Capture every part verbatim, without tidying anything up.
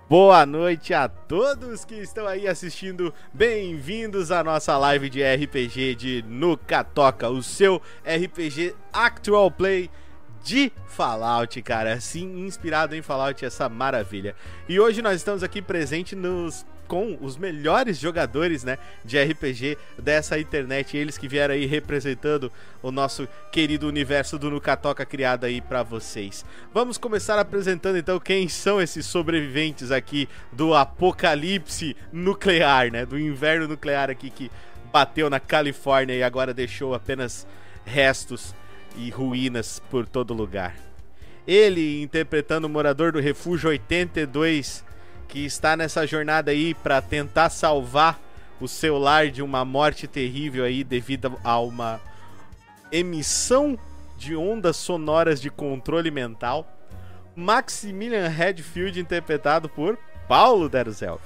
Boa noite a todos que estão aí assistindo, bem-vindos à nossa live de R P G de Nuka Toca, o seu R P G Actual Play de Fallout, cara, sim, inspirado em Fallout, essa maravilha. E hoje nós estamos aqui presentes nos... com os melhores jogadores, né, de R P G dessa internet, eles que vieram aí representando o nosso querido universo do Nuka Toca criado aí pra vocês. Vamos começar apresentando então quem são esses sobreviventes aqui do apocalipse nuclear, né, do inverno nuclear aqui que bateu na Califórnia e agora deixou apenas restos e ruínas por todo lugar. Ele interpretando o morador do Refúgio oitenta e dois, que está nessa jornada aí para tentar salvar o seu lar de uma morte terrível aí devido a uma emissão de ondas sonoras de controle mental. Maximilian Redfield, interpretado por Paulo Deruzelf.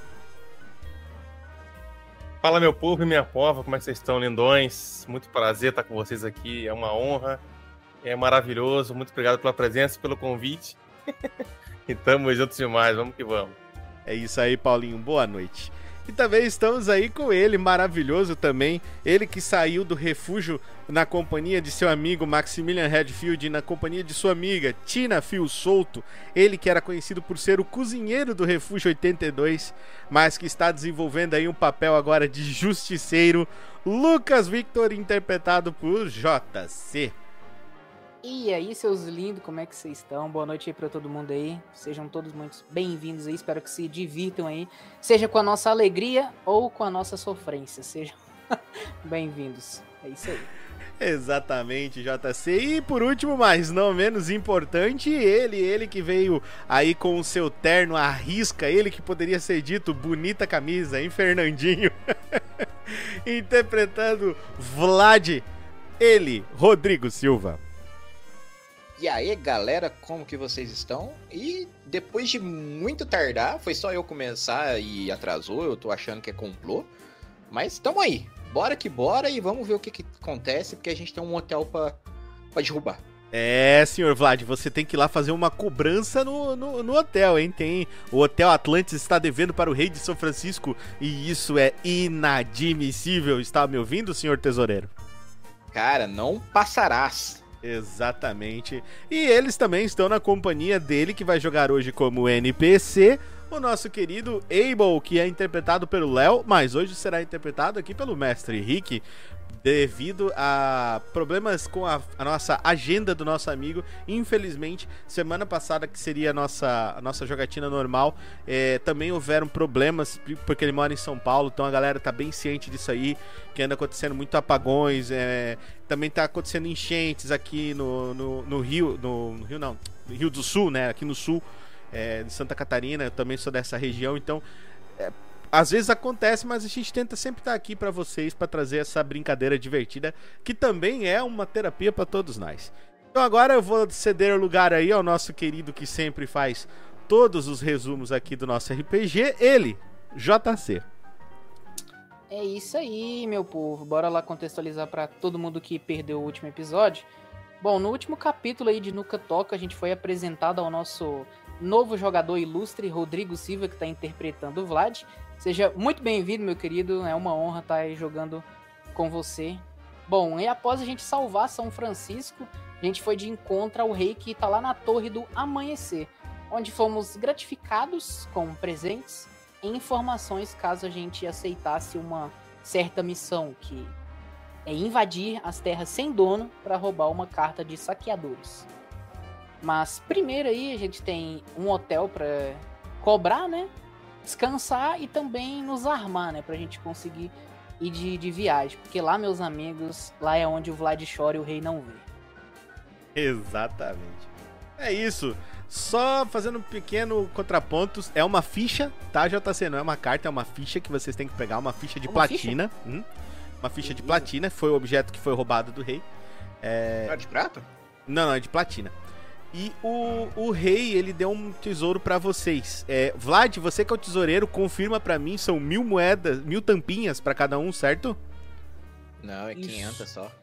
Fala, meu povo e minha pova, como é que vocês estão, lindões? Muito prazer estar com vocês aqui, é uma honra, é maravilhoso, muito obrigado pela presença, pelo convite. E tamo juntos demais, vamos que vamos. É isso aí, Paulinho, boa noite. E também estamos aí com ele, maravilhoso também, ele que saiu do refúgio na companhia de seu amigo Maximilian Redfield e na companhia de sua amiga Tina Fio Solto, ele que era conhecido por ser o cozinheiro do Refúgio oitenta e dois, mas que está desenvolvendo aí um papel agora de justiceiro, Lucas Victor, interpretado por J C. E aí, seus lindos, como é que vocês estão? Boa noite aí pra todo mundo aí. Sejam todos muito bem-vindos aí. Espero que se divirtam aí. Seja com a nossa alegria ou com a nossa sofrência. Sejam bem-vindos. É isso aí. Exatamente, J C. E por último, mas não menos importante, ele, ele que veio aí com o seu terno à risca, ele que poderia ser dito bonita camisa, hein, Fernandinho? Interpretando Vlad, ele, Rodrigo Silva. E aí, galera, como que vocês estão? E depois de muito tardar, foi só eu começar e atrasou, eu tô achando que é complô. Mas tamo aí, bora que bora e vamos ver o que, que acontece, porque a gente tem um hotel pra, pra derrubar. É, senhor Vlad, você tem que ir lá fazer uma cobrança no, no, no hotel, hein? Tem, o Hotel Atlantis está devendo para o rei de São Francisco e isso é inadmissível. Está me ouvindo, senhor tesoureiro? Cara, não passarás. Exatamente. E eles também estão na companhia dele, que vai jogar hoje como N P C, o nosso querido Abel, que é interpretado pelo Léo, mas hoje será interpretado aqui pelo mestre Rick, devido a problemas com a, a nossa agenda do nosso amigo. Infelizmente, semana passada, que seria a nossa, a nossa jogatina normal, é, também houveram problemas, porque ele mora em São Paulo, então a galera tá bem ciente disso aí, que anda acontecendo muito apagões, é, também tá acontecendo enchentes aqui no, no, no Rio, no, no Rio não, no Rio do Sul, né, aqui no sul, é, de Santa Catarina, eu também sou dessa região, então... É, às vezes acontece, mas a gente tenta sempre estar aqui para vocês, para trazer essa brincadeira divertida, que também é uma terapia para todos nós. Então agora eu vou ceder o lugar aí ao nosso querido que sempre faz todos os resumos aqui do nosso R P G, ele, J C. É isso aí, meu povo. Bora lá contextualizar para todo mundo que perdeu o último episódio. Bom, no último capítulo aí de Nuka Toca, a gente foi apresentado ao nosso novo jogador ilustre, Rodrigo Silva, que está interpretando o Vlad. Seja muito bem-vindo, meu querido, é uma honra estar aí jogando com você. Bom, e após a gente salvar São Francisco, a gente foi de encontro ao rei que está lá na Torre do Amanhecer, onde fomos gratificados com presentes e informações caso a gente aceitasse uma certa missão, que é invadir as terras sem dono para roubar uma carta de saqueadores. Mas primeiro aí a gente tem um hotel para cobrar, né? Descansar e também nos armar, né? Pra gente conseguir ir de, de viagem. Porque lá, meus amigos, lá é onde o Vlad chora e o rei não vê. Exatamente. É isso. Só fazendo um pequeno contraponto. É uma ficha, tá, J C? Não é uma carta, é uma ficha que vocês têm que pegar. Uma ficha de uma platina. Ficha? Hum? Uma ficha de platina. Foi o objeto que foi roubado do rei. É... Não é de prata? Não, não, é de platina. E o, o rei, ele deu um tesouro pra vocês. É, Vlad, você que é o tesoureiro, confirma pra mim, são mil moedas, mil tampinhas pra cada um, certo? Não, é quinhentas só.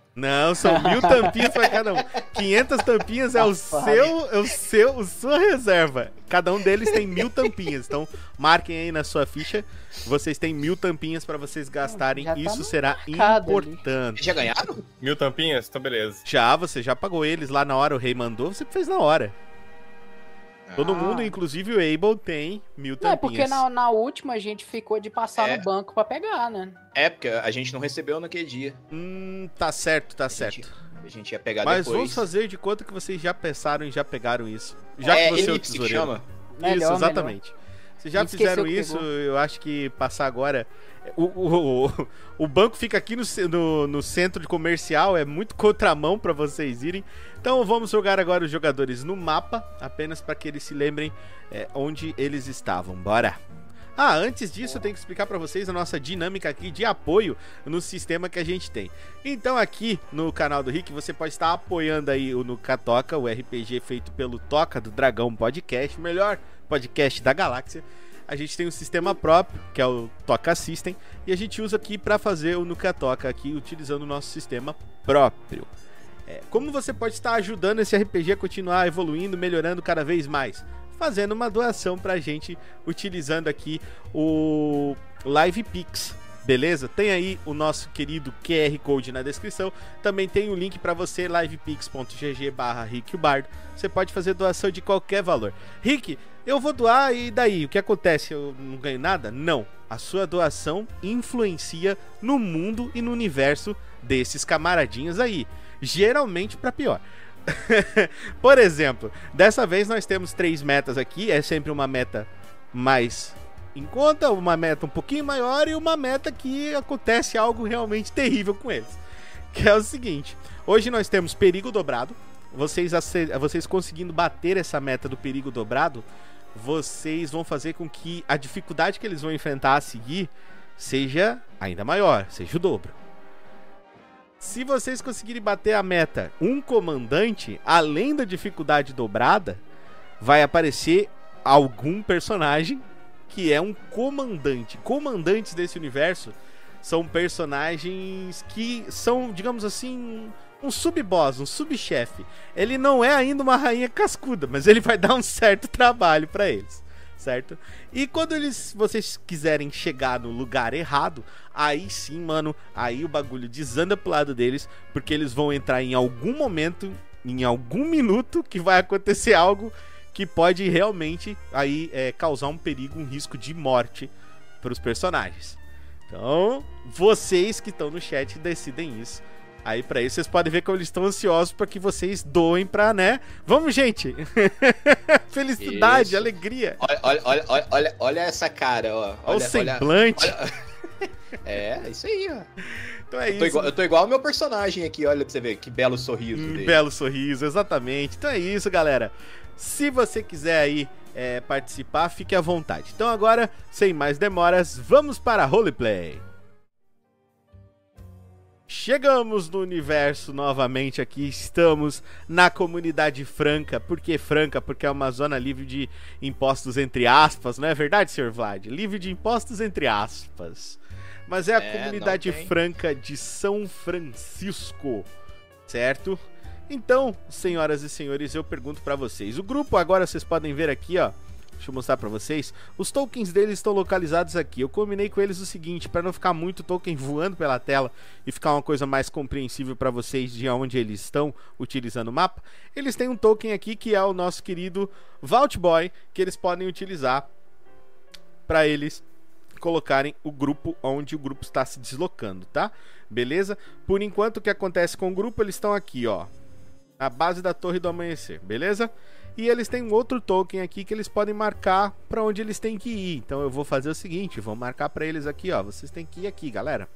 Não, são mil tampinhas pra cada um. quinhentas tampinhas é o seu, é o seu, a sua reserva. Cada um deles tem mil tampinhas. Então, marquem aí na sua ficha. Vocês têm mil tampinhas pra vocês gastarem. Já tá Isso será marcado importante. Vocês já ganharam? Mil tampinhas? Então beleza. Já, você já pagou eles lá na hora. O rei mandou, você fez na hora. Todo Ah. mundo, inclusive o Abel, tem mil Não, é tampinhas. porque na, na última a gente ficou de passar É. no banco pra pegar, né? É, porque a gente não recebeu naquele dia. Hum, tá certo, tá A gente, certo. a gente ia pegar Mas depois. vamos fazer de conta que vocês já pensaram e já pegaram isso. Já é, que você é o elipse que tesoureiro. chama. Melhor, Isso, exatamente. Vocês já A gente esqueceu fizeram que isso, pegou. eu acho que passar agora. O, o, o, o banco fica aqui no, ce- no, no centro de comercial, é muito contramão pra vocês irem. Então vamos jogar agora os jogadores no mapa, apenas para que eles se lembrem é, onde eles estavam. Bora! Ah, antes disso eu tenho que explicar pra vocês a nossa dinâmica aqui de apoio no sistema que a gente tem. Então aqui no canal do Rick você pode estar apoiando aí o Nuka Toca, o R P G feito pelo Toca do Dragão Podcast, o melhor podcast da galáxia. A gente tem um sistema próprio, que é o Toca System, e a gente usa aqui para fazer o Nuka Toca aqui utilizando o nosso sistema próprio. É, como você pode estar ajudando esse R P G a continuar evoluindo, melhorando cada vez mais? Fazendo uma doação pra gente, utilizando aqui o LivePix, beleza? Tem aí o nosso querido Q R Code na descrição. Também tem o link para você, livepix.gg barra rickbardo. Você pode fazer doação de qualquer valor. Rick, eu vou doar e daí? O que acontece? Eu não ganho nada? Não. A sua doação influencia no mundo e no universo desses camaradinhos aí. Geralmente para pior. Por exemplo, dessa vez nós temos três metas aqui. É sempre uma meta mais em conta, uma meta um pouquinho maior e uma meta que acontece algo realmente terrível com eles. Que é o seguinte: hoje nós temos perigo dobrado. Vocês, ace- vocês conseguindo bater essa meta do perigo dobrado, vocês vão fazer com que a dificuldade que eles vão enfrentar a seguir seja ainda maior, seja o dobro. Se vocês conseguirem bater a meta um comandante, além da dificuldade dobrada, vai aparecer algum personagem que é um comandante. Comandantes desse universo são personagens que são, digamos assim, um sub-boss, um subchefe. Ele não é ainda uma rainha cascuda, mas ele vai dar um certo trabalho pra eles, certo? E quando eles, vocês quiserem chegar no lugar errado, aí sim, mano, aí o bagulho desanda pro lado deles, porque eles vão entrar em algum momento, em algum minuto, que vai acontecer algo que pode realmente aí é, causar um perigo, um risco de morte para os personagens. Então, vocês que estão no chat decidem isso. Aí pra isso vocês podem ver como eles estão ansiosos para que vocês doem pra, né? Vamos, gente! Felicidade, Isso. alegria. Olha, olha, olha, olha, olha, olha essa cara, ó. Olha o Olha, olha, semblante. olha. É, isso aí, ó. Então é Eu tô, isso. igual, eu tô igual ao meu personagem aqui, olha pra você ver que belo sorriso Um dele. belo sorriso, exatamente. Então é isso, galera. Se você quiser aí é, participar, fique à vontade. Então agora, sem mais demoras, vamos para a roleplay. Chegamos no universo novamente aqui, estamos na comunidade franca. Por que franca? Porque é uma zona livre de impostos entre aspas, não é verdade, senhor Vlad? Livre de impostos entre aspas. Mas é a É, comunidade não tem. franca de São Francisco, certo? Então, senhoras e senhores, eu pergunto pra vocês. O grupo agora vocês podem ver aqui, ó. Deixa eu mostrar pra vocês. Os tokens deles estão localizados aqui. Eu combinei com eles o seguinte, pra não ficar muito token voando pela tela e ficar uma coisa mais compreensível pra vocês de onde eles estão utilizando o mapa. Eles têm um token aqui que é o nosso querido Vault Boy, que eles podem utilizar pra eles colocarem o grupo onde o grupo está se deslocando, tá? Beleza? Por enquanto, o que acontece com o grupo, eles estão aqui, ó, na base da Torre do Amanhecer, beleza? E eles têm um outro token aqui que eles podem marcar para onde eles têm que ir. Então eu vou fazer o seguinte, vou marcar para eles aqui, ó. Vocês têm que ir aqui, galera.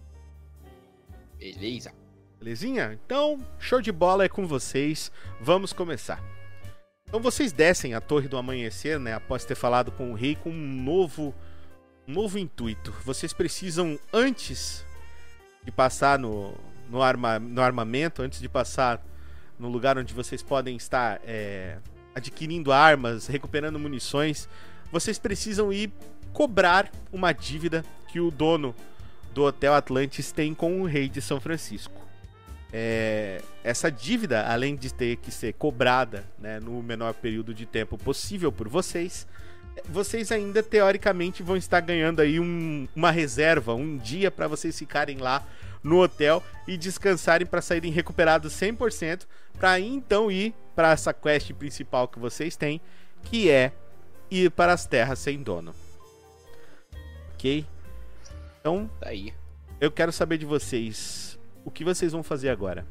Beleza. Belezinha? Então, show de bola é com vocês. Vamos começar. Então vocês descem a Torre do Amanhecer, né? Após ter falado com o rei, com um novo, um novo intuito. Vocês precisam, antes de passar no, no, arma, no armamento, antes de passar no lugar onde vocês podem estar é, adquirindo armas, recuperando munições, vocês precisam ir cobrar uma dívida que o dono do Hotel Atlantis tem com o rei de São Francisco. é, essa dívida, além de ter que ser cobrada, né, no menor período de tempo possível por vocês, vocês ainda teoricamente vão estar ganhando aí um, uma reserva, um dia para vocês ficarem lá no hotel e descansarem para saírem recuperados cem por cento, para então ir para essa quest principal que vocês têm, que é ir para as terras sem dono. Ok? Então, Tá aí. eu quero saber de vocês, o que vocês vão fazer agora?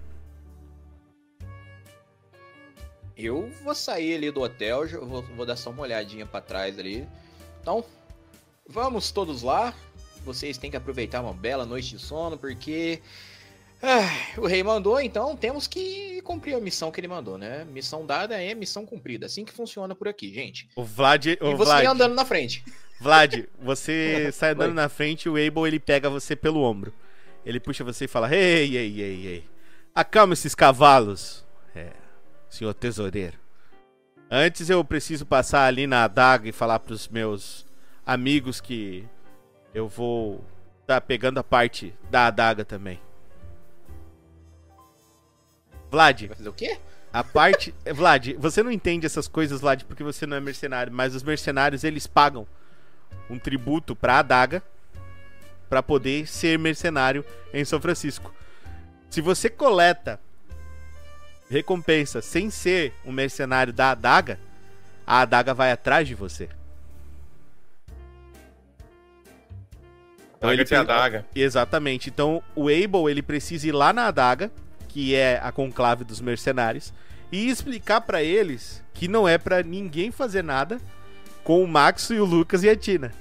Eu vou sair ali do hotel, já vou, vou dar só uma olhadinha pra trás ali. Então, vamos todos lá. Vocês têm que aproveitar uma bela noite de sono, porque ah, o rei mandou, então temos que cumprir a missão que ele mandou, né? Missão dada é missão cumprida. Assim que funciona por aqui, gente. O Vlad, E o você Vlad, andando na frente. Vlad, você sai andando Oi. na frente e o Abel ele pega você pelo ombro. Ele puxa você e fala: Ei, ei, ei, ei. Acalma esses cavalos, é, senhor tesoureiro. Antes eu preciso passar ali na adaga e falar pros meus amigos que eu vou tá pegando a parte da adaga também. Vlad, Vai fazer o quê? a parte... Vlad, você não entende essas coisas, Vlad, porque você não é mercenário, mas os mercenários, eles pagam um tributo pra adaga pra poder ser mercenário em São Francisco. Se você coleta recompensa sem ser um mercenário da adaga, a adaga vai atrás de você. Então Daga ele tem a pre- daga. Exatamente. Então o Abel ele precisa ir lá na adaga, que é a conclave dos mercenários, e explicar pra eles que não é pra ninguém fazer nada com o Max e o Lucas e a Tina.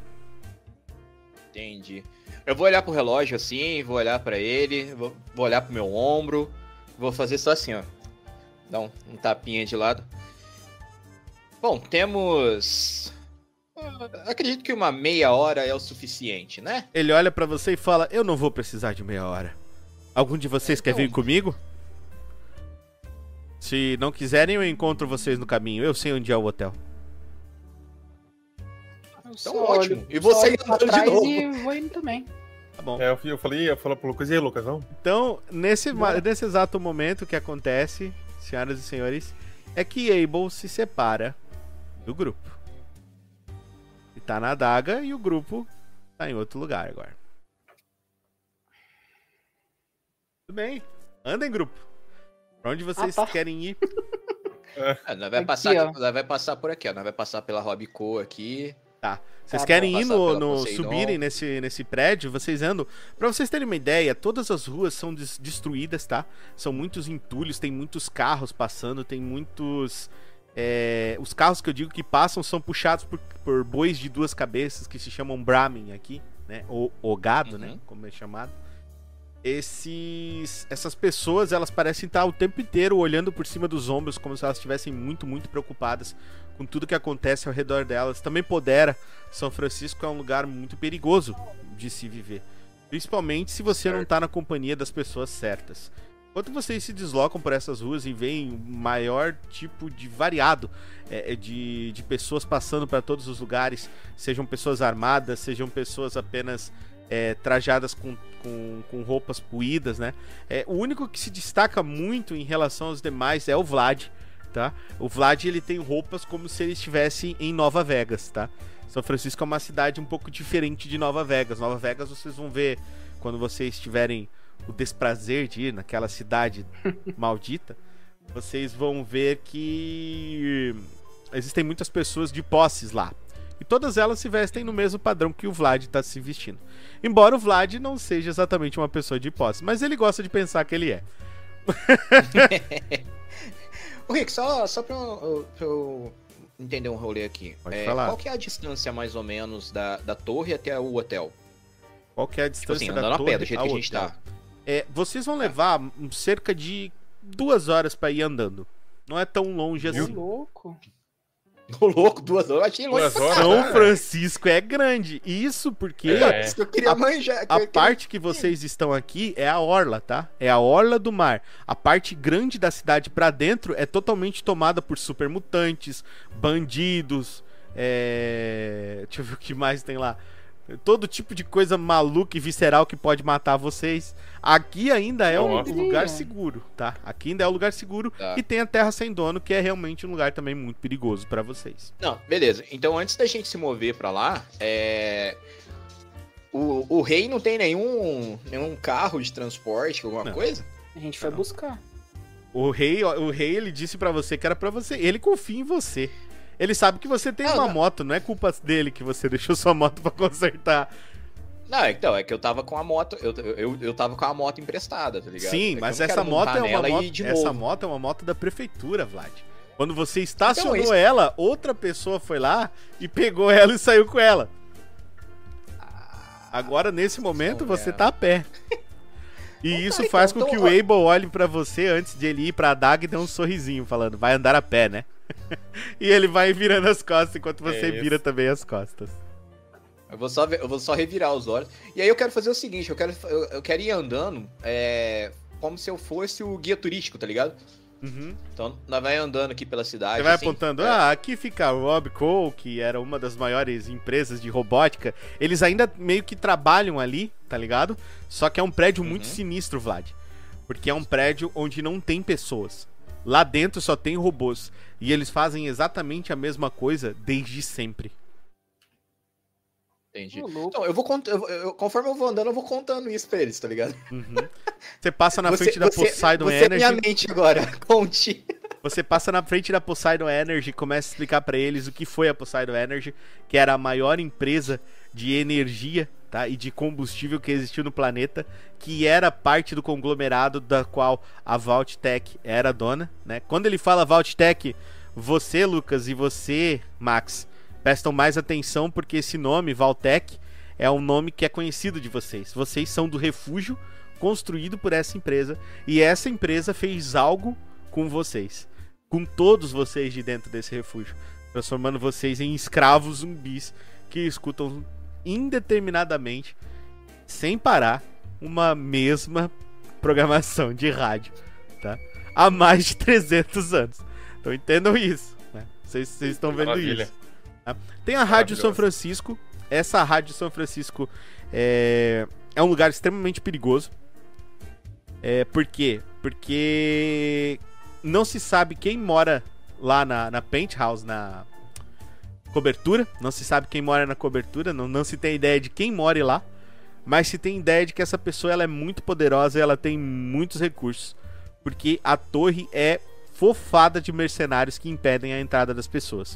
Entendi. Eu vou olhar pro relógio assim, vou olhar pra ele, vou, vou olhar pro meu ombro, vou fazer só assim, ó. Dar um, um tapinha de lado. Bom, temos... ah, acredito que uma meia hora é o suficiente, né? Ele olha pra você e fala: eu não vou precisar de meia hora. Algum de vocês quer vir Então- comigo? Se não quiserem, eu encontro vocês no caminho. Eu sei onde é o hotel. Eu Então, só ótimo. olho- E você só olho pra andando de trás novo. e vou indo também. Tá bom. É, eu, eu falei, eu falei pro Lucas, e aí, Lucas, vamos? Então, nesse, ma- Bora. nesse exato momento, o que acontece, senhoras e senhores, é que Abel se separa do grupo. E tá na adaga e o grupo tá em outro lugar agora. Tudo bem. Anda em grupo. Pra onde vocês Ah, tá. querem ir? Ah, nós vai, Aqui, passar, ó. nós vai passar por aqui, ó. Nós vai passar pela Robco aqui. Vocês Tá querem bom. ir Passar no, pela no Poseidon. subirem nesse, nesse prédio, vocês andam. Pra vocês terem uma ideia, todas as ruas são des- destruídas, tá? São muitos entulhos, tem muitos carros passando, tem muitos... é, os carros que eu digo que passam são puxados por, por bois de duas cabeças, que se chamam Brahmin aqui, né? Ou o gado, Uhum. né? Como é chamado. Esses, essas pessoas, elas parecem estar o tempo inteiro olhando por cima dos ombros, como se elas estivessem muito, muito preocupadas com tudo que acontece ao redor delas. Também Podera, São Francisco é um lugar muito perigoso de se viver, principalmente se você não tá na companhia das pessoas certas. Enquanto vocês se deslocam por essas ruas e veem o maior tipo de variado é, é, de, de pessoas passando para todos os lugares, sejam pessoas armadas, sejam pessoas apenas é, trajadas com, com, com roupas puídas, né? É, o único que se destaca muito em relação aos demais é o Vlad, tá? O Vlad, ele tem roupas como se ele estivesse em Nova Vegas, tá? São Francisco é uma cidade um pouco diferente de Nova Vegas. Nova Vegas vocês vão ver quando vocês tiverem o desprazer de ir naquela cidade maldita. Vocês vão ver que existem muitas pessoas de posses lá. E todas elas se vestem no mesmo padrão que o Vlad está se vestindo. Embora o Vlad não seja exatamente uma pessoa de posse, mas ele gosta de pensar que ele é. Ô, Rick, só, só pra, eu- pra eu entender um rolê aqui. Pode É, falar. qual que é a distância, mais ou menos, da, da torre até o hotel? Qual que é a Tipo distância assim, da andando a torre pé, do jeito ao que a gente hotel? tá. É, vocês vão levar um, cerca de duas horas para ir andando. Não é tão longe Ô, assim. louco. Ô, louco, duas horas. Eu achei longe Duas pra horas? caralho. São Francisco é grande. Isso porque É. Isso que eu queria A- manjar. que a eu- que- parte que vocês estão aqui é a orla, tá? É a orla do mar. A parte grande da cidade pra dentro é totalmente tomada por supermutantes, bandidos, é... deixa eu ver o que mais tem lá. todo tipo de coisa maluca e visceral que pode matar vocês. Aqui ainda é um Nossa. lugar seguro, tá? Aqui ainda é um lugar seguro Tá. e tem a Terra Sem Dono, que é realmente um lugar também muito perigoso pra vocês. Não, beleza. Então, antes da gente se mover pra lá, é... O, o rei não tem nenhum, nenhum carro de transporte, alguma Não. coisa? A gente foi Não. buscar. O rei, ó, o rei, ele disse pra você que era pra você. Ele confia em você. Ele sabe que você tem Não, uma não. moto, não é culpa dele que você deixou sua moto pra consertar. Não, então, é que eu tava com a moto, eu, eu, eu tava com a moto emprestada, tá ligado? É Sim, que mas eu não essa quero moto montar é uma nela e moto, ir de essa novo. moto é uma moto da prefeitura, Vlad. Quando você estacionou Então, isso- ela, outra pessoa foi lá e pegou ela e saiu com ela. Agora, nesse momento, Então, você é. tá a pé. E Então isso tá, faz então, com que então, o ó. Abel olhe pra você antes de ele ir pra Dag e dê um sorrisinho, falando, vai andar a pé, né? E ele vai virando as costas enquanto você É isso. vira também as costas. Eu vou, só ver- eu vou só revirar os olhos. E aí eu quero fazer o seguinte, eu quero, eu, eu quero ir andando é, como se eu fosse o guia turístico, tá ligado? Uhum. Então, nós vai andando aqui pela cidade. Você vai assim, apontando, é, ah, aqui fica a Rob Cole, que era uma das maiores empresas de robótica. Eles ainda meio que trabalham ali, tá ligado? Só que é um prédio muito Uhum. sinistro, Vlad. Porque é um prédio onde não tem pessoas. Lá dentro só tem robôs. E eles fazem exatamente a mesma coisa desde sempre. Entendi. Ô, louco. Então, eu vou cont... eu, eu- conforme eu vou andando, eu vou contando isso pra eles, tá ligado? Uhum. Você passa na Você- frente da você- Poseidon você é Energy. minha mente agora, conte. Você passa na frente da Poseidon Energy e começa a explicar pra eles o que foi a Poseidon Energy, que era a maior empresa de energia, tá, e de combustível que existiu no planeta, que era parte do conglomerado da qual a Vault-Tec era dona, né? Quando ele fala Vault-Tec, você, Lucas, e você, Max, prestam mais atenção porque esse nome, Vault-Tec, é um nome que é conhecido de vocês. Vocês são do refúgio construído por essa empresa e essa empresa fez algo com vocês, com todos vocês de dentro desse refúgio, transformando vocês em escravos zumbis que escutam indeterminadamente, sem parar, uma mesma programação de rádio, tá? Há mais de trezentos anos. Então entendam isso, né? Vocês vocês estão vendo Maravilha. isso. Tá? Tem a Rádio São Maravilhoso. Francisco. Essa Rádio São Francisco é, é um lugar extremamente perigoso. É, por quê? Porque não se sabe quem mora lá na, na penthouse, na cobertura. Não se sabe quem mora na cobertura. Não, não se tem ideia de quem mora lá. Mas se tem ideia de que essa pessoa ela é muito poderosa e ela tem muitos recursos. Porque a torre é fofada de mercenários que impedem a entrada das pessoas.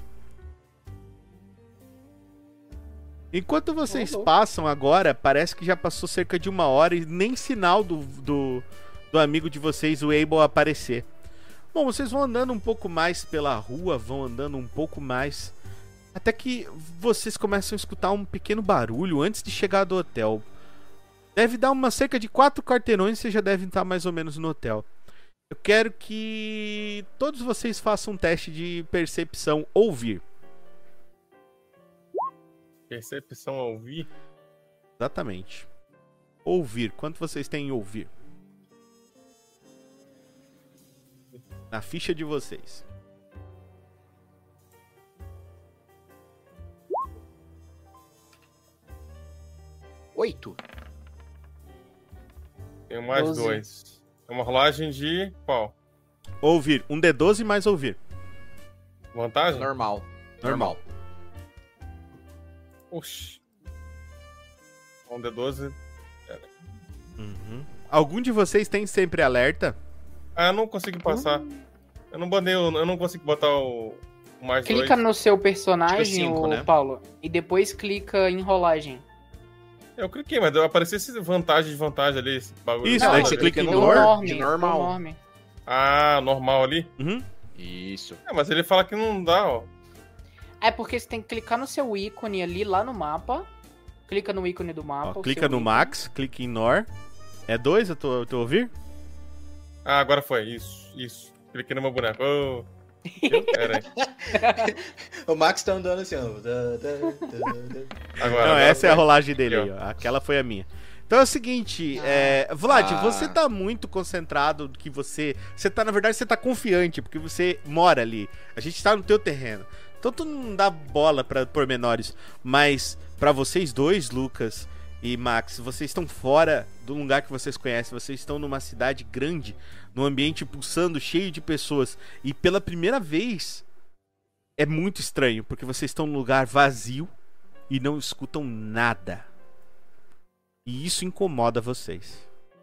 Enquanto vocês Oh, louco. passam agora, parece que já passou cerca de uma hora e nem sinal do, do, do amigo de vocês, o Abel, aparecer. Bom, vocês vão andando um pouco mais pela rua, vão andando um pouco mais, até que vocês começam a escutar um pequeno barulho antes de chegar do hotel. Deve dar uma cerca de quatro quarteirões e vocês já devem estar mais ou menos no hotel. Eu quero que todos vocês façam um teste de percepção ouvir. Percepção ao ouvir. Exatamente. Ouvir. Quanto vocês têm em ouvir? Na ficha de vocês. Oito. Tenho mais Doze. dois. É uma rolagem de qual? Ouvir. Um D doze mais ouvir. Vantagem? Normal. Normal. Oxi. Um D doze. Uhum. Algum de vocês tem sempre alerta? Ah, eu não consegui passar. Eu não botei, o- eu não consigo botar o, o mais Clica dois. no seu personagem, Tipo cinco, ô, né? Paulo, e depois clica em rolagem. Eu cliquei, mas apareceu esse vantagem de vantagem ali, esse bagulho. Isso, Não, daí mas você eu- clica em O Nor- norme, de o normal. norme. Ah, normal ali. Uhum. Isso. É, mas ele fala que não dá, ó. É porque você tem que clicar no seu ícone ali, lá no mapa. Clica no ícone do mapa. Ó, o clica seu no ícone. Max, clica em Nor. É dois eu tô, eu tô ouvir? Ah, agora foi. Isso, isso. Cliquei no meu boneco. Ô. Pera aí. O Max tá andando assim, ó. Da, da, da, da. Agora, Não, agora essa é a foi. rolagem dele Aqui, aí, ó. Aquela foi a minha. Então é o seguinte, é, Vlad, Ah. você tá muito concentrado que você. Você tá, na verdade, você tá confiante, porque você mora ali. A gente tá no teu terreno. Então tu não dá bola pra pormenores. Mas pra vocês dois, Lucas e Max, vocês estão fora do lugar que vocês conhecem. Vocês estão numa cidade grande, num ambiente pulsando, cheio de pessoas. E pela primeira vez é muito estranho, porque vocês estão num lugar vazio e não escutam nada. E isso incomoda vocês.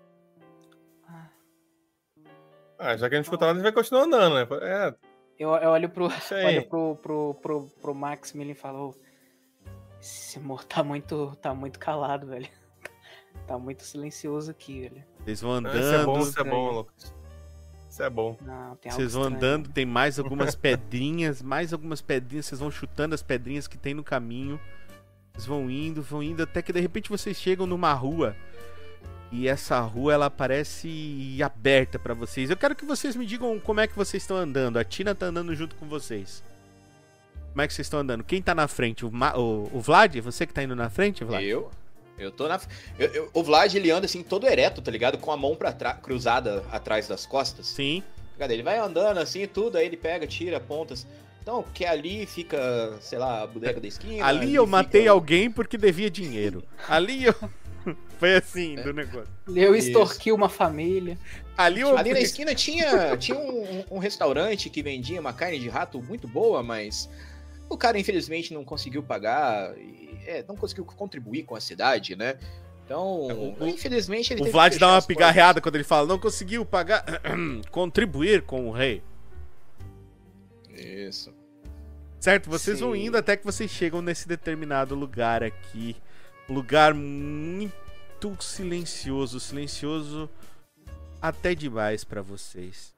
Ah, já que a gente escuta nada, a gente vai continuar andando, né? É, Eu, eu olho pro, Isso aí. olho pro, pro, pro, pro Max e falou: esse amor tá muito, tá muito calado, velho. Tá muito silencioso aqui, velho. Vocês vão andando. isso é bom, isso é estranho. bom, Lucas. Isso é bom. Não, tem algo Vocês vão estranho. andando, tem mais algumas pedrinhas, mais algumas pedrinhas, vocês vão chutando as pedrinhas que tem no caminho. Vocês vão indo, vão indo, até que de repente vocês chegam numa rua. E essa rua, ela parece aberta pra vocês. Eu quero que vocês me digam como é que vocês estão andando. A Tina tá andando junto com vocês. Como é que vocês estão andando? Quem tá na frente? O, Ma... o... o Vlad? Você que tá indo na frente, Vlad? Eu? Eu tô na. eu- eu- o Vlad, ele anda assim, todo ereto, tá ligado? Com a mão pra trás, cruzada atrás das costas. Sim. Tá ligado? Ele vai andando assim, tudo, aí ele pega, tira pontas. Então, que ali fica, sei lá, a bodega da esquina. Ali eu fica- matei alguém porque devia dinheiro. Ali eu... Foi assim, do negócio. Eu Isso. extorqui uma família. Ali eu... Ali na esquina tinha, tinha um, um restaurante que vendia uma carne de rato muito boa, mas o cara infelizmente não conseguiu pagar, e, é, não conseguiu contribuir com a cidade, né? Então, O- infelizmente ele O teve Vlad que dá fechar uma as pigarreada quando ele fala, não conseguiu pagar, contribuir com o rei. portas. Isso. Certo? Vocês vão Sim. indo até que vocês chegam nesse determinado lugar aqui. Um lugar muito silencioso, silencioso até demais pra vocês.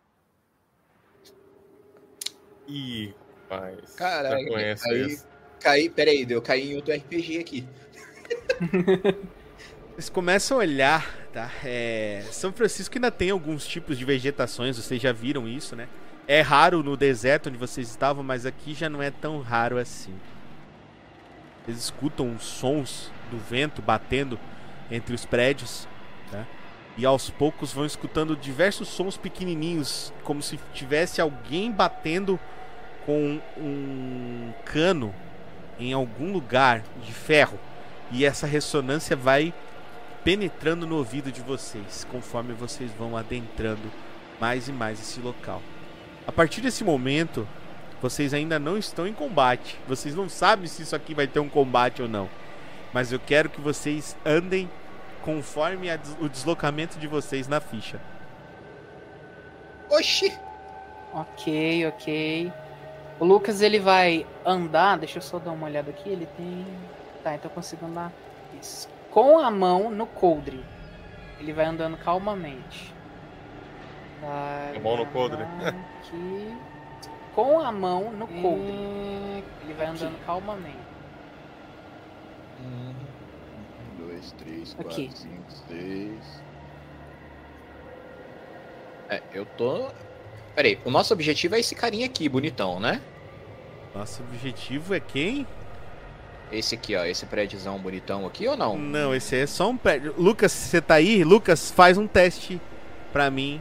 Ih, rapaz. Caralho, já conheço aí- isso. Caí, peraí, eu caí em outro R P G aqui. Vocês começam a olhar, tá? É... São Francisco ainda tem alguns tipos de vegetações, vocês já viram isso, né? É raro no deserto onde vocês estavam, mas aqui já não é tão raro assim. Vocês escutam os sons do vento batendo entre os prédios, tá? E aos poucos vão escutando diversos sons pequenininhos, como se tivesse alguém batendo com um cano em algum lugar de ferro. E essa ressonância vai penetrando no ouvido de vocês, conforme vocês vão adentrando mais e mais esse local. A partir desse momento, vocês ainda não estão em combate. Vocês não sabem se isso aqui vai ter um combate ou não. Mas eu quero que vocês andem conforme a des- o deslocamento de vocês na ficha. Oxi! Ok, ok. O Lucas, ele vai andar, deixa eu só dar uma olhada aqui, ele tem... Tá, então eu consigo andar isso. Com a mão no coldre. Ele vai andando calmamente. Vai A mão no coldre. andar aqui. Com a mão no coldre. Ele vai andando calmamente. Um, dois, três, quatro, Aqui. cinco, seis. É, eu tô. Peraí, o nosso objetivo é esse carinha aqui, bonitão, né? Nosso objetivo é quem? Esse aqui, ó, esse prédiozão bonitão aqui ou não? Não, esse é só um prédio. Lucas, você tá aí? Lucas, faz um teste pra mim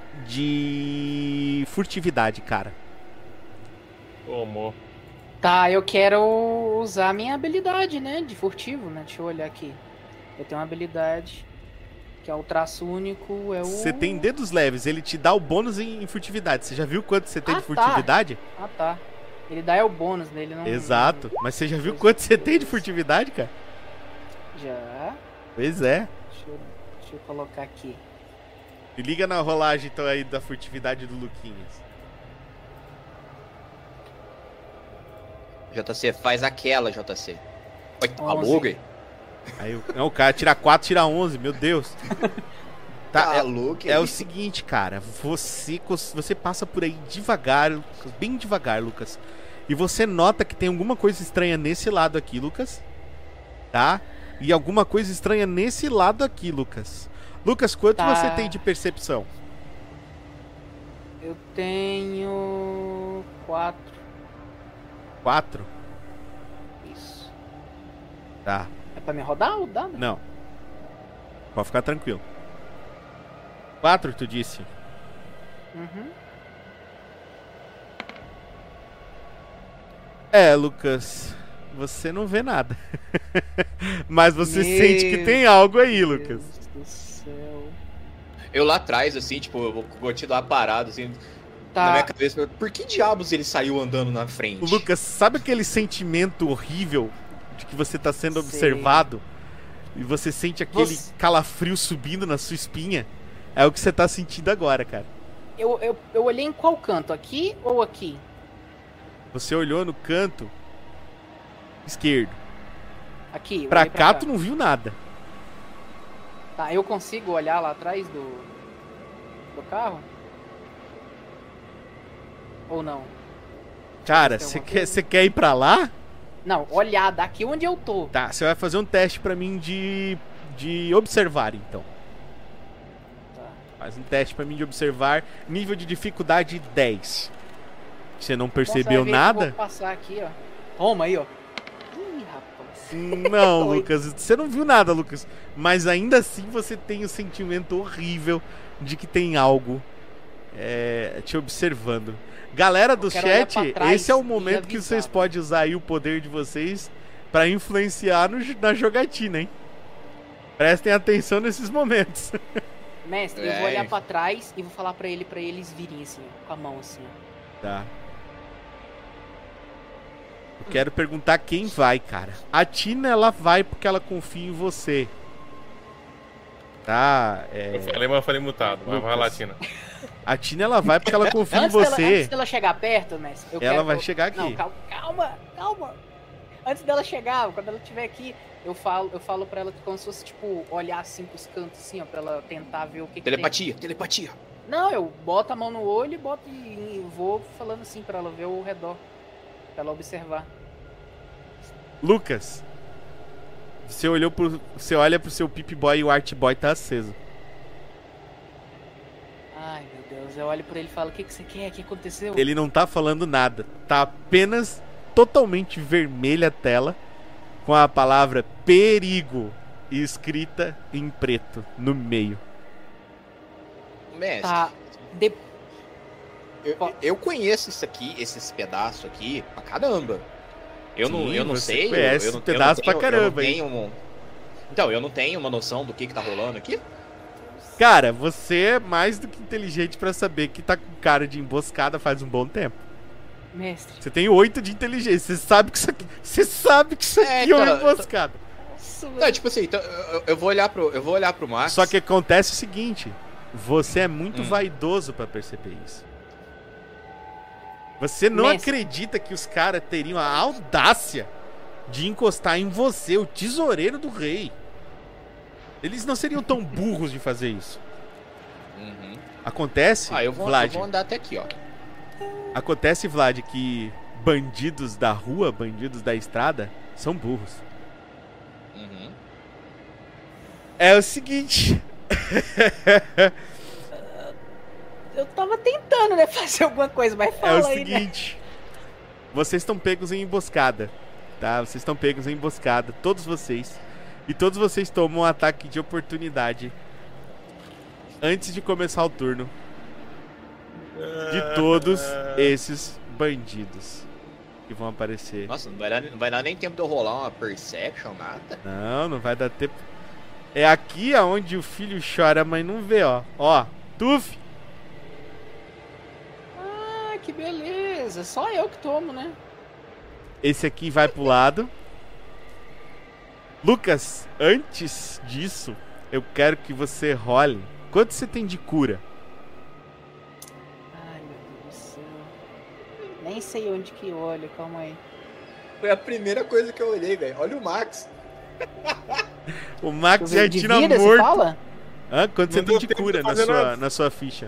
de furtividade, cara. Ô, amor. Tá, eu quero usar a minha habilidade, né? De furtivo, né? Deixa eu olhar aqui. Eu tenho uma habilidade que é o traço único, é o... Você tem dedos leves, ele te dá o bônus em, em furtividade. Você já viu quanto você tem Ah, de tá. furtividade? Ah, tá. Ele dá é o bônus dele, não... Exato. Mas você já viu quanto você tem de furtividade, cara? Já. Pois é. Deixa eu, deixa eu colocar aqui. Se liga na rolagem então aí da furtividade do Luquinhas. J C, faz aquela, J C. Oi, Onze. alô, Gui? Aí o, não, o cara tira quatro, tira onze, meu Deus. Tá, é, Alô, Gui? é o seguinte, cara, você, cos- você passa por aí devagar, Lucas, bem devagar, Lucas. E você nota que tem alguma coisa estranha nesse lado aqui, Lucas. Tá? E alguma coisa estranha nesse lado aqui, Lucas. Lucas, quanto Tá. você tem de percepção? Eu tenho... Quatro. Quatro? Isso. Tá. É pra me rodar o dado? Não. Pode ficar tranquilo. Quatro, tu disse? Uhum. É, Lucas, você não vê nada. Mas você Meu sente que tem algo aí, Lucas. Deus do céu. Eu lá atrás, assim, tipo, eu vou continuar parado, assim, Tá. na minha cabeça. Por que diabos ele saiu andando na frente? O Lucas, sabe aquele sentimento horrível de que você tá sendo Sei. observado? E você sente aquele Você- calafrio subindo na sua espinha? É o que você tá sentindo agora, cara. Eu, eu, eu olhei em qual canto? Aqui ou aqui? Você olhou no canto esquerdo. Aqui. eu Pra olhei cá, tu não viu nada. Tá, eu consigo olhar lá atrás do, do carro? Ou não? Cara, Tem você alguma quer, coisa? você quer ir pra lá? Não, olhar daqui onde eu tô. Tá, você vai fazer um teste pra mim de, de observar, então. Tá. Faz um teste pra mim de observar. Nível de dificuldade dez. Você não Bom, você vai percebeu ver que eu nada? vou passar aqui, ó. Toma aí, ó. Ih, rapaz. Não, Oi. Lucas, você não viu nada, Lucas. Mas ainda assim você tem o sentimento horrível de que tem algo é, te observando. Galera do Eu quero olhar chat, pra trás esse é o e momento que avisar. vocês podem usar aí o poder de vocês pra influenciar no, na jogatina, hein? Prestem atenção nesses momentos. Mestre, eu É. vou olhar pra trás e vou falar pra ele, pra eles virem assim, ó, com a mão assim, ó. Tá. Eu quero perguntar quem vai, cara. A Tina, ela vai porque ela confia em você. Tá? É... Eu falei, mas eu falei mutado. Mas vai lá, Lucas. Tina. A Tina, ela vai porque ela confia em Antes dela, você. antes dela chegar perto, mestre, eu Ela quero- vai eu- chegar aqui. Não, calma, calma, calma. Antes dela chegar, quando ela estiver aqui, eu falo, eu falo pra ela como se fosse, tipo, olhar assim pros cantos, assim, ó, pra ela tentar ver o que, que tem. Telepatia, telepatia. Não, eu boto a mão no olho e boto e, e vou falando assim pra ela ver o redor. Pra ela observar. Lucas, você olhou pro, você olha pro seu Pip Boy e o Art Boy tá aceso. Ai, meu Deus, eu olho pra ele e falo, o que, que você quer? O que aconteceu? Ele não tá falando nada. Tá apenas totalmente vermelha a tela com a palavra perigo escrita em preto no meio. Mestre, Tá. De... eu, eu conheço isso aqui, esses pedaços aqui, pra caramba. Eu não, Sim, eu não você sei. conhece eu, eu não, pedaço eu não pra tenho, caramba, eu não hein? tenho um- Então, eu não tenho uma noção do que que tá rolando aqui. Cara, você é mais do que inteligente pra saber que tá com cara de emboscada faz um bom tempo. Mestre. Você tem oito de inteligência. Você sabe que isso aqui, você sabe que isso É, aqui é uma então, emboscada. Nossa, Não, tipo assim, então, eu, eu vou olhar pro, eu vou olhar pro Max. Só que acontece o seguinte: você é muito Hum. vaidoso pra perceber isso. Você não Mestre. acredita que os caras teriam a audácia de encostar em você, o tesoureiro do rei. Eles não seriam tão burros de fazer isso. Uhum. Acontece, Ah, eu vou, eu Vlad, vou andar até aqui, ó. acontece, Vlad, que bandidos da rua, bandidos da estrada, são burros. Uhum. É o seguinte. Eu tava tentando, né, fazer alguma coisa, mas É fala o aí, né? seguinte. Vocês estão pegos em emboscada, tá? Vocês estão pegos em emboscada, todos vocês. E todos vocês tomam um ataque de oportunidade antes de começar o turno de todos esses bandidos que vão aparecer. Nossa, não vai, dar, não vai dar nem tempo de eu rolar uma perception, nada. Não, não vai dar tempo. É aqui aonde o filho chora, a mãe não vê, ó. Ó, Tuf, Ah, que beleza. Só eu que tomo, né? esse aqui vai pro lado. Lucas, antes disso, eu quero que você role. Quanto você tem de cura? Ai, meu Deus do céu. Nem sei onde que olha, calma aí. Foi a primeira coisa que eu olhei, velho. Olha o Max. O Max Deixa eu já ver, de tira vida, você morto. fala? Hã? Quanto você Não tem deu de tempo cura de na fazer sua, nada. na sua ficha?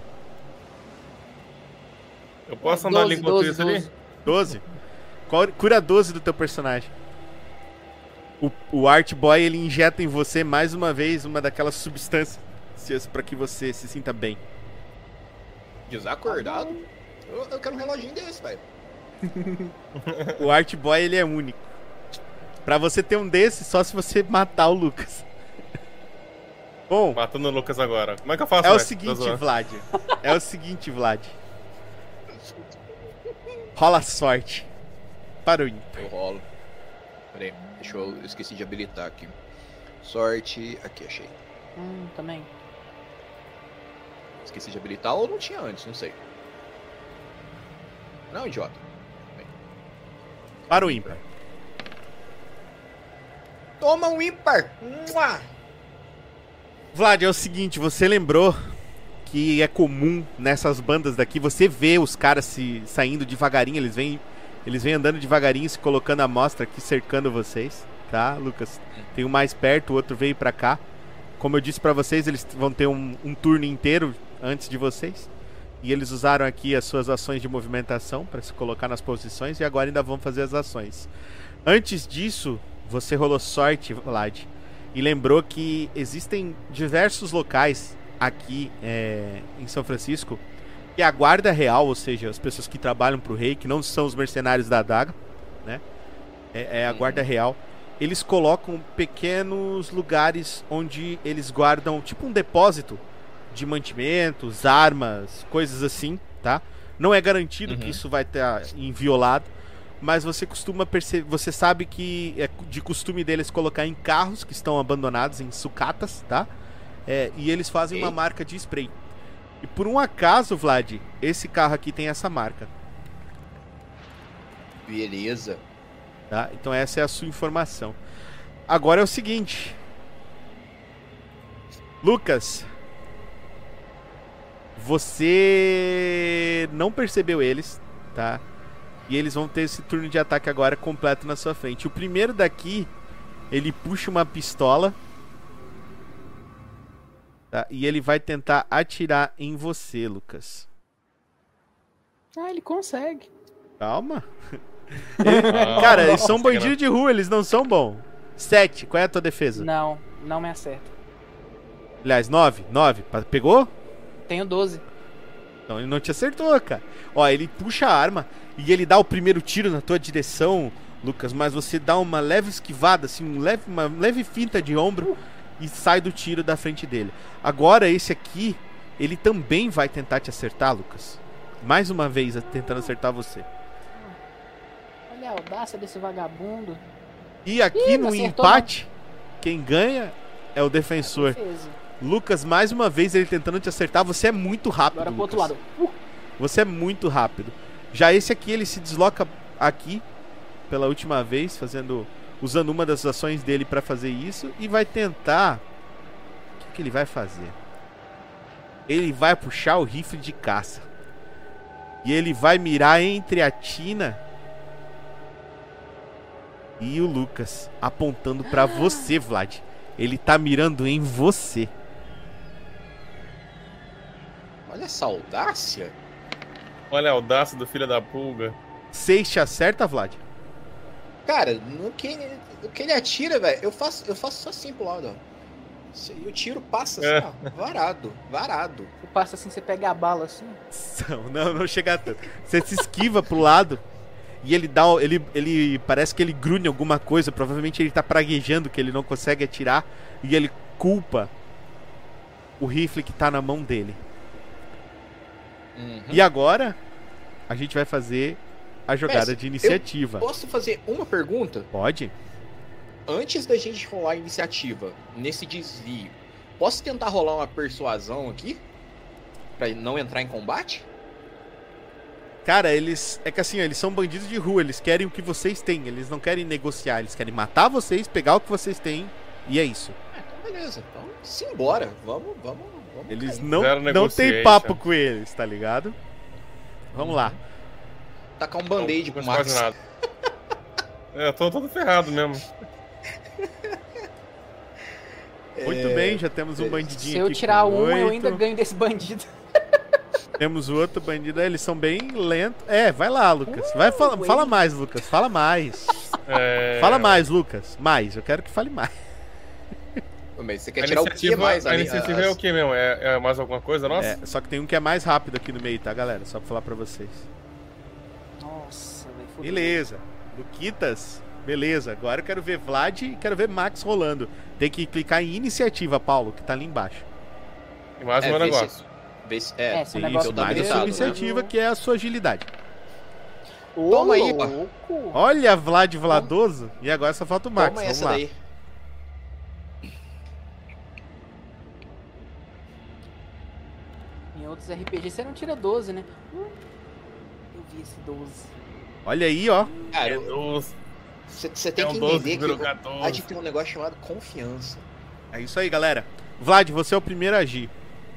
Eu posso É, andar ali doze, enquanto doze, isso ali? doze. doze? Qual, cura doze do teu personagem. O, o Art Boy, ele injeta em você mais uma vez uma daquelas substâncias pra que você se sinta bem. Desacordado. Eu, eu quero um reloginho desse, velho. O Art Boy, ele é único. Pra você ter um desse, só se você matar o Lucas. Bom, Matando o Lucas agora. Como é que eu faço, é o mestre? Tô seguinte, zoando. Vlad. É o seguinte, Vlad. Rola sorte. Para o ímpar. Eu rolo. Pera aí, deixa eu... eu esqueci de habilitar aqui. Sorte... Aqui, achei. Hum, também. Esqueci de habilitar ou não tinha antes, não sei. Não, idiota. Para o ímpar. Toma um ímpar! Mua! Vlad, é o seguinte, você lembrou que é comum nessas bandas daqui, você vê os caras se saindo devagarinho, eles vêm, eles vêm andando devagarinho, se colocando à mostra aqui, cercando vocês, tá, Lucas? Tem um mais perto, o outro veio pra cá. Como eu disse pra vocês, eles vão ter um, um turno inteiro antes de vocês. E eles usaram aqui as suas ações de movimentação pra se colocar nas posições e agora ainda vão fazer as ações. Antes disso, você rolou sorte, Vlad, e lembrou que existem diversos locais aqui é, em São Francisco que a guarda real, ou seja, as pessoas que trabalham pro rei, que não são os mercenários da adaga, né? É, é a guarda real. Eles colocam pequenos lugares onde eles guardam, tipo um depósito de mantimentos, armas, coisas assim, tá? Não é garantido Uhum. que isso vai estar inviolado, mas você costuma perceber, você sabe que é de costume deles colocar em carros que estão abandonados, em sucatas, tá? É, e eles fazem uma Ok. marca de spray. E por um acaso, Vlad, esse carro aqui tem essa marca, Beleza. tá? Então essa é a sua informação. Agora é o seguinte, Lucas, você não percebeu eles, tá? E eles vão ter esse turno de ataque agora completo na sua frente. O primeiro daqui, ele puxa uma pistola, tá? E ele vai tentar atirar em você, Lucas. Ah, ele consegue. Calma. Ele- cara, eles são bandidos de rua, eles não são bons. Sete, qual é a tua defesa? Não, não me acerta. Aliás, nove, nove. Pegou? Tenho doze. Então ele não te acertou, cara. Ó, ele puxa a arma e ele dá o primeiro tiro na tua direção, Lucas, mas você dá uma leve esquivada, assim, um leve, uma leve finta de ombro e sai do tiro da frente dele. Agora esse aqui, ele também vai tentar te acertar, Lucas. Mais uma vez tentando acertar você. Olha a audácia desse vagabundo. E aqui Ih, no não acertou, empate, quem ganha é o defensor. Defesa. Lucas, mais uma vez ele tentando te acertar, você é muito rápido, Agora pro Lucas. outro lado. Uh, Você é muito rápido. Já esse aqui, ele se desloca aqui pela última vez, fazendo, usando uma das ações dele pra fazer isso e vai tentar. O que, que ele vai fazer? Ele vai puxar o rifle de caça e ele vai mirar entre a Tina e o Lucas, apontando pra você, Vlad. Ele tá mirando em você. Olha essa audácia. Olha a audácia do filho da pulga. Seis te acerta, Vlad? Cara, no que, no que ele atira, velho, eu faço, eu faço só assim pro lado, ó. E o tiro passa assim, É. ó, varado, varado. tu passa assim, você pega a bala assim. Não, não chega tanto. Você se esquiva pro lado e ele dá. Ele, ele parece que ele grunhe alguma coisa. Provavelmente ele tá praguejando que ele não consegue atirar. E ele culpa o rifle que tá na mão dele. Uhum. E agora a gente vai fazer a jogada Mestre, de iniciativa. Posso fazer uma pergunta? Pode? Antes da gente rolar a iniciativa, nesse desvio, posso tentar rolar uma persuasão aqui? Pra não entrar em combate? Cara, eles. É que assim, ó, eles são bandidos de rua. Eles querem o que vocês têm. Eles não querem negociar. Eles querem matar vocês, pegar o que vocês têm. E é isso. Ah, então beleza. Então, simbora. Vamos, vamos, vamos. Eles cair. não, Zero não tem negotiation. papo com eles, tá ligado? Vamos lá. Tacar um band-aid Não pro faz Max. nada. É, eu tô todo ferrado mesmo. Muito bem, já temos um bandidinho Se eu aqui tirar com um, eu oito. ainda ganho desse bandido. Temos o outro bandido, eles são bem lentos. É, vai lá, Lucas. Vai, fala, fala mais, Lucas. Fala mais. É... Fala mais, Lucas. Mais. Eu quero que fale mais. Mas você quer A tirar o que iniciativa, mais? a ali? iniciativa As- é o que mesmo? É, é mais alguma coisa, nossa? É, só que tem um que é mais rápido aqui no meio, tá, galera? Só pra falar pra vocês. Nossa, velho. fudeu. Beleza. Luquitas, beleza. Agora eu quero ver Vlad e quero ver Max rolando. Tem que clicar em iniciativa, Paulo, que tá ali embaixo. E mais É, um vê negócio. Vê se- é, É, se o Isso, negócio tá mais a habilitado, sua né? iniciativa, que é a sua agilidade. Ô, Toma aí, ó. louco. Olha, Vlad Vladoso. E agora só falta o Max. Toma Vamos essa lá. daí. Em outros R P Gs você não tira doze, né? Hum, eu vi esse doze. Olha aí, ó. Cara, É doze. você tem É um que doze entender que virou que quatorze. há de ter um negócio chamado confiança. É isso aí, galera. Vlad, você é o primeiro a agir.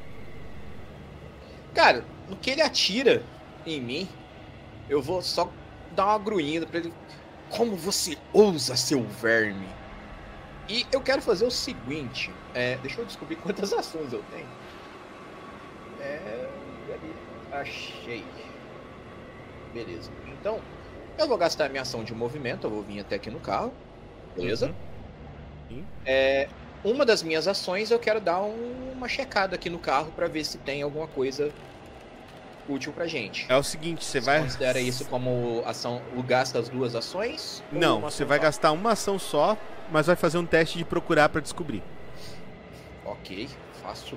Cara, no que ele atira em mim, eu vou só dar uma grunhida pra ele. Como você ousa, seu verme? E eu quero fazer o seguinte. É, deixa eu descobrir quantas ações eu tenho. É, achei. Beleza. Então, eu vou gastar a minha ação de movimento. Eu vou vir até aqui no carro. Beleza? Uhum. Sim. É, uma das minhas ações eu quero dar um- uma checada aqui no carro pra ver se tem alguma coisa útil pra gente. É o seguinte, você Você vai... considera isso como ação, o gasto das duas ações? Ou Não, uma você ação vai só? gastar uma ação só, mas vai fazer um teste de procurar pra descobrir. Ok, faço.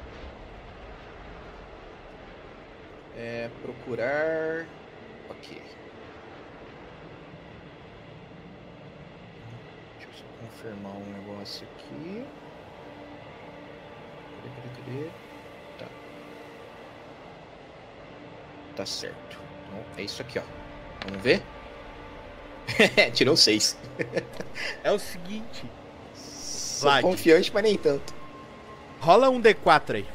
É, procurar... Ok. Deixa eu só confirmar um negócio aqui. Cadê, cadê, cadê? Tá. Tá certo. Então, é isso aqui, ó. Vamos ver? Tirou seis. É o seguinte, Sou Vlad. confiante, mas nem tanto. rola um D quatro aí.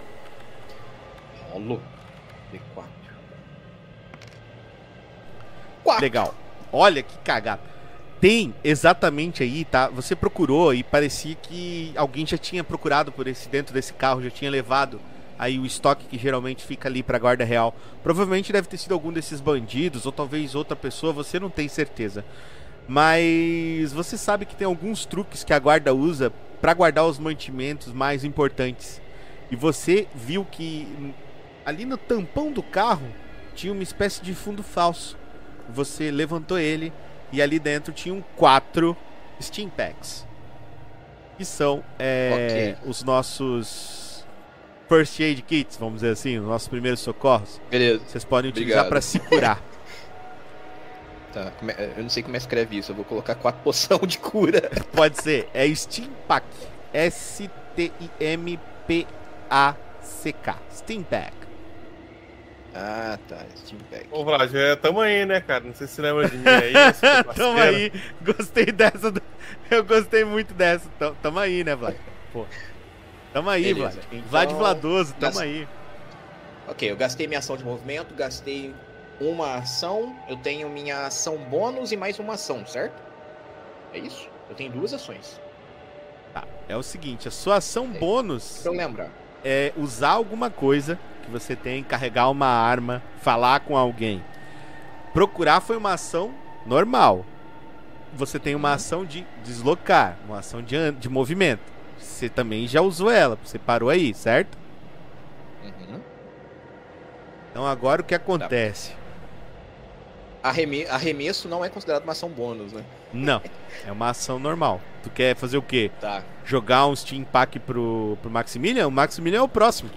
Rolo. D quatro. quatro. Legal. Olha que cagada. Tem exatamente aí, tá? Você procurou e parecia que alguém já tinha procurado por esse dentro desse carro, já tinha levado aí o estoque que geralmente fica ali pra guarda real. Provavelmente deve ter sido algum desses bandidos ou talvez outra pessoa, você não tem certeza. Mas você sabe que tem alguns truques que a guarda usa pra guardar os mantimentos mais importantes. E você viu que ali no tampão do carro tinha uma espécie de fundo falso. Você levantou ele e ali dentro tinham quatro Steam Packs. Que são é, os nossos First Aid Kits, vamos dizer assim, os nossos primeiros socorros. Beleza. Vocês podem utilizar Obrigado. para se curar. Tá, como é- eu não sei como é que escreve isso. Eu vou colocar quatro poção de cura. Pode ser, é Steam Pack. S T I M P A C K. Steam Pack. Ah, tá. Steam Pack. Ô, Vlad, é, tamo aí, né, cara? Não sei se você lembra de mim aí. se foi Tamo parceiro. aí, gostei dessa. do- Eu gostei muito dessa. Tamo, tamo aí, né, Vlad? Pô. Tamo aí, Beleza, Vlad. então, Vlad Vladoso, tamo gas- aí. Ok, eu gastei minha ação de movimento, gastei uma ação, eu tenho minha ação bônus e mais uma ação, certo? É isso? Eu tenho duas ações. Tá, é o seguinte, a sua ação É. bônus Pra eu lembrar. é usar alguma coisa que você tem, carregar uma arma, falar com alguém. Procurar foi uma ação normal. Você tem uma ação de deslocar, uma ação de, an- de movimento. Você também já usou ela, você parou aí, certo? Uhum. Então agora o que acontece? Arreme- Arremesso não é considerado uma ação bônus, né? Não, é uma ação normal. Tu quer fazer o quê? Tá. Jogar um Steam Pack pro, pro Maximilian? O Maximilian é o próximo.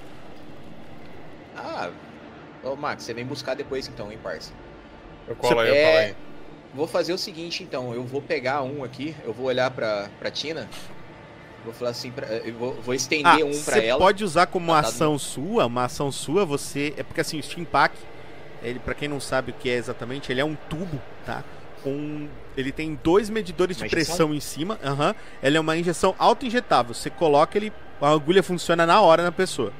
Ah, ô Max, você vem buscar depois então, hein, parça? Eu colo aí, eu É, colo aí. Vou fazer o seguinte então, eu vou pegar um aqui, eu vou olhar pra, pra Tina, vou falar assim, pra, eu vou, vou estender Ah, um pra você ela. pode usar como Tá dado ação sua, uma ação sua, você... É porque assim, o Steam Pack, ele, pra quem não sabe o que é exatamente, ele é um tubo, tá? Com... Ele tem dois medidores Uma de injeção? pressão em cima. Aham. Ele é uma injeção auto-injetável. Você coloca ele, a agulha funciona na hora na pessoa.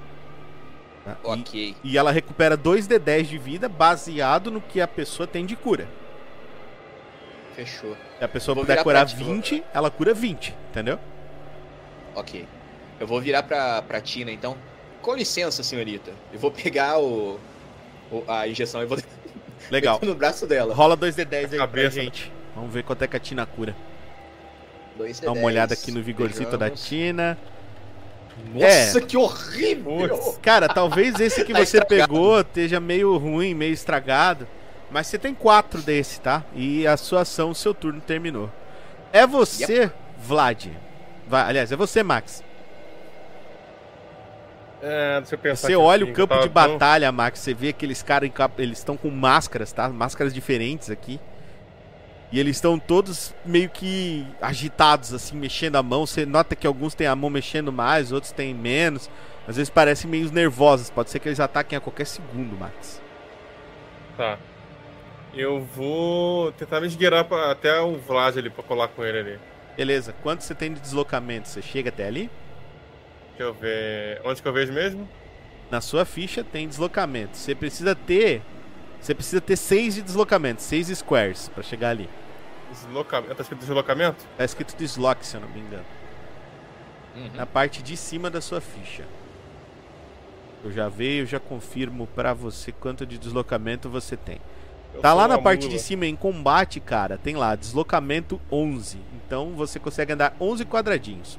Tá? E- Ok, E ela recupera dois D dez de vida baseado no que a pessoa tem de cura. fechou. Se a pessoa Vou puder virar curar pra ti, vinte, ela cura vinte, entendeu? Ok. Eu vou virar pra, pra Tina então. Com licença, senhorita. Eu vou pegar o, o- a injeção e vou Legal. no braço dela. Rola dois D dez aí pra Cabeça. gente. Vamos ver quanto é que a Tina cura. Dois Dá uma olhada aqui no vigorcito da Vejamos. Tina. Nossa, que horrível! Putz. Cara, talvez esse que Tá você estragado. pegou esteja meio ruim, meio estragado. Mas você tem quatro desse, tá? E a sua ação, o seu turno terminou. É você, Vlad. Vai, aliás, é você, Max. É, deixa eu pensar Você aqui, olha assim, o campo eu de tava tão- batalha, Max, você vê aqueles caras, em cap- eles estão com máscaras, tá? Máscaras diferentes aqui. E eles estão todos meio que agitados, assim, mexendo a mão. Você nota que alguns têm a mão mexendo mais, outros têm menos. Às vezes parecem meio nervosos. Pode ser que eles ataquem a qualquer segundo, Max. Tá. Eu vou tentar me esgueirar pra- até o Vlad ali, pra colar com ele ali. Beleza, quanto você tem de deslocamento? Você chega até ali? Deixa eu ver. Onde que eu vejo mesmo? Na sua ficha tem deslocamento. Você precisa ter... Você precisa ter seis de deslocamento, seis squares pra chegar ali. Deslocamento. Tá escrito deslocamento? Tá escrito desloque, se eu não me engano. Uhum. Na parte de cima da sua ficha. Eu já veio, eu já confirmo pra você quanto de deslocamento você tem. Eu Tá sou lá na uma parte mula. de cima em combate, cara, tem lá deslocamento onze. Então você consegue andar onze quadradinhos.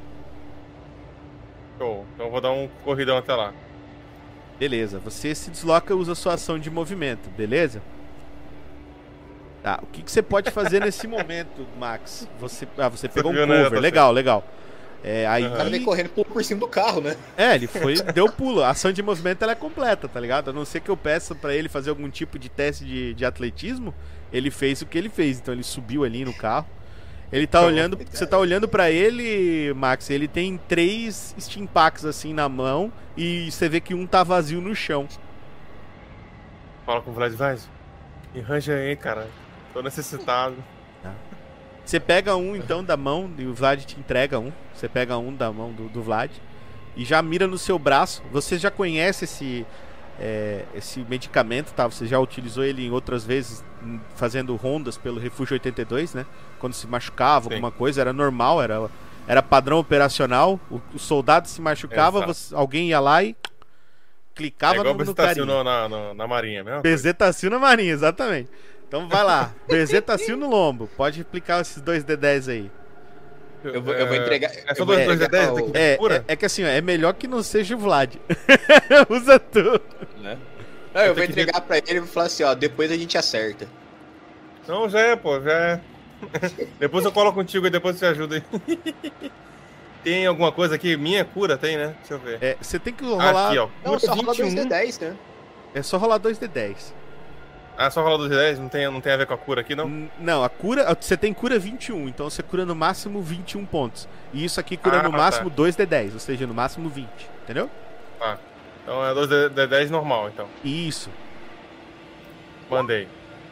Show. Então eu vou dar um corridão até lá. Beleza, você se desloca e usa sua ação de movimento, beleza? Tá, o que, que você pode fazer nesse momento, Max? Você, ah, você pegou um viu, né? cover, Tá legal, legal. É, aí... Aham. O cara vem correndo pulou por cima do carro, né? É, ele foi, deu pulo. A ação de movimento ela é completa, tá ligado? A não ser que eu peça pra ele fazer algum tipo de teste de, de atletismo, ele fez o que ele fez. Então ele subiu ali no carro. Ele tá Então, olhando, você tá olhando pra ele, Max, ele tem três steam packs assim na mão e você vê que um tá vazio no chão. Fala com o Vlad, vai. Me arranja aí, cara. Tô necessitado. Você pega um então da mão e o Vlad te entrega um. Você pega um da mão do, do Vlad e já mira no seu braço. Você já conhece esse, é, esse medicamento, tá? Você já utilizou ele em outras vezes hum, fazendo rondas pelo Refúgio oitenta e dois, né? Quando se machucava, Sim. alguma coisa, era normal, era, era padrão operacional. O, o soldado se machucava, Exato. você- alguém ia lá e clicava É igual no, no Bezetacil carinha. na, na, na marinha mesmo? Bezetacil na marinha, exatamente. Então vai lá, Bezetacil no lombo. Pode aplicar esses dois D dez aí. Eu vou, eu vou entregar. É só eu vou dois dois D entregar dez o- aqui? É, Pura? é, é que assim, ó, é melhor que não seja o Vlad. Usa tu. né? Não, eu vou tenho que entregar pra ele e vou falar assim, ó, depois a gente acerta. Não, já é, pô, já é. Depois eu colo contigo e depois você ajuda aí. Tem alguma coisa aqui? Minha cura tem, né? Deixa eu ver. É, você tem que Ah, rolar. aqui, ó. Não, Cura só rola dois vinte e um. D dez, né? É só rolar dois D dez. Ah, só rolar dois D dez? Não tem, não tem a ver com a cura aqui, não? N- Não, a cura. Você tem cura vinte e um, então você cura no máximo vinte e um pontos. E isso aqui cura Ah, no tá. máximo dois D dez, ou seja, no máximo vinte. Entendeu? Ah, então é dois D dez normal, então. Isso. Mandei.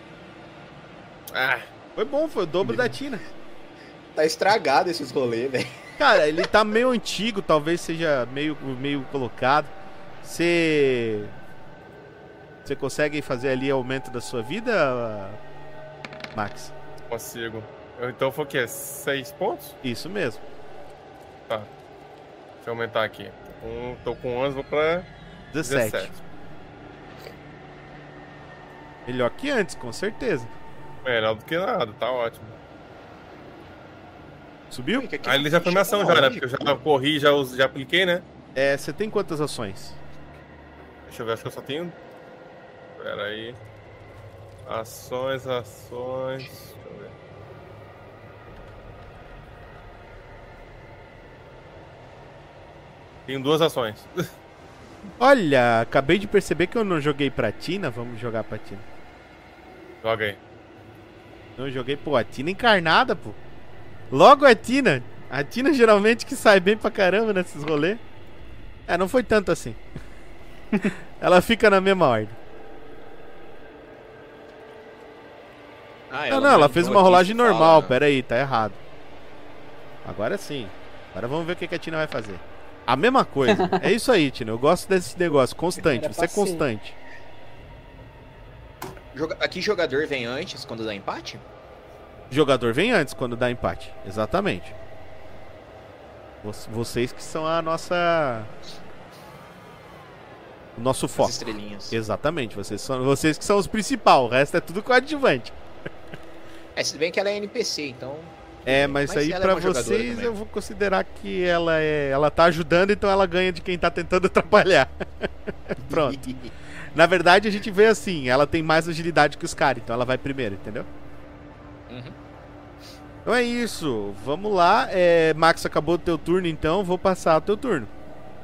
Ah, Foi bom, foi o dobro da Tina. Tá estragado esses rolês, velho. Cara, ele tá meio antigo, talvez seja meio, meio colocado. Você. Você consegue fazer ali aumento da sua vida, Max? consigo. Eu, então foi o quê? Seis pontos? Isso mesmo. Tá. Deixa eu aumentar aqui. Um, tô com onze, vou pra dezessete. dezessete. Melhor que antes, com certeza. Melhor do que nada, tá ótimo. Subiu? Aqui Aí ele já foi minha ação já, né? Porque eu já corri, já, us- já apliquei, né? É, você tem quantas ações? Deixa eu ver, acho que eu só tenho. Pera aí. Ações, ações. Deixa eu ver. Tenho duas ações. Olha, acabei de perceber que eu não joguei pra Tina. Vamos jogar pra Tina. Joga aí. Não joguei, pô, a Tina encarnada, pô. Logo a Tina. A Tina geralmente que sai bem pra caramba nesses rolês. É, não foi tanto assim. Ela fica na mesma ordem. Ah, Não, não, ela fez uma rolagem fala- normal. Pera aí, tá errado. Agora sim. Agora vamos ver o que que a Tina vai fazer. A mesma coisa. É isso aí, Tina. Eu gosto desse negócio. Constante. Era Você é pra ser. constante. Joga- Aqui jogador vem antes quando dá empate? Jogador vem antes quando dá empate. Exatamente. Vo- Vocês que são a nossa... O nosso As foco. estrelinhas. Exatamente. Vocês, são, vocês que são os principais. O resto é tudo coadjuvante. É, se bem que ela é N P C, então... É, mas, Mas aí ela é pra uma jogadora vocês também. eu vou considerar que ela é, ela tá ajudando, então ela ganha de quem tá tentando atrapalhar. Pronto. Na verdade a gente vê assim, ela tem mais agilidade que os caras, então ela vai primeiro, entendeu? Uhum. Então é isso, vamos lá. É, Max, acabou o teu turno, então vou passar o teu turno.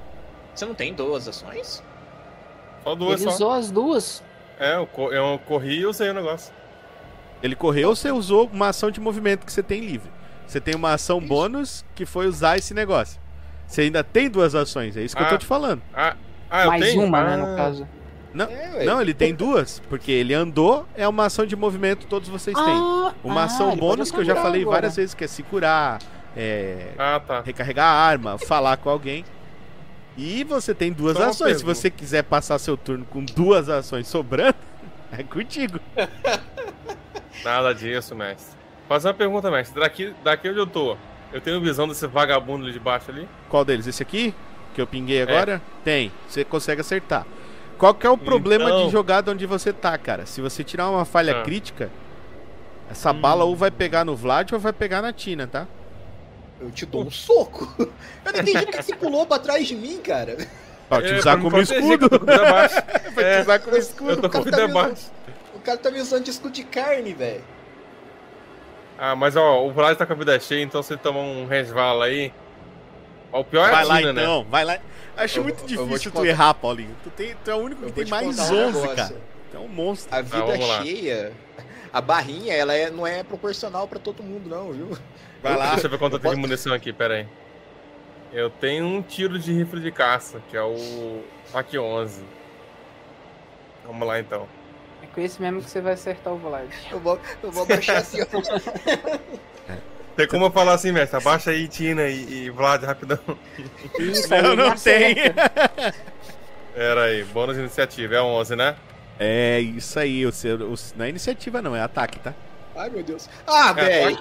Você não tem duas ações? Só duas Ele só. usou as duas. É, eu, co- eu corri e usei o negócio. Ele correu, você usou uma ação de movimento que você tem livre. Você tem uma ação Isso. bônus que foi usar esse negócio. Você ainda tem duas ações, é isso que eu tô Ah. te falando. Ah, ah eu Mais tenho? uma, ah, né, no caso. Não, É, ué. não, ele tem duas, porque ele andou, é uma ação de movimento todos vocês têm. Ah, Uma ah, ação ele bônus pode que eu já aturar falei agora. várias vezes, que é se curar, é, Ah, tá. recarregar a arma, falar com alguém. E você tem duas Só uma ações. Se pergunta. você quiser passar seu turno com duas ações sobrando, é contigo. Nada disso, mestre. Fazer uma pergunta, mestre. Daqui, daqui onde eu tô, eu tenho visão desse vagabundo ali de baixo ali? Qual deles? Esse aqui? Que eu pinguei agora? Tem. Você consegue acertar. Qual que é o problema Então- de jogada onde você tá, cara? Se você tirar uma falha Ah. crítica, essa Hum. bala ou vai pegar no Vlad ou vai pegar na Tina, tá? Eu te dou um soco. Eu não entendi porque você pulou pra trás de mim, cara. Pra te É, usar pra me como proteger, escudo. que eu tô com vida baixa. Pra É, te usar como eu escudo. tô com cara vida tá me baixa. O cara tá me usando de escudo de carne, velho. Ah, mas ó, o Vlad tá com a vida cheia, então se ele tomar um resvala aí. Ó, o pior é Vai a lá Tina, né? então, vai lá. Acho Eu- muito eu vou difícil te tu contar. errar, Paulinho. Tu, tem, tu é o único que Eu tem vou te mais contar um onze, negócio. cara. Tu é um monstro. A vida vamos lá. cheia, a barrinha, ela é, não é proporcional pra todo mundo, não, viu? Vai lá. Deixa eu ver quanto eu Eu tenho de posso- munição aqui, pera aí. Eu tenho um tiro de rifle de caça, que é o Fac onze. Vamos lá então. É com esse mesmo que você vai acertar o Vlad. Eu vou, eu vou abaixar assim, ó. Tem como eu falar assim, mestre? Abaixa aí, Tina e, e Vlad, rapidão. Isso aí, Não, ele não tem. acerta. Pera aí, bônus de iniciativa, é onze, né? É isso aí. O seu, o, não é iniciativa, não, é ataque, tá? Ai, meu Deus. Ah, É, velho.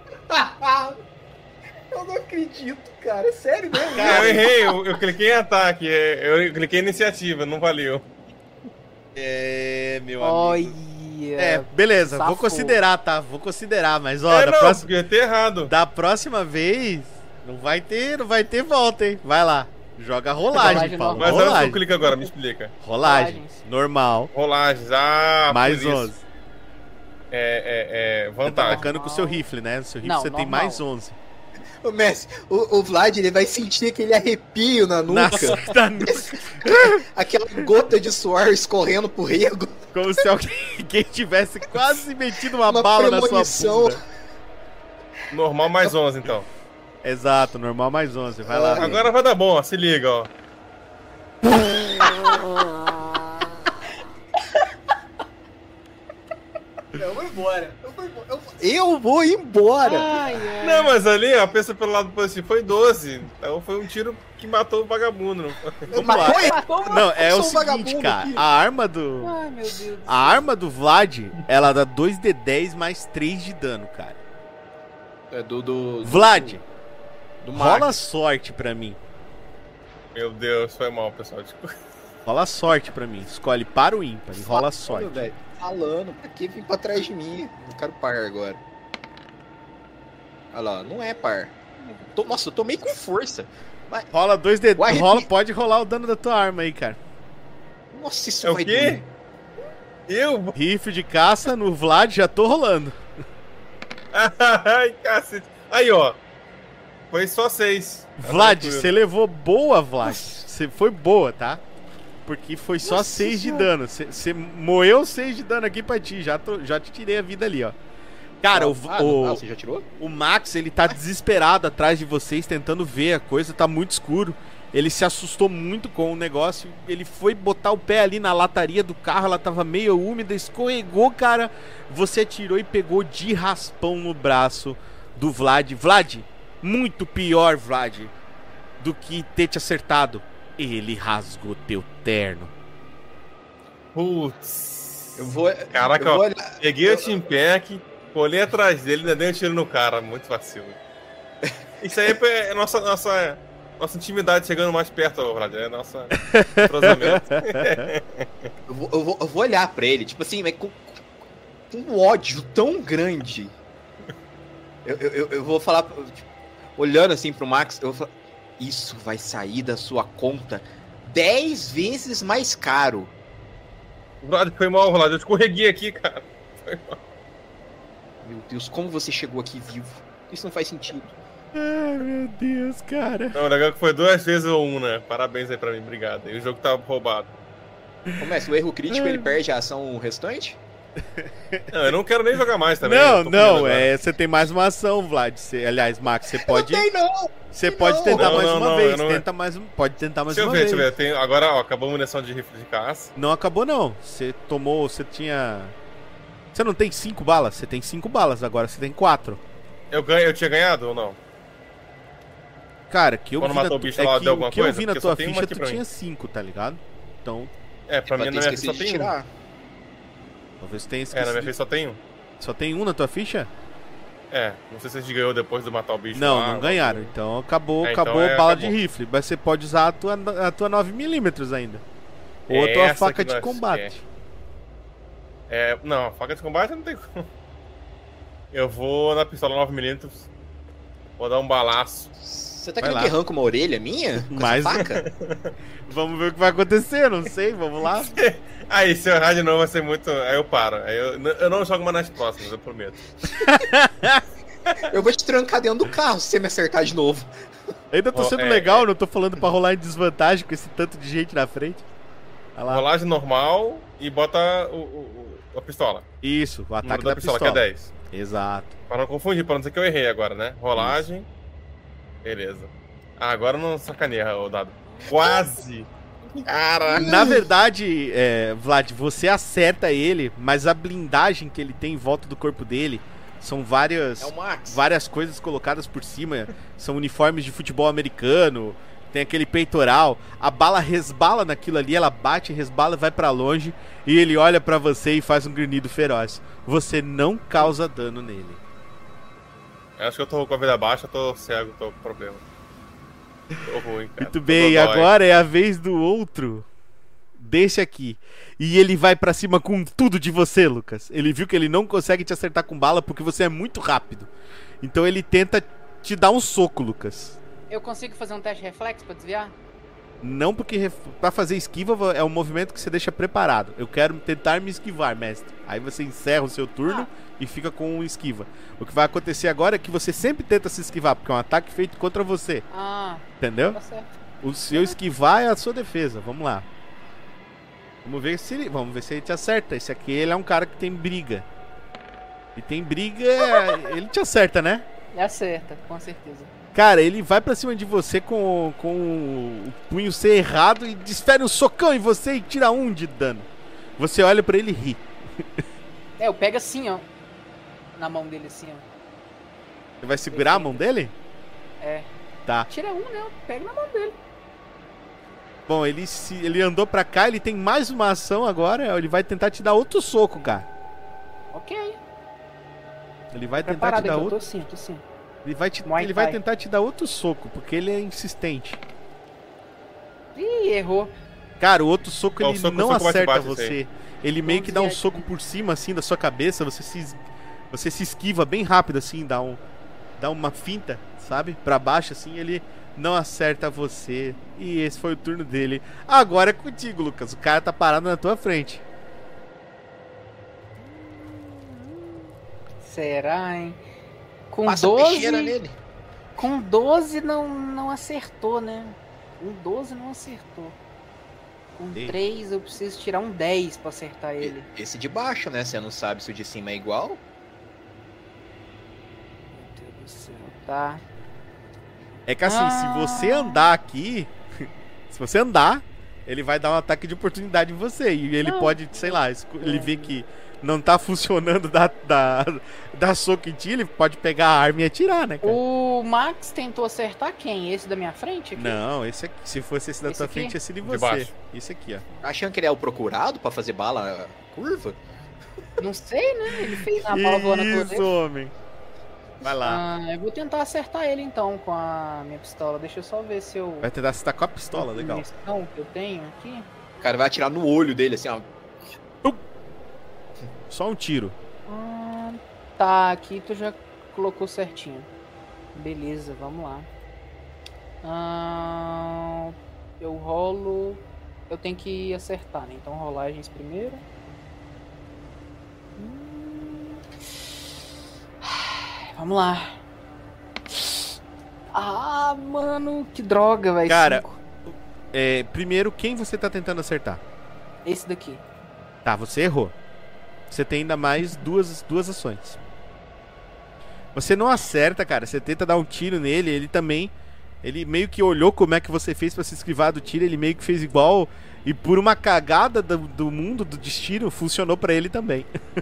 Eu não acredito, cara. Sério mesmo? É, eu errei, eu, eu cliquei em ataque, é, eu cliquei em iniciativa, não valeu. É, meu Olha. É, beleza, vou Safou. considerar, tá? Vou considerar, mas ó, é, da, não, próxima, porque eu ter errado. da próxima vez não vai ter, não vai ter volta, hein? Vai lá. Joga rolagem, Rolagem Paulo. Mas onde que eu Rolagem. clico agora? Me explica. Rolagem. Rolagens. Normal. Rolagens, ah, Mais por isso. onze. É, é, é, Você tá vantagem. atacando com o seu rifle, né? No seu rifle Não, você tem normal. mais onze. Ô, Messi, o, o Vlad, ele vai sentir aquele arrepio na nuca. Nossa, tá nu- Aquela gota de suor escorrendo pro rego. como se alguém quem tivesse quase metido uma, Uma bala na sua premonição. bunda. Normal mais onze, então. Exato, normal mais onze. Vai lá. Ah, Agora vai dar bom, ó, se liga, ó. Eu vou embora. Eu vou embora. Eu vou, eu vou embora. Ai, ai. Não, mas ali, ó, pensa pelo lado positivo, foi doze. Então foi um tiro que matou o vagabundo. Não foi? Vamos Mas lá. foi- Matou uma- Não, é Eu o sou um seguinte, vagabundo cara. aqui. A arma do. Ai, meu Deus. do A arma do Vlad, ela dá dois d dez mais três de dano, cara. É do, do, do- Vlad, do rola Max. sorte pra mim. Meu Deus, foi mal, pessoal. Desculpa. Rola sorte pra mim. Escolhe para o ímpar e rola Olha, sorte. velho, falando, pra que vir pra trás de mim? Eu quero par agora. Olha lá, não é par. Tô- nossa, eu tomei com força. Rola dois d O arrepi- rola, pode rolar o dano da tua arma aí, cara. Nossa, isso É o vai quê? doer. Eu? Rifle de caça no Vlad, já tô rolando. Ai, cacete. Aí, ó. Foi só seis. Tá Vlad, tranquilo. você levou boa, Vlad. Você foi boa, tá? Porque foi só Nossa seis de Senhora. dano. Você moeu seis de dano aqui pra ti. Já, tô- já te tirei a vida ali, ó. Cara, o, Ah, o, não, ah, você já tirou? o Max, ele tá desesperado atrás de vocês, tentando ver a coisa, tá muito escuro. Ele se assustou muito com o negócio. Ele foi botar o pé ali na lataria do carro, ela tava meio úmida, escorregou, cara. Você atirou e pegou de raspão no braço do Vlad. Vlad, muito pior, Vlad, do que ter te acertado. Ele rasgou teu terno. Putz. Eu vou. Caraca, eu vou ó. olhar- Peguei eu- o Teampack, colei atrás dele, ainda dei um tiro no cara. Muito vacilo. Isso aí é nossa, nossa, nossa intimidade chegando mais perto, ó, Vlad. É nossa entrosamento. Eu vou, eu, vou, eu vou olhar pra ele, tipo assim, mas com, com um ódio tão grande. Eu, eu, eu- eu vou falar, tipo, olhando assim pro Max, eu vou falar, isso vai sair da sua conta dez vezes mais caro. Vlad, foi mal, Vlad. Eu escorreguei aqui, cara. Meu Deus, como você chegou aqui vivo? Isso não faz sentido. Ai, meu Deus, cara. Não, o legal é que foi duas vezes ou um, né? Parabéns aí pra mim, obrigado. E o jogo tava roubado. Começa, o erro crítico ele perde a ação restante? Não, eu não quero nem jogar mais também. Não, eu tô com medo não, agora. é, você tem mais uma ação, Vlad. Você, aliás, Max, você pode. Não tem, não! Você Tem pode não. tentar Não, mais não, uma não, vez. eu não- Tenta mais, um- pode tentar mais Deixa eu uma ver, vez. deixa eu ver. Tem, agora, ó, acabou a munição de rifle de caça. Não acabou, não. Você tomou. Você tinha. Você não tem cinco balas? Você tem cinco balas, agora você tem quatro. Eu, ganho, eu tinha ganhado ou não? Cara, que eu Quando vi na matou o tu- bicho é lá, que deu o alguma que eu coisa? vi na Porque tua só tem uma ficha, aqui tu pra mim. tinha cinco, tá ligado? Então, É, pra mim Pode na ter minha ficha só esquecido de tem um. tirar. talvez tu tenha É, esquecido. na minha ficha só tem um. Só tem um na tua ficha? É, não sei se a gente ganhou depois de matar o bicho Não, lá, não ou- ganharam. Então acabou, É, então acabou é, bala acabou. de rifle. Mas você pode usar a tua, a tua nove milímetros ainda. Ou a É tua essa faca que de nós combate. É, não, a faca de combate não tem como. Eu vou na pistola nove milímetros. Vou dar um balaço. Você tá Vai querendo lá. que arranque uma orelha minha? Com Mas- essa faca? Vamos ver o que vai acontecer, não sei, vamos lá. Aí, se eu errar de novo vai ser muito. Aí eu paro. Aí eu, eu não jogo mais nas próximas, eu prometo. Eu vou te trancar dentro do carro se você me acertar de novo. Ainda tô Ó, sendo é, legal, é. não tô falando pra rolar em desvantagem com esse tanto de gente na frente. Olha lá. Rolagem normal e bota o, o- o- a pistola. Isso, o O número ataque da da pistola, pistola. que é dez. Exato. Pra não confundir, pra não dizer que eu errei agora, né? Rolagem. Beleza. Ah, agora não sacaneia o dado. Quase! Cara! Na verdade, é, Vlad, você acerta ele, mas a blindagem que ele tem em volta do corpo dele são várias, É o Max. várias coisas colocadas por cima. São uniformes de futebol americano, tem aquele peitoral. A bala resbala naquilo ali, ela bate, resbala, vai pra longe e ele olha pra você e faz um grunhido feroz. Você não causa dano nele. Eu acho que eu tô com a vida baixa, tô cego, tô com problema. Tô ruim, cara. Muito Tô bem, dodói. agora é a vez do outro. Desse aqui. E ele vai pra cima com tudo de você, Lucas. Ele viu que ele não consegue te acertar com bala porque você é muito rápido. Então ele tenta te dar um soco, Lucas. Eu consigo fazer um teste de reflexo pra desviar? Não porque ref- pra fazer esquiva é um movimento que você deixa preparado. Eu quero tentar me esquivar, mestre. Aí você encerra o seu turno e fica com um esquiva. O que vai acontecer agora é que você sempre tenta se esquivar, porque é um ataque feito contra você. Ah, Entendeu? tá certo. O seu esquivar é a sua defesa. Vamos lá. Vamos ver se ele, vamos ver se ele te acerta. Esse aqui ele é um cara que tem briga. E tem briga, ele te acerta, né? Acerta, com certeza. Cara, ele vai pra cima de você com, com o punho cerrado e desfere um socão em você e tira um de dano. Você olha pra ele e ri. É, eu pego assim, ó. Na mão dele, assim, ó. Você vai segurar a mão dele? É. Tá. Tira um, né? Eu pego na mão dele. Bom, ele, se, ele andou pra cá, ele tem mais uma ação agora. Ele vai tentar te dar outro soco, cara. Ok. Ele vai tentar te Preparado dar aqui, eu outro. tô sim, tô sim. Ele vai, te, Muay ele vai Thai. tentar te dar outro soco, porque ele é insistente. Ih, errou. Cara, o outro soco Ó, o ele soco- não o soco bate acerta baixo, esse você. Ele meio que dá um desviar soco aqui. por cima, assim, da sua cabeça. Você se, es- você se esquiva bem rápido, assim, dá, um, dá uma finta, sabe? Pra baixo, assim, ele não acerta você. E esse foi o turno dele. Agora é contigo, Lucas. O cara tá parado na tua frente. Será, hein? Com Passa peixeira doze. nele. Com doze não, não acertou, né? Com doze não acertou. Com Ei. três eu preciso tirar um dez pra acertar ele. Esse de baixo, né? Você não sabe se o de cima é igual. Meu Deus do céu. Tá. É que assim, Ah. se você andar aqui, se você andar, ele vai dar um ataque de oportunidade em você. E ele Não. pode, sei lá, esco- ele vê que não tá funcionando da, da, da soco em ti, ele pode pegar a arma e atirar, né, cara? O Max tentou acertar quem? Esse da minha frente? Aqui? Não, esse aqui, se fosse esse da Esse tua aqui? frente, esse de De você. baixo. Esse aqui, ó. Achando que ele é o procurado pra fazer bala curva? Não sei, né? Ele fez a bola voando toda Isso, vez. homem. Vai lá. Ah, eu vou tentar acertar ele então com a minha pistola. Deixa eu só ver se eu. Vai tentar acertar com a pistola, a legal. munição que eu tenho aqui. O cara vai atirar no olho dele, assim, ó. Só um tiro. Ah, tá, aqui tu já colocou certinho. Beleza, vamos lá. Ah, eu rolo. Eu tenho que acertar, né? Então rolagens primeiro. Hum. Vamos lá. Ah, mano, que droga, velho. Cara, Cinco. é, primeiro, quem você tá tentando acertar? Esse daqui. Tá, você errou. Você tem ainda mais duas, duas ações. Você não acerta, cara. Você tenta dar um tiro nele, ele também... Ele meio que olhou como é que você fez pra se esquivar do tiro, ele meio que fez igual... E por uma cagada do, do mundo, do destino, funcionou pra ele também.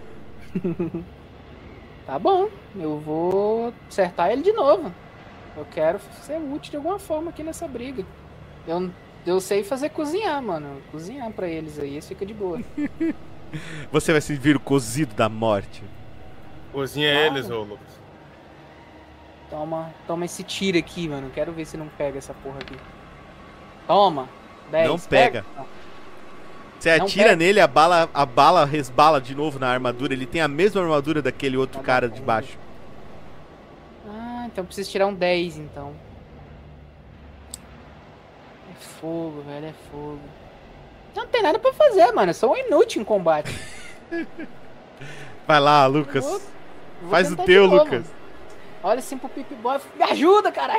Tá bom, eu vou acertar ele de novo. Eu quero ser útil de alguma forma aqui nessa briga. Eu, eu sei fazer cozinhar, mano. Cozinhar pra eles aí, isso fica de boa. Você vai se vir o cozido da morte. Cozinha Claro. eles, ô Lucas. Toma, toma esse tiro aqui, mano. Quero ver se não pega essa porra aqui. Toma. dez. Não pega. Não. Você Não atira pega. nele, a bala, a bala resbala de novo na armadura. Ele tem a mesma armadura daquele outro Tá cara bom. de baixo. Ah, então eu preciso tirar um dez, então. É fogo, velho, é fogo. Não tem nada pra fazer, mano. Eu sou um inútil em combate. Vai lá, Lucas. Vou- Vou Faz o tentar teu, de novo. Lucas. Olha assim pro Pip Boy. Me ajuda, caralho.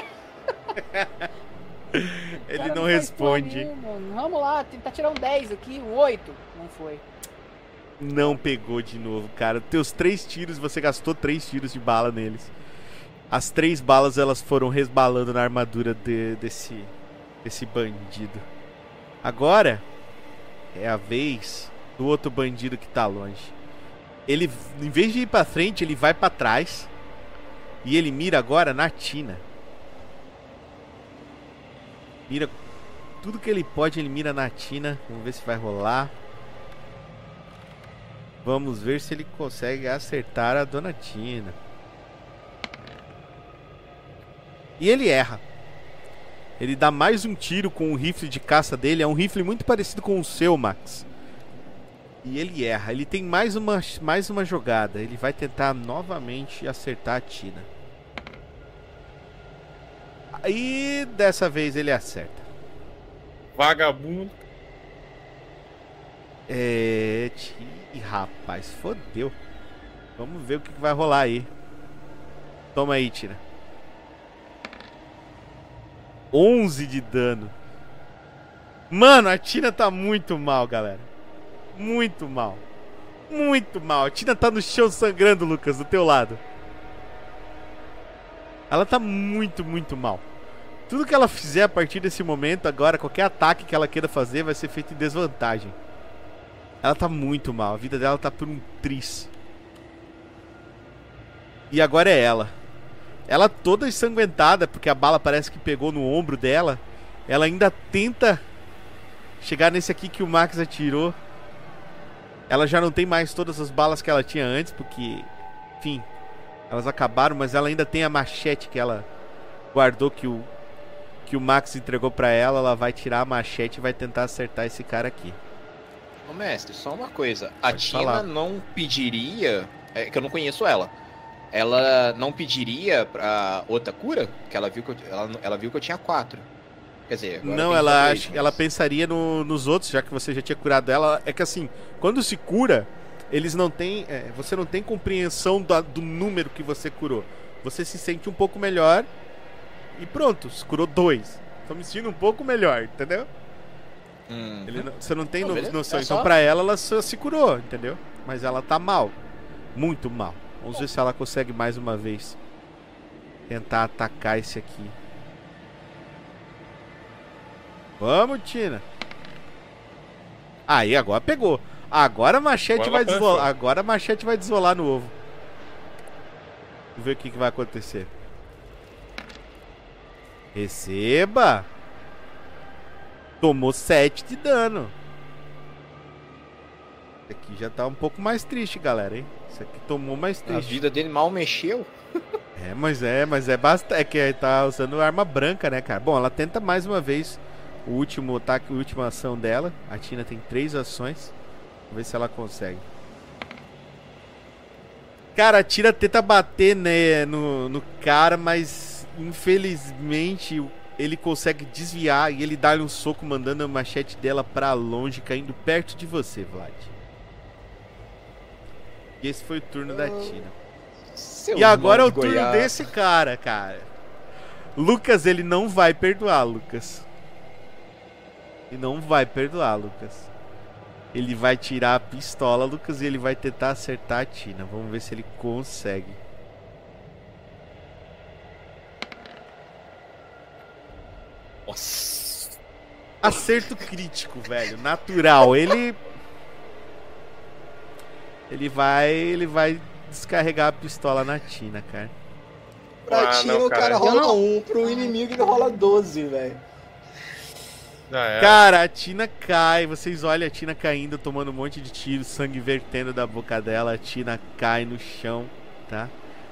Ele Cara, não faz responde. porra nenhuma. Vamos lá, tentar tirar um dez aqui, um oito. Não foi. Não pegou de novo, cara. Teus três tiros, você gastou três tiros de bala neles. As três balas, elas foram resbalando na armadura de- desse, desse bandido. Agora é a vez do outro bandido que tá longe. Ele, em vez de ir pra frente, ele vai pra trás. E ele mira agora na Tina. Mira tudo que ele pode, ele mira na Tina. Vamos ver se vai rolar. Vamos ver se ele consegue acertar a Dona Tina. E ele erra. Ele dá mais um tiro com o rifle de caça dele. É um rifle muito parecido com o seu, Max. E ele erra. Ele tem mais uma, mais uma jogada. Ele vai tentar novamente acertar a Tina. E dessa vez ele acerta. Vagabundo. É... Ih, rapaz, fodeu. Vamos ver o que vai rolar aí. Toma aí, Tina. onze de dano. Mano, a Tina tá muito mal, galera. Muito mal. Muito mal. A Tina tá no chão sangrando, Lucas, do teu lado. Ela tá muito, muito mal. Tudo que ela fizer a partir desse momento, agora, qualquer ataque que ela queira fazer vai ser feito em desvantagem. Ela tá muito mal. A vida dela tá por um tris. E agora é ela. Ela toda ensanguentada, porque a bala parece que pegou no ombro dela. Ela ainda tenta chegar nesse aqui que o Max atirou. Ela já não tem mais todas as balas que ela tinha antes, porque, enfim, elas acabaram, mas ela ainda tem a machete que ela guardou, que o, que o Max entregou pra ela. Ela vai tirar a machete e vai tentar acertar esse cara aqui. Ô mestre, só uma coisa. A Pode Tina falar. não pediria. É que eu não conheço ela. Ela não pediria pra outra cura? Que ela viu que eu, ela, ela viu que eu tinha quatro. Quer dizer, agora Não, tem ela, só acha, três, mas- ela pensaria no- nos outros, já que você já tinha curado ela. É que assim, quando se cura, eles não têm. É, você não tem compreensão da- do número que você curou. Você se sente um pouco melhor e pronto, se curou dois. Tô me sentindo um pouco melhor, entendeu? Hum. Ele não- você não tem Não, no- beleza, noção. é Então só- pra ela, ela só se curou, entendeu? Mas ela tá mal. Muito mal. Vamos ver se ela consegue mais uma vez tentar atacar esse aqui. Vamos, Tina. Aí, agora pegou. Agora a machete Agora vai ela desrolar. pensou. Agora a machete vai desrolar no ovo. Vamos ver o que, que vai acontecer. Receba. Tomou sete de dano. Esse aqui já tá um pouco mais triste, galera, hein? Esse aqui tomou mais A triste. vida dele mal mexeu. É, mas é, mas é bastante. É que tá usando arma branca, né, cara? Bom, ela tenta mais uma vez o último ataque, a última ação dela. A Tina tem três ações. Vamos ver se ela consegue. Cara, a Tina tenta bater, né, no, no cara, mas infelizmente ele consegue desviar e ele dá-lhe um soco, mandando a machete dela pra longe, caindo perto de você, Vlad. E esse foi o turno da Tina. Seu E agora é mão o de turno goiaba. desse cara, cara. Lucas, ele não vai perdoar, Lucas. Ele não vai perdoar, Lucas. Ele vai tirar a pistola, Lucas, e ele vai tentar acertar a Tina. Vamos ver se ele consegue. Nossa. Acerto crítico, velho. Natural. Ele... Ele vai... Ele vai descarregar a pistola na Tina, cara. Pra Ah, Tina não, o cara. cara rola um, pro inimigo ele rola doze, velho. Já era. Cara, a Tina cai. Vocês olham a Tina caindo, tomando um monte de tiro, sangue vertendo da boca dela. A Tina cai no chão, tá?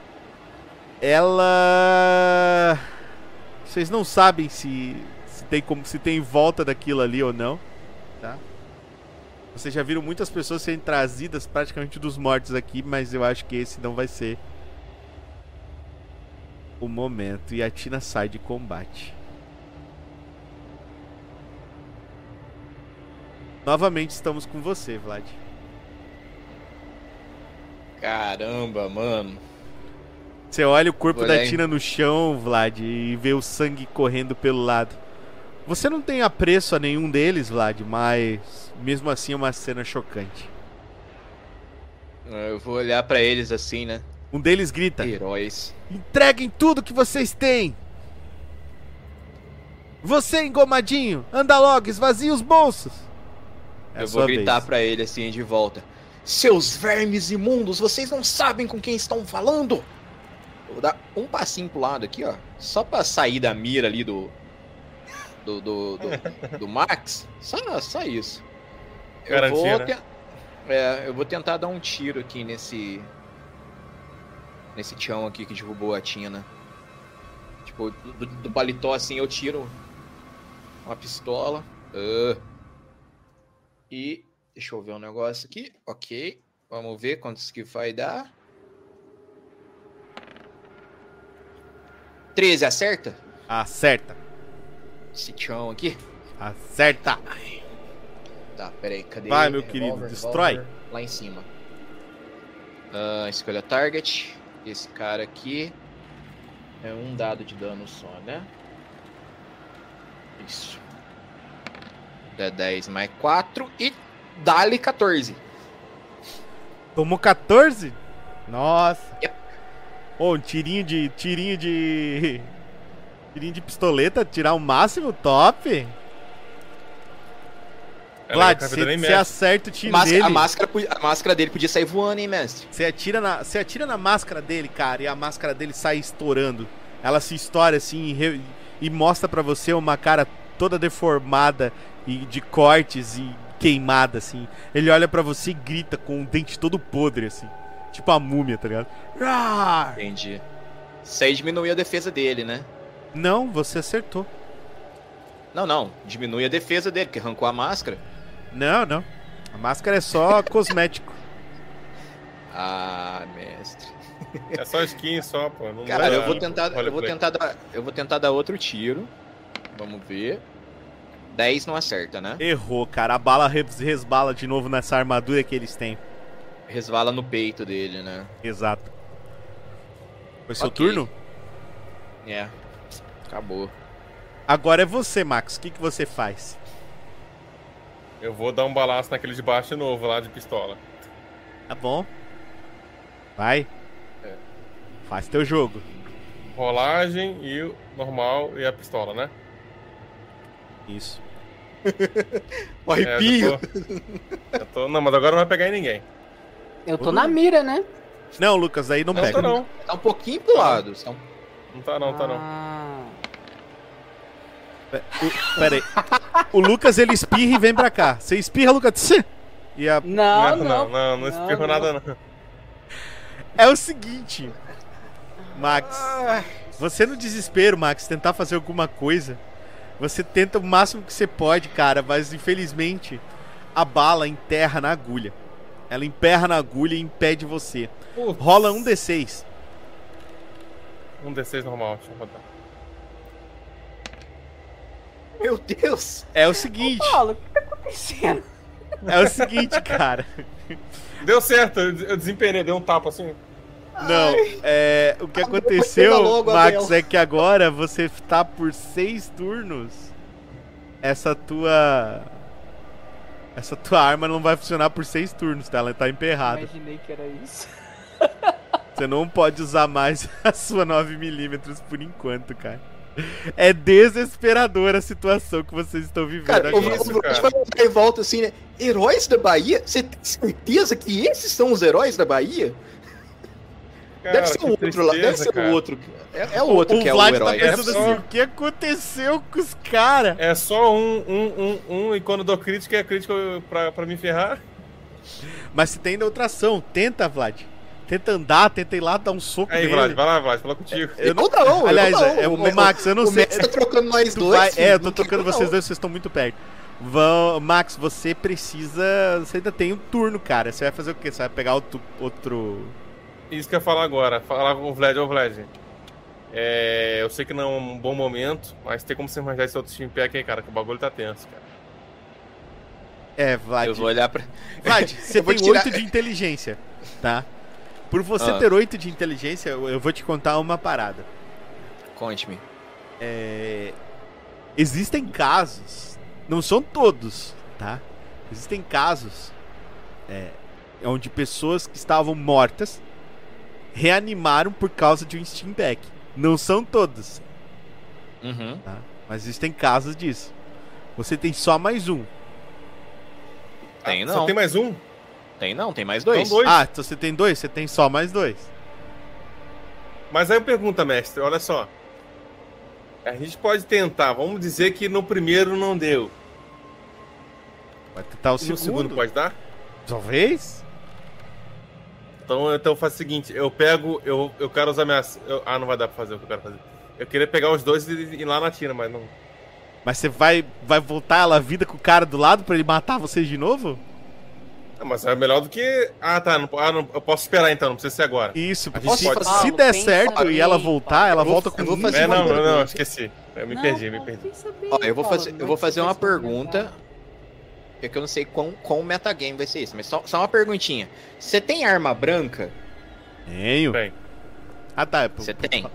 Ela... Vocês não sabem se, se tem como, se tem volta daquilo ali ou não, tá? Vocês já viram muitas pessoas serem trazidas praticamente dos mortos aqui, mas eu acho que esse não vai ser o momento. E a Tina sai de combate. Novamente estamos com você, Vlad. Caramba, mano. Você olha o corpo Vou da olhar, hein? Tina no chão, Vlad, e vê o sangue correndo pelo lado. Você não tem apreço a nenhum deles, Vlad, mas mesmo assim é uma cena chocante. Eu vou olhar pra eles assim, né? Um deles grita: Heróis. entreguem tudo que vocês têm! Você, engomadinho, anda logo, esvazie os bolsos! É a Eu sua vou gritar vez. pra ele assim de volta. Seus vermes imundos, vocês não sabem com quem estão falando? Eu vou dar um passinho pro lado aqui, ó. Só pra sair da mira ali do... Do, do, do, do Max. Só, só isso. Eu Garantia, vou, né? te- é, eu vou tentar dar um tiro aqui nesse... Nesse chão aqui que derrubou a Tina. Tipo, do, do paletó assim eu tiro uma pistola. Ah. E deixa eu ver um negócio aqui. Ok. Vamos ver quantos que vai dar. treze, acerta? Acerta! Esse chão aqui. Acerta! Tá, peraí, cadê? Vai, meu querido, destrói. Revolver, lá em cima. Ah, escolha target. Esse cara aqui é um dado de dano só, né? Isso. Dá dez mais quatro e dá-lhe quatorze. Tomou quatorze? Nossa! Yep. Ô, um tirinho de. Tirinho de. Tirinho de pistoleta, tirar o máximo, top! Ela Vlad, não capita nem você mexe. acerta o tiro Máscara- dele. a, máscara, pu- a máscara dele podia sair voando, hein, mestre? Você atira, na, você atira na máscara dele, cara, e a máscara dele sai estourando. Ela se estoura assim e, re- e mostra pra você uma cara toda deformada e de cortes e queimada, assim. Ele olha pra você e grita com o dente todo podre, assim. Tipo a múmia, tá ligado? Rar! Entendi. Isso aí diminui a defesa dele, né? Não, você acertou. Não, não. Diminui a defesa dele, porque arrancou a máscara. Não, não. A máscara é só cosmético. Ah, mestre. É só skin só, pô. Não Cara, é eu vou tentar, eu vou roleplay. tentar dar, eu vou tentar dar outro tiro. Vamos ver. dez não acerta, né? Errou, cara. A bala res- resbala de novo nessa armadura que eles têm. Resvala no peito dele, né? Exato. Foi seu Ok. turno? É. Acabou. Agora é você, Max. O que, que você faz? Eu vou dar um balaço naquele de baixo de novo, lá de pistola. Tá bom. Vai. É. Faz teu jogo. Rolagem e o normal e a pistola, né? Isso. O É, arrepio. eu tô... eu tô- Não, mas agora não vai pegar em ninguém. Eu tô na mira, né? Não, Lucas, aí não, Não, pega. tá não. Tá um pouquinho pro lado. Tá um- Não tá não, tá não. Ah, O, pera aí. O Lucas, ele espirra e vem pra cá. Você espirra, Lucas. Tchê! E a... Não, não, não, não. não, não espirro nada não. É o seguinte, Max. Você no desespero, Max, tentar fazer alguma coisa, você tenta o máximo que você pode, cara, mas infelizmente a bala enterra na agulha. Ela emperra na agulha e impede você. Putz. Rola um D seis. Um D seis normal, deixa eu rodar. Meu Deus. É o seguinte, Paulo, o que tá acontecendo? é o seguinte, cara. Deu certo, eu eu desempenei, dei um tapa assim. Não, é, o que Ah, depois aconteceu, pega logo, Max, Abel. é que agora você tá por seis turnos. Essa tua. Essa tua arma não vai funcionar por seis turnos, tá? Ela tá emperrada. Imaginei que era isso. Você não pode usar mais a sua nove milímetros por enquanto, cara. É desesperadora a situação que vocês estão vivendo Cara, o, agora. isso, o cara. vai voltar e volta assim, né? Heróis da Bahia? Você tem certeza que esses são os heróis da Bahia? Cara, deve ser que o outro lá, deve tristeza, ser cara. o outro. É, é o outro O que é o Vlad tá herói. pensando É só- assim, o que aconteceu com os caras? É só um, um, um, um, e quando eu dou crítica, é crítica pra, pra me ferrar. Mas se tem ainda outra ação, tenta, Vlad. Tenta andar, tenta ir lá, dar um soco Aí, nele. Vlad, vai lá, Vlad, fala contigo. Eu Eu não, Aliás, eu não. é, o, o Me- Max, eu não o sei. Messi tá trocando nós Tu dois. vai- filho, é, eu tô não trocando quero, vocês não. dois, vocês estão muito perto. Vão, Max, você precisa. Você ainda tem um turno, cara. Você vai fazer o quê? Você vai pegar outro. outro... Isso que eu ia falar agora. Falar com o Vlad, ô Vlad. É, eu sei que não é um bom momento, mas tem como você manjar esse outro time pack aí, cara, que o bagulho tá tenso, cara. É, Vlad. Eu vou olhar pra. Vlad, você Eu vou tem te tirar- oito de inteligência, tá? Por você Ah. ter oito de inteligência, eu, eu vou te contar uma parada. Conte-me. É, existem casos, não são todos, tá? Existem casos é, onde pessoas que estavam mortas reanimaram por causa de um Steam Pack. Não são todos, Uhum. tá? Mas existem casos disso. Você tem só mais um. Tem Ah, não. Só tem mais um? Tem não, tem mais dois. Então dois. Ah, então você tem dois? Você tem só mais dois. Mas aí eu pergunto, mestre, olha só. A gente pode tentar, vamos dizer que no primeiro não deu. Vai tentar o No segundo. segundo pode dar? Talvez? Então, então eu faço o seguinte, eu pego, eu, eu quero usar minhas... eu- ah, não vai dar pra fazer o que eu quero fazer. Eu queria pegar os dois e ir lá na Tina, mas não... Mas você vai, vai voltar ela à vida com o cara do lado pra ele matar vocês de novo? Ah, mas é melhor do que... Ah, tá, não, ah, não, eu posso esperar então, não precisa ser agora. Isso, A porque gente se, pode- se Paulo, der pensa certo bem, e ela voltar, ela Eu vou- volta com eu vou um fazer É, uma não, não, não, pergunta. esqueci. Eu me Não, perdi, me Paulo, perdi. pensa bem, Ó, eu vou Paulo, fazer, não eu é vou que fazer você uma vai se pergunta. alimentar. É que eu não sei quão, quão metagame vai ser isso, mas só, só uma perguntinha. Você tem arma branca? Tenho. Bem, Ah, tá. é pro- Você tem?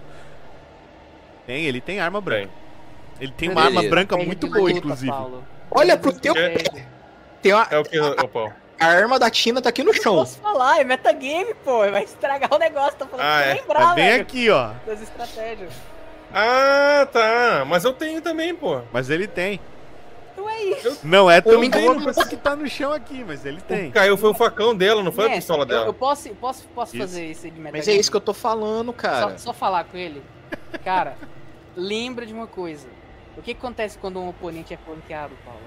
Tem, ele tem arma branca. bem. Ele tem uma Beleza. arma branca Perde muito de boa, luta, inclusive. Paulo. Olha Perde pro de teu luta. pé. Tem uma, É o que, ô Paulo? a arma da Tina tá aqui no Não chão. posso falar, é metagame, pô. Vai estragar o negócio. Tô falando Ah, pra é? você lembrar, Tá bem velho, aqui, ó. das estratégias. Ah, tá. Mas eu tenho também, pô. Mas ele tem. Não é isso. Não é tão Homem boa tem- quanto que tá no chão aqui, mas ele tem. Caiu foi o facão dela, não foi a Mestre, pistola eu, dela. eu posso, posso, posso Isso. fazer isso aí de metagame? Mas é isso que eu tô falando, cara. Só, só falar com ele. Cara, lembra de uma coisa. O que acontece quando um oponente é flanqueado, Paulo?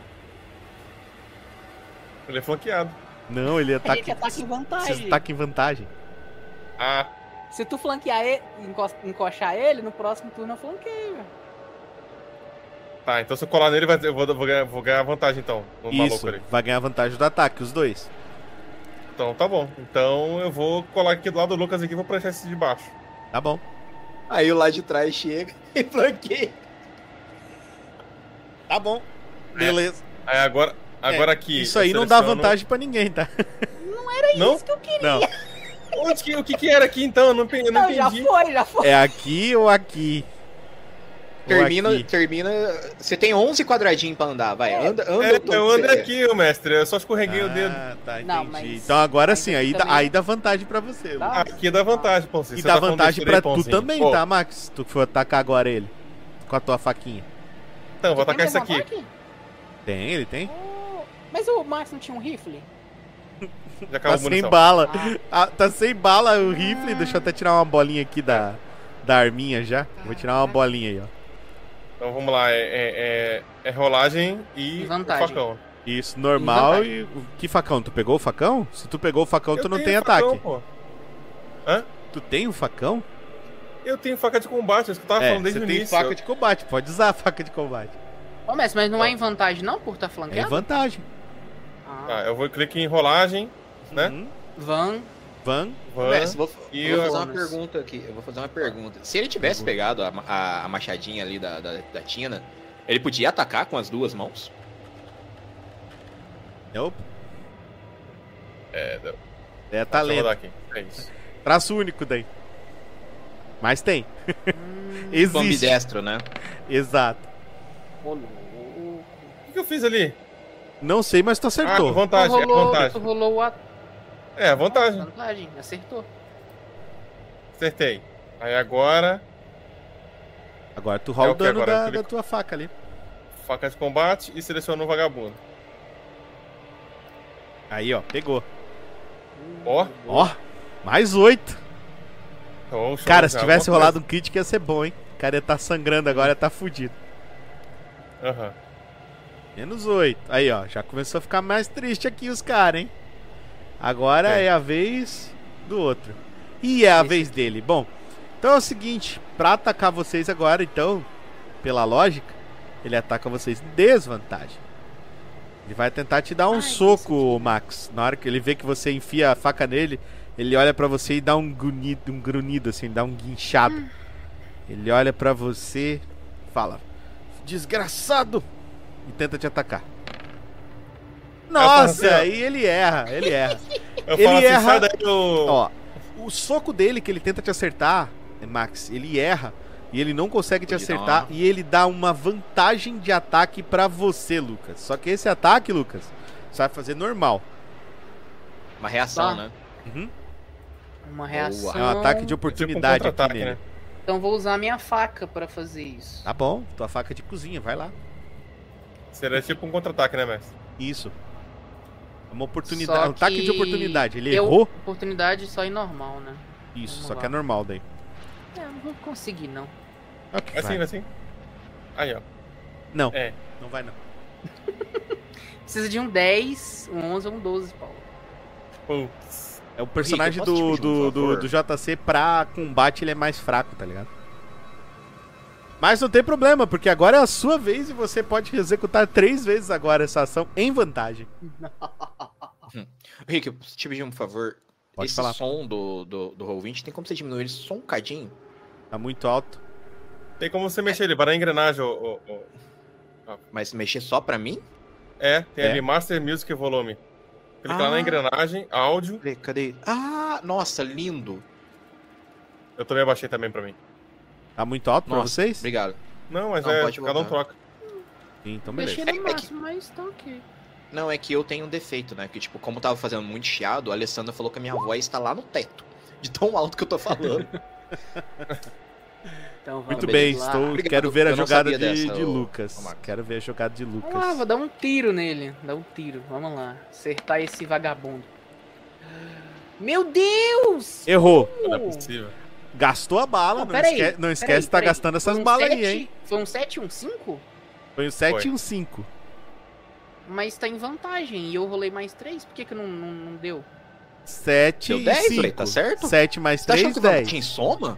Ele é flanqueado. Não, ele A ataca, gente ataca em você vantagem. ataca em vantagem. Ah, Se tu flanquear ele, encost- encoxar ele, no próximo turno eu flanqueio. tá. Então se eu colar nele, vai- eu vou, vou ganhar, vou ganhar vantagem então. No maluco Isso, ali. vai ganhar vantagem do ataque, os dois. Então tá bom. Então eu vou colar aqui do lado do Lucas aqui e vou preencher esse de baixo. Tá bom. Aí o lá de trás chega e flanqueia. Tá bom. Beleza. Aí agora, agora aqui. Isso aí eu não dá seleciono- vantagem pra ninguém, tá? Não? Isso que eu queria. Não. Onde que, o que que era aqui então? Eu não, pe- eu não Não, já entendi. foi, já foi. É aqui ou aqui? Ou Termina, aqui? termina. Você tem onze quadradinhos pra andar, vai. É. Anda, anda. É, todo eu que ando você- aqui, ô mestre. Eu só escorreguei o dedo. Ah, tá, entendi. Não, mas- Então agora mas sim, aqui aí, dá, também- aí dá vantagem pra você. Dá. Lu. Ah, aqui dá vantagem, Pãozinho. E Você dá tá falando vantagem besteira pra aí, tu Pãozinho? também, Pô, tá, Max? Se tu for atacar agora ele. Com a tua faquinha. Então, vou Você tem atacar esse mesmo aqui. ataque? Tem, ele tem? Oh, mas o Max não tinha um rifle? Já Tá acabou a sem munição. bala. Ah. Ah, tá sem bala o rifle. Deixa eu até tirar uma bolinha aqui da, da arminha já. Vou tirar uma bolinha aí, ó. Então vamos lá. É, é, é, é rolagem e E o vantagem. facão. Isso, normal. vantagem. E o- que facão? Tu pegou o facão? Se tu pegou o facão, tu Eu não tenho tem facão, ataque. pô. Hã? Tu tem um facão? Eu tenho faca de combate, é isso que eu tava É, falando desde você o tem início. faca de combate. Pode usar a faca de combate. Ô, Messi, mas não é em vantagem não por estar É flanqueado? vantagem. Ah, Tá, eu vou clicar em rolagem, né? Uhum. Van. Van. Van, Mestre, vou, e eu vou o fazer uma bônus. pergunta aqui. Eu vou fazer uma pergunta. Se ele tivesse pegado a, a- a machadinha ali da, da, da Tina, ele podia atacar com as duas mãos? Nope. É, deu. É Deixa eu rodar talento. aqui. É isso. Traço único daí. Mas tem. Hum, Existe. Ambidestro, né? Exato. ô, louco. O que, que eu fiz ali? Não sei, mas tu Ah, acertou. vantagem, é tu rolou, vantagem. tu rolou a É, vantagem. vantagem, acertou. Acertei. Aí agora, Agora tu rola É o o que dano agora? da, Eu clico. da tua faca ali. faca de combate e seleciono o vagabundo. Aí, ó, pegou. Ó, Ó, mais oito. então, show, Cara, se já, tivesse alguma rolado um crítico ia ser bom, hein? O cara ia tá sangrando agora, ia tá fudido. coisa. Aham. Menos oito. Aí, ó, já começou a ficar mais triste aqui os caras, hein? Agora É. é a vez do outro. E é a Esse vez dele. Bom, então é o seguinte, pra atacar vocês agora, então, pela lógica, ele ataca vocês em desvantagem. Ele vai tentar te dar um Ai, soco, Max. Na hora que ele vê que você enfia a faca nele, ele olha pra você e dá um grunhido, um grunhido assim, dá um guinchado. Hum. Ele olha pra você, fala: desgraçado! E tenta te atacar. Nossa, falo assim, ó. e ele erra, ele erra. Eu Ele falo assim, erra- sai daí, ô... Ó, o soco dele que ele tenta te acertar, Max, ele erra e ele não consegue te Pode dar acertar uma- e ele dá uma vantagem de ataque pra você, Lucas. Só que esse ataque, Lucas, você vai fazer normal. Uma reação, Tá. né? Uhum. Uma reação. É um ataque de oportunidade aqui contra-ataque, nele. né? Então vou usar a minha faca pra fazer isso. Tá bom, tua faca de cozinha, vai lá. Seria tipo um contra-ataque, né, mestre? Isso. Uma oportunidade, Só um ataque de que oportunidade. Ele eu- errou? Oportunidade só em normal, né? Isso, vamos só lá. que é normal daí. É, não vou conseguir, não. Ok, Vai vai. sim, vai sim. Aí, ó. Não, É. não vai não. Precisa de um dez, um onze ou um doze, Paulo. Putz. É o personagem Rick, eu posso do, te pedir um do, do, favor? do J C pra combate, ele é mais fraco, tá ligado? Mas não tem problema, porque agora é a sua vez e você pode executar três vezes agora essa ação em vantagem. Rick, eu preciso te pedir um favor. Pode Esse falar. som do, do, do Roll vinte, tem como você diminuir ele só um cadinho? Tá muito alto. Tem como você mexer ele, vai na engrenagem, ô, ô, ô. Mas mexer só pra mim? É, tem É. ali Master Music Volume. Clica lá Ah. na engrenagem, áudio. Cadê? Cadê? Ah, nossa, lindo. Eu também abaixei também pra mim. Tá muito alto pra Nossa, vocês? Obrigado. Não, mas Não, é, pode cada um voltar. troca. Então, beleza. Deixei no É que- máximo, mas tá ok. Não, é que eu tenho um defeito, né? Que, tipo, como tava fazendo muito chiado, a Alessandra falou que a minha voz tá lá no teto. De tão alto que eu tô falando. Então vamos Muito Vamos bem, lá. estou, Obrigado, quero ver a eu não jogada de, sabia dessa, de ô- Lucas. ô, Marcos. Quero ver a jogada de Lucas. Vamos lá, vou dar um tiro nele. Dar um tiro, vamos lá. Acertar esse vagabundo. Meu Deus! Errou. Não é possível. Gastou a bala, Não, não, peraí, esque... não esquece peraí, de tá peraí. gastando essas Foi um balas aí, sete? hein? Foi um sete e um cinco? Foi um sete Foi. e um cinco. Mas tá em vantagem. E eu rolei mais três. Por que que não, não, não deu? sete Deu e dez, cinco. ué, tá certo? sete mais Você tá achando três, que vai dez. bater em soma?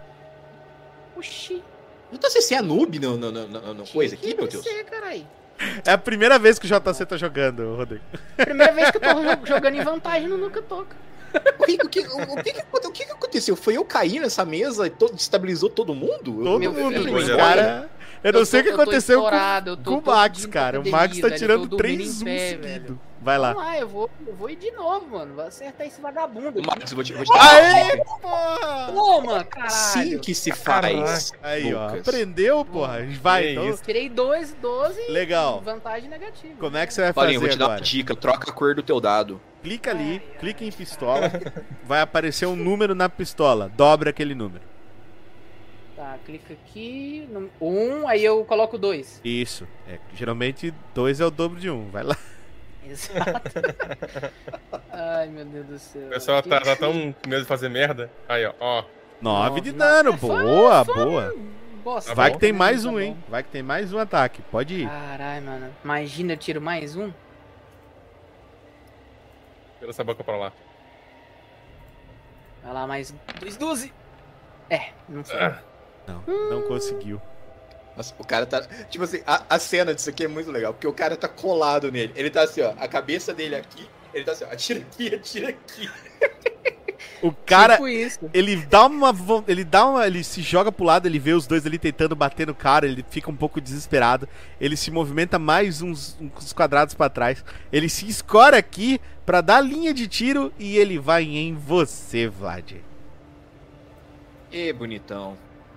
Oxi. Não tá se você é noob no, no, no, no- no coisa aqui, meu Deus? Você, carai. É a primeira vez que o J C tá jogando, Rodrigo. Primeira vez que eu tô jo- jogando em vantagem no Nunca Toca. O que, o, que, o, o que, que, o que que aconteceu? Foi eu cair nessa mesa e todo, destabilizou todo mundo? Todo Meu mundo, filho, os eu- cara... Eu não Eu sei o tô- que eu tô aconteceu com, estourado, eu tô com o todo Max, dia cara. O com Max tá velho, eu tirando tô dormindo três em um pé, seguido. velho. Vai lá. Vamos lá, eu vou, eu vou ir de novo, mano. Vou acertar esse vagabundo. Max, eu vou te, vou te Aê, porra! Toma, caralho. Assim que se faz. Aí, ó. Lucas. Aprendeu, porra? Vai, Que então. isso. Tirei dois, doze. Legal. Vantagem negativa. Como é que você vai Paulinho, eu vou fazer te dar uma agora? dica. Troca a cor do teu dado. Clica ali, clica em pistola. Vai aparecer um número na pistola. Dobra aquele número. Tá, clica aqui. no- Um, aí eu coloco dois. Isso. É, geralmente, dois é o dobro de um. Vai lá. Exato. Ai, meu Deus do céu. O pessoal Que- tá, tá tão com medo de fazer merda. Aí, ó. Ó. Nove de Não, dano. não, foi- Boa, foi boa. Bosta, Vai bom. que tem Tá mais bom. um, hein? Vai que tem mais um ataque. Pode ir. Caralho, mano. Imagina, eu tiro mais um. Vira essa boca pra lá. Vai lá, mais dois, doze. É, não foi. Ah, Não, não conseguiu. Nossa, o cara tá. Tipo assim, a, a cena disso aqui é muito legal, porque o cara tá colado nele. Ele tá assim, ó, a cabeça dele aqui. Ele tá assim, ó, atira aqui, atira aqui. O cara, Tipo isso. ele dá uma. vo- Ele dá uma. Ele se joga pro lado, ele vê os dois ali tentando bater no cara, ele fica um pouco desesperado. Ele se movimenta mais uns, uns quadrados pra trás. Ele se escora aqui pra dar linha de tiro e ele vai em você, Vlad. E bonitão.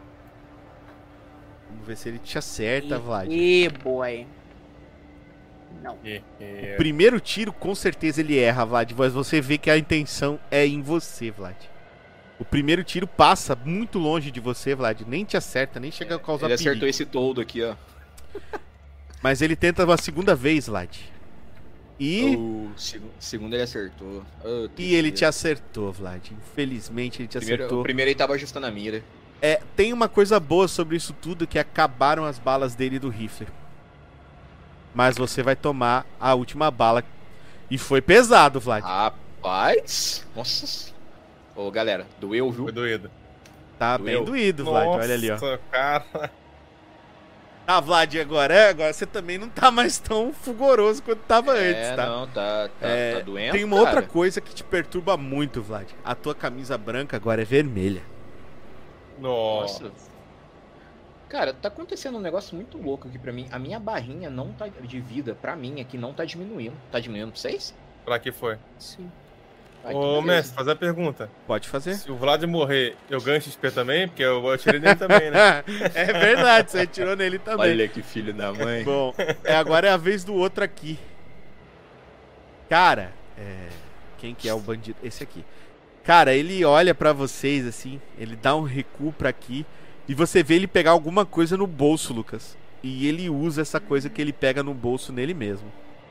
Vamos ver se ele te acerta, Vlad. E boy. Não. E- e- Primeiro tiro, com certeza ele erra, Vlad, mas você vê que a intenção é em você, Vlad. O primeiro tiro passa muito longe de você, Vlad, nem te acerta, nem chega a causar Ele perigo. acertou esse toldo aqui, ó. Mas ele tenta uma segunda vez, Vlad. E... O seg- segundo ele acertou. Oh, E ele te tristeza. acertou, Vlad. Infelizmente ele te Primeiro, acertou. o primeiro ele tava ajustando a mira. É, tem uma coisa boa sobre isso tudo, que acabaram as balas dele do rifle. Mas você vai tomar a última bala. E foi pesado, Vlad. Rapaz. Nossa. Ô, galera, doeu, viu? Foi doído. Tá doeu. bem doído, Vlad. Olha ali, ó. Nossa, cara. Tá, Vlad, agora é, agora você também não tá mais tão fulguroso quanto tava É, antes, tá? não, tá, tá, É, tá doendo, tem uma cara. outra coisa que te perturba muito, Vlad. A tua camisa branca agora é vermelha. Nossa. Nossa. Cara, tá acontecendo um negócio muito louco aqui pra mim. A minha barrinha não tá de vida, pra mim, aqui não tá diminuindo. Tá diminuindo pra vocês? Pra que foi? Sim. Ai, que Ô, beleza. mestre, fazer a pergunta. Pode fazer. Se o Vlad morrer, eu ganho X P também? Porque eu eu tirei nele também, né? É verdade, você atirou nele também. Olha que filho da mãe. Bom, é, agora é a vez do outro aqui. Cara, é... quem que é o bandido? Esse aqui. Cara, ele olha pra vocês assim, ele dá um recuo pra aqui e você vê ele pegar alguma coisa no bolso, Lucas. E ele usa essa coisa que ele pega no bolso nele mesmo.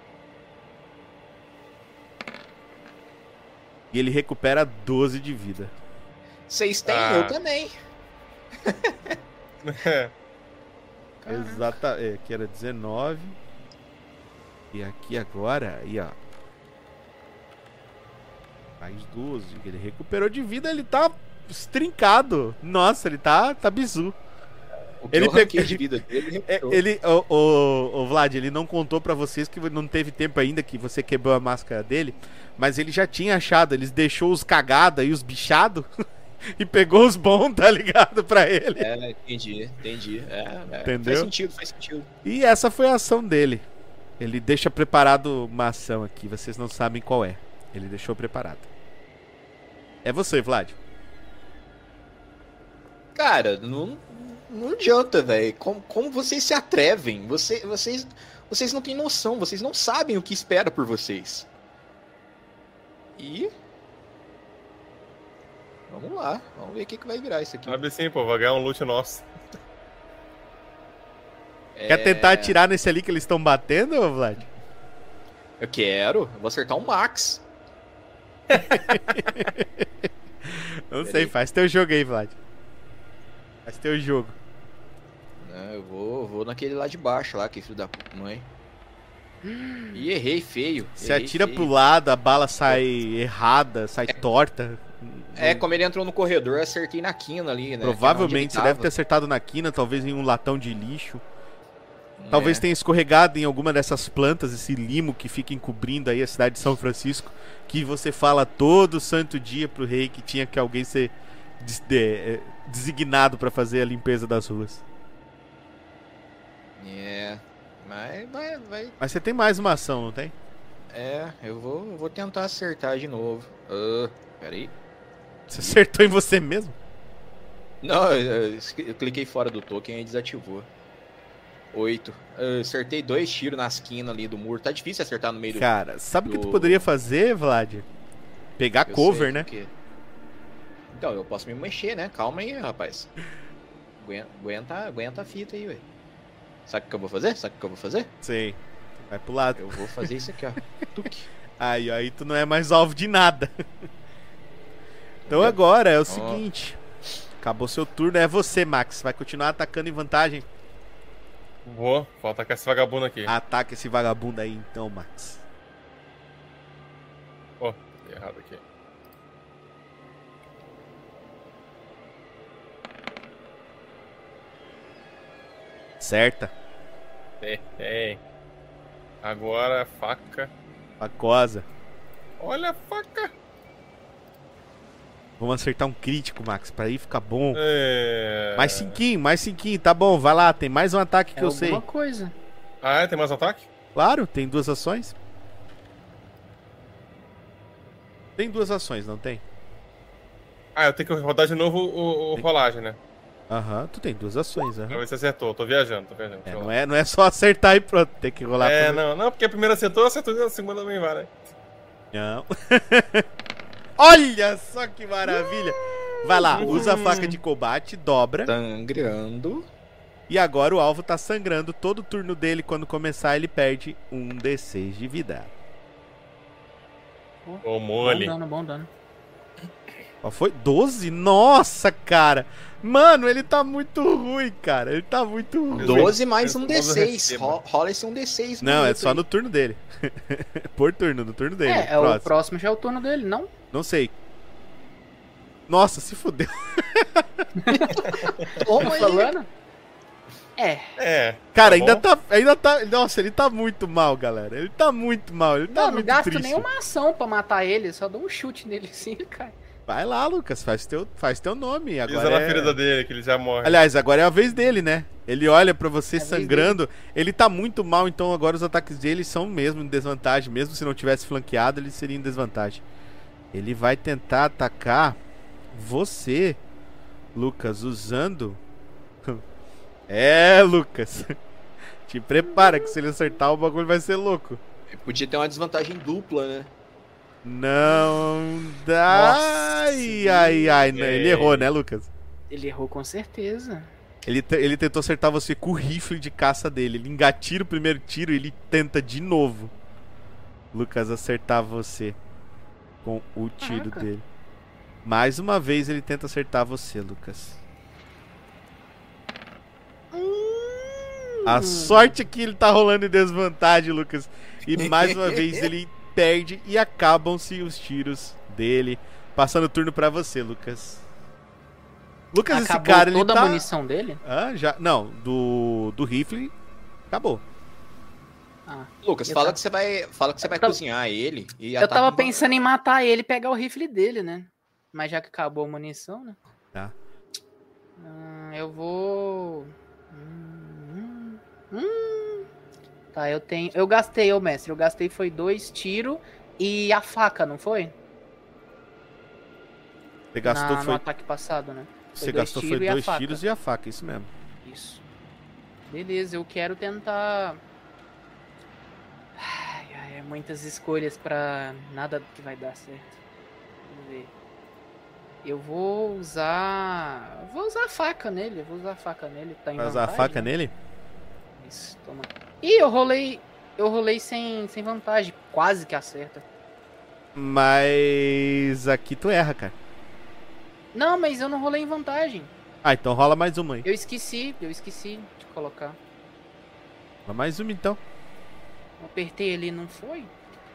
E ele recupera doze de vida. Vocês têm, Ah. eu também. Exata, é, aqui era dezenove. E aqui agora, aí ó. Mais doze. Ele recuperou de vida, ele tá estrincado. Nossa, ele tá, tá bizu. O que Ele eu ranquei pegou- de vida dele, ele É, recuperou. ele, o, o, o Vlad, ele não contou pra vocês que não teve tempo ainda que você quebrou a máscara dele, mas ele já tinha achado, ele deixou os cagados e os bichados e pegou os bons, tá ligado, pra ele. É, entendi, entendi. É, é, Entendeu? Faz sentido, faz sentido. E essa foi a ação dele. Ele deixa preparado uma ação aqui, vocês não sabem qual é. Ele deixou preparado. É você, Vlad. Cara, não, não adianta, velho. Como, como vocês se atrevem? Você, vocês, vocês não têm noção, vocês não sabem o que espera por vocês. E... Vamos lá, vamos ver o que, que vai virar isso aqui. Sabe sim, pô, vai ganhar um loot nosso. Quer É, tentar atirar nesse ali que eles estão batendo, ô, Vlad? Eu quero, eu vou acertar um Max. Não sei, faz teu jogo aí, Vlad. Faz teu jogo. Não, eu vou, eu vou naquele lá de baixo, lá, que filho da mãe. E errei feio. Você errei atira feio. pro lado, a bala sai errada, sai torta. É, como ele entrou no corredor, eu acertei na quina ali, né? Provavelmente que você é onde ele deve ter acertado na quina, talvez em um latão de lixo. tava. Talvez É. tenha escorregado em alguma dessas plantas, esse limo que fica encobrindo aí a cidade de São Francisco, que você fala todo santo dia pro rei que tinha que alguém ser des- de- eh, designado pra fazer a limpeza das ruas. É, mas vai, vai. Mas você tem mais uma ação, não tem? É, eu vou, eu vou tentar acertar de novo. Ah, peraí. Você acertou em você mesmo? Não, eu, eu cliquei fora do token e desativou. Oito. Eu acertei dois tiros na esquina ali do muro. Tá difícil acertar no meio do... Cara, sabe o que tu do- poderia fazer, Vlad? Pegar Eu cover, sei né? o quê. Então, eu posso me mexer, né? Calma aí, rapaz. Aguenta, aguenta, aguenta a fita aí, ué. Sabe o que eu vou fazer? Sabe o que eu vou fazer? Sei. Vai pro lado. Eu vou fazer isso aqui, ó. Tuque. Aí, aí tu não é mais alvo de nada. Então Entendeu? agora é o Ó. seguinte. Acabou seu turno, é você, Max. Vai continuar atacando em vantagem. Vou, falta com esse vagabundo aqui. Ataca esse vagabundo aí então, Max. Ó, dei errado aqui. Certa. É, é. Agora, faca. Aquosa. Olha a faca. Vamos acertar um crítico, Max, pra aí ficar bom. É... Mais cinquinho, mais cinquinho, tá bom, vai lá, tem mais um ataque que É eu alguma sei. coisa. Ah, é? Tem mais ataque? Claro, tem duas ações. Tem duas ações, não tem? Ah, eu tenho que rodar de novo o, o rolagem, né? Aham, tu tem duas ações, Pra aham. ver se acertou. Tô viajando, tô viajando. É, Deixa eu não, lá. é, não é só acertar e pronto, tem que rolar É, pra... não, não, porque a primeira acertou, acertou, a segunda também vai, né? Não. Olha só que maravilha! Vai lá, usa a faca de combate, dobra. Sangrando. E agora o alvo tá sangrando. Todo turno dele, quando começar, ele perde um D seis de vida. Ô, Bom mole. dano, bom dano. Ó, foi doze? Nossa, cara! Mano, ele tá muito ruim, cara. Ele tá muito ruim. doze mais um Eu D seis. recebo. Ro- Rola esse um D seis. Não, é bonito só aí. no turno dele. Por turno, no turno dele. É, é o Próximo. próximo já é o turno dele, não? Não sei. Nossa, se fudeu. Toma Tô aí. falando? É, É. Cara, tá ainda bom. tá, ainda tá. Nossa, ele tá muito mal, galera. Ele tá muito mal. Ele tá não, não muito gasto triste. nenhuma ação pra matar ele, só dou um chute nele assim, cara. Vai lá, Lucas, faz teu, faz teu nome. Pisa Agora na é... ferida dele, que ele já morre. Aliás, agora é a vez dele, né? Ele olha pra você É a vez sangrando. Ele tá muito mal, então agora os ataques dele são mesmo em desvantagem. Mesmo se não tivesse flanqueado, ele seria em desvantagem. Ele vai tentar atacar você, Lucas, usando... É, Lucas. Te prepara que se ele acertar o bagulho vai ser louco. Podia ter uma desvantagem dupla, né? Não dá. Nossa, Ai, ai, ai. Não, ele errou, né, Lucas? Ele errou com certeza. Ele, te- ele tentou acertar você com o rifle de caça dele. Ele engatira o primeiro tiro e ele tenta de novo. Lucas acertar você com o tiro Caraca. dele. Mais uma vez ele tenta acertar você, Lucas. A sorte é que ele tá rolando em desvantagem, Lucas. E mais uma vez ele perde e acabam-se os tiros dele. Passando o turno pra você, Lucas. Lucas, esse Acabou cara, ele toda tá... a munição dele? Ah, já. Não, do, do rifle. Acabou. Ah. Lucas, Eu fala tava- que você vai, fala que você vai tava- cozinhar ele e Eu ataca tava uma- pensando em matar ele e pegar o rifle dele, né? Mas já que acabou a munição, né? Tá. Hum, eu vou. Hum, hum, hum. Tá, eu tenho. Eu gastei, ô mestre. Eu gastei foi dois tiros e a faca, não foi? Você gastou, Na- no foi, ataque passado, né? você foi dois gastou foi tiros e a dois faca. tiros e a faca, isso mesmo. Isso. Beleza, eu quero tentar. Ai, ai, é muitas escolhas pra nada que vai dar certo. Vamos ver. Eu vou usar. Vou usar a faca nele. Eu vou usar a faca nele. Tá em Vai usar a vantagem, faca né? nele? Isso, toma. Ih, eu rolei. Eu rolei sem, sem vantagem. Quase que acerta. Mas aqui tu erra, cara. Não, mas eu não rolei em vantagem. Ah, então rola mais uma aí. Eu esqueci, eu esqueci de colocar. Rola mais uma então. Eu apertei ali, não foi?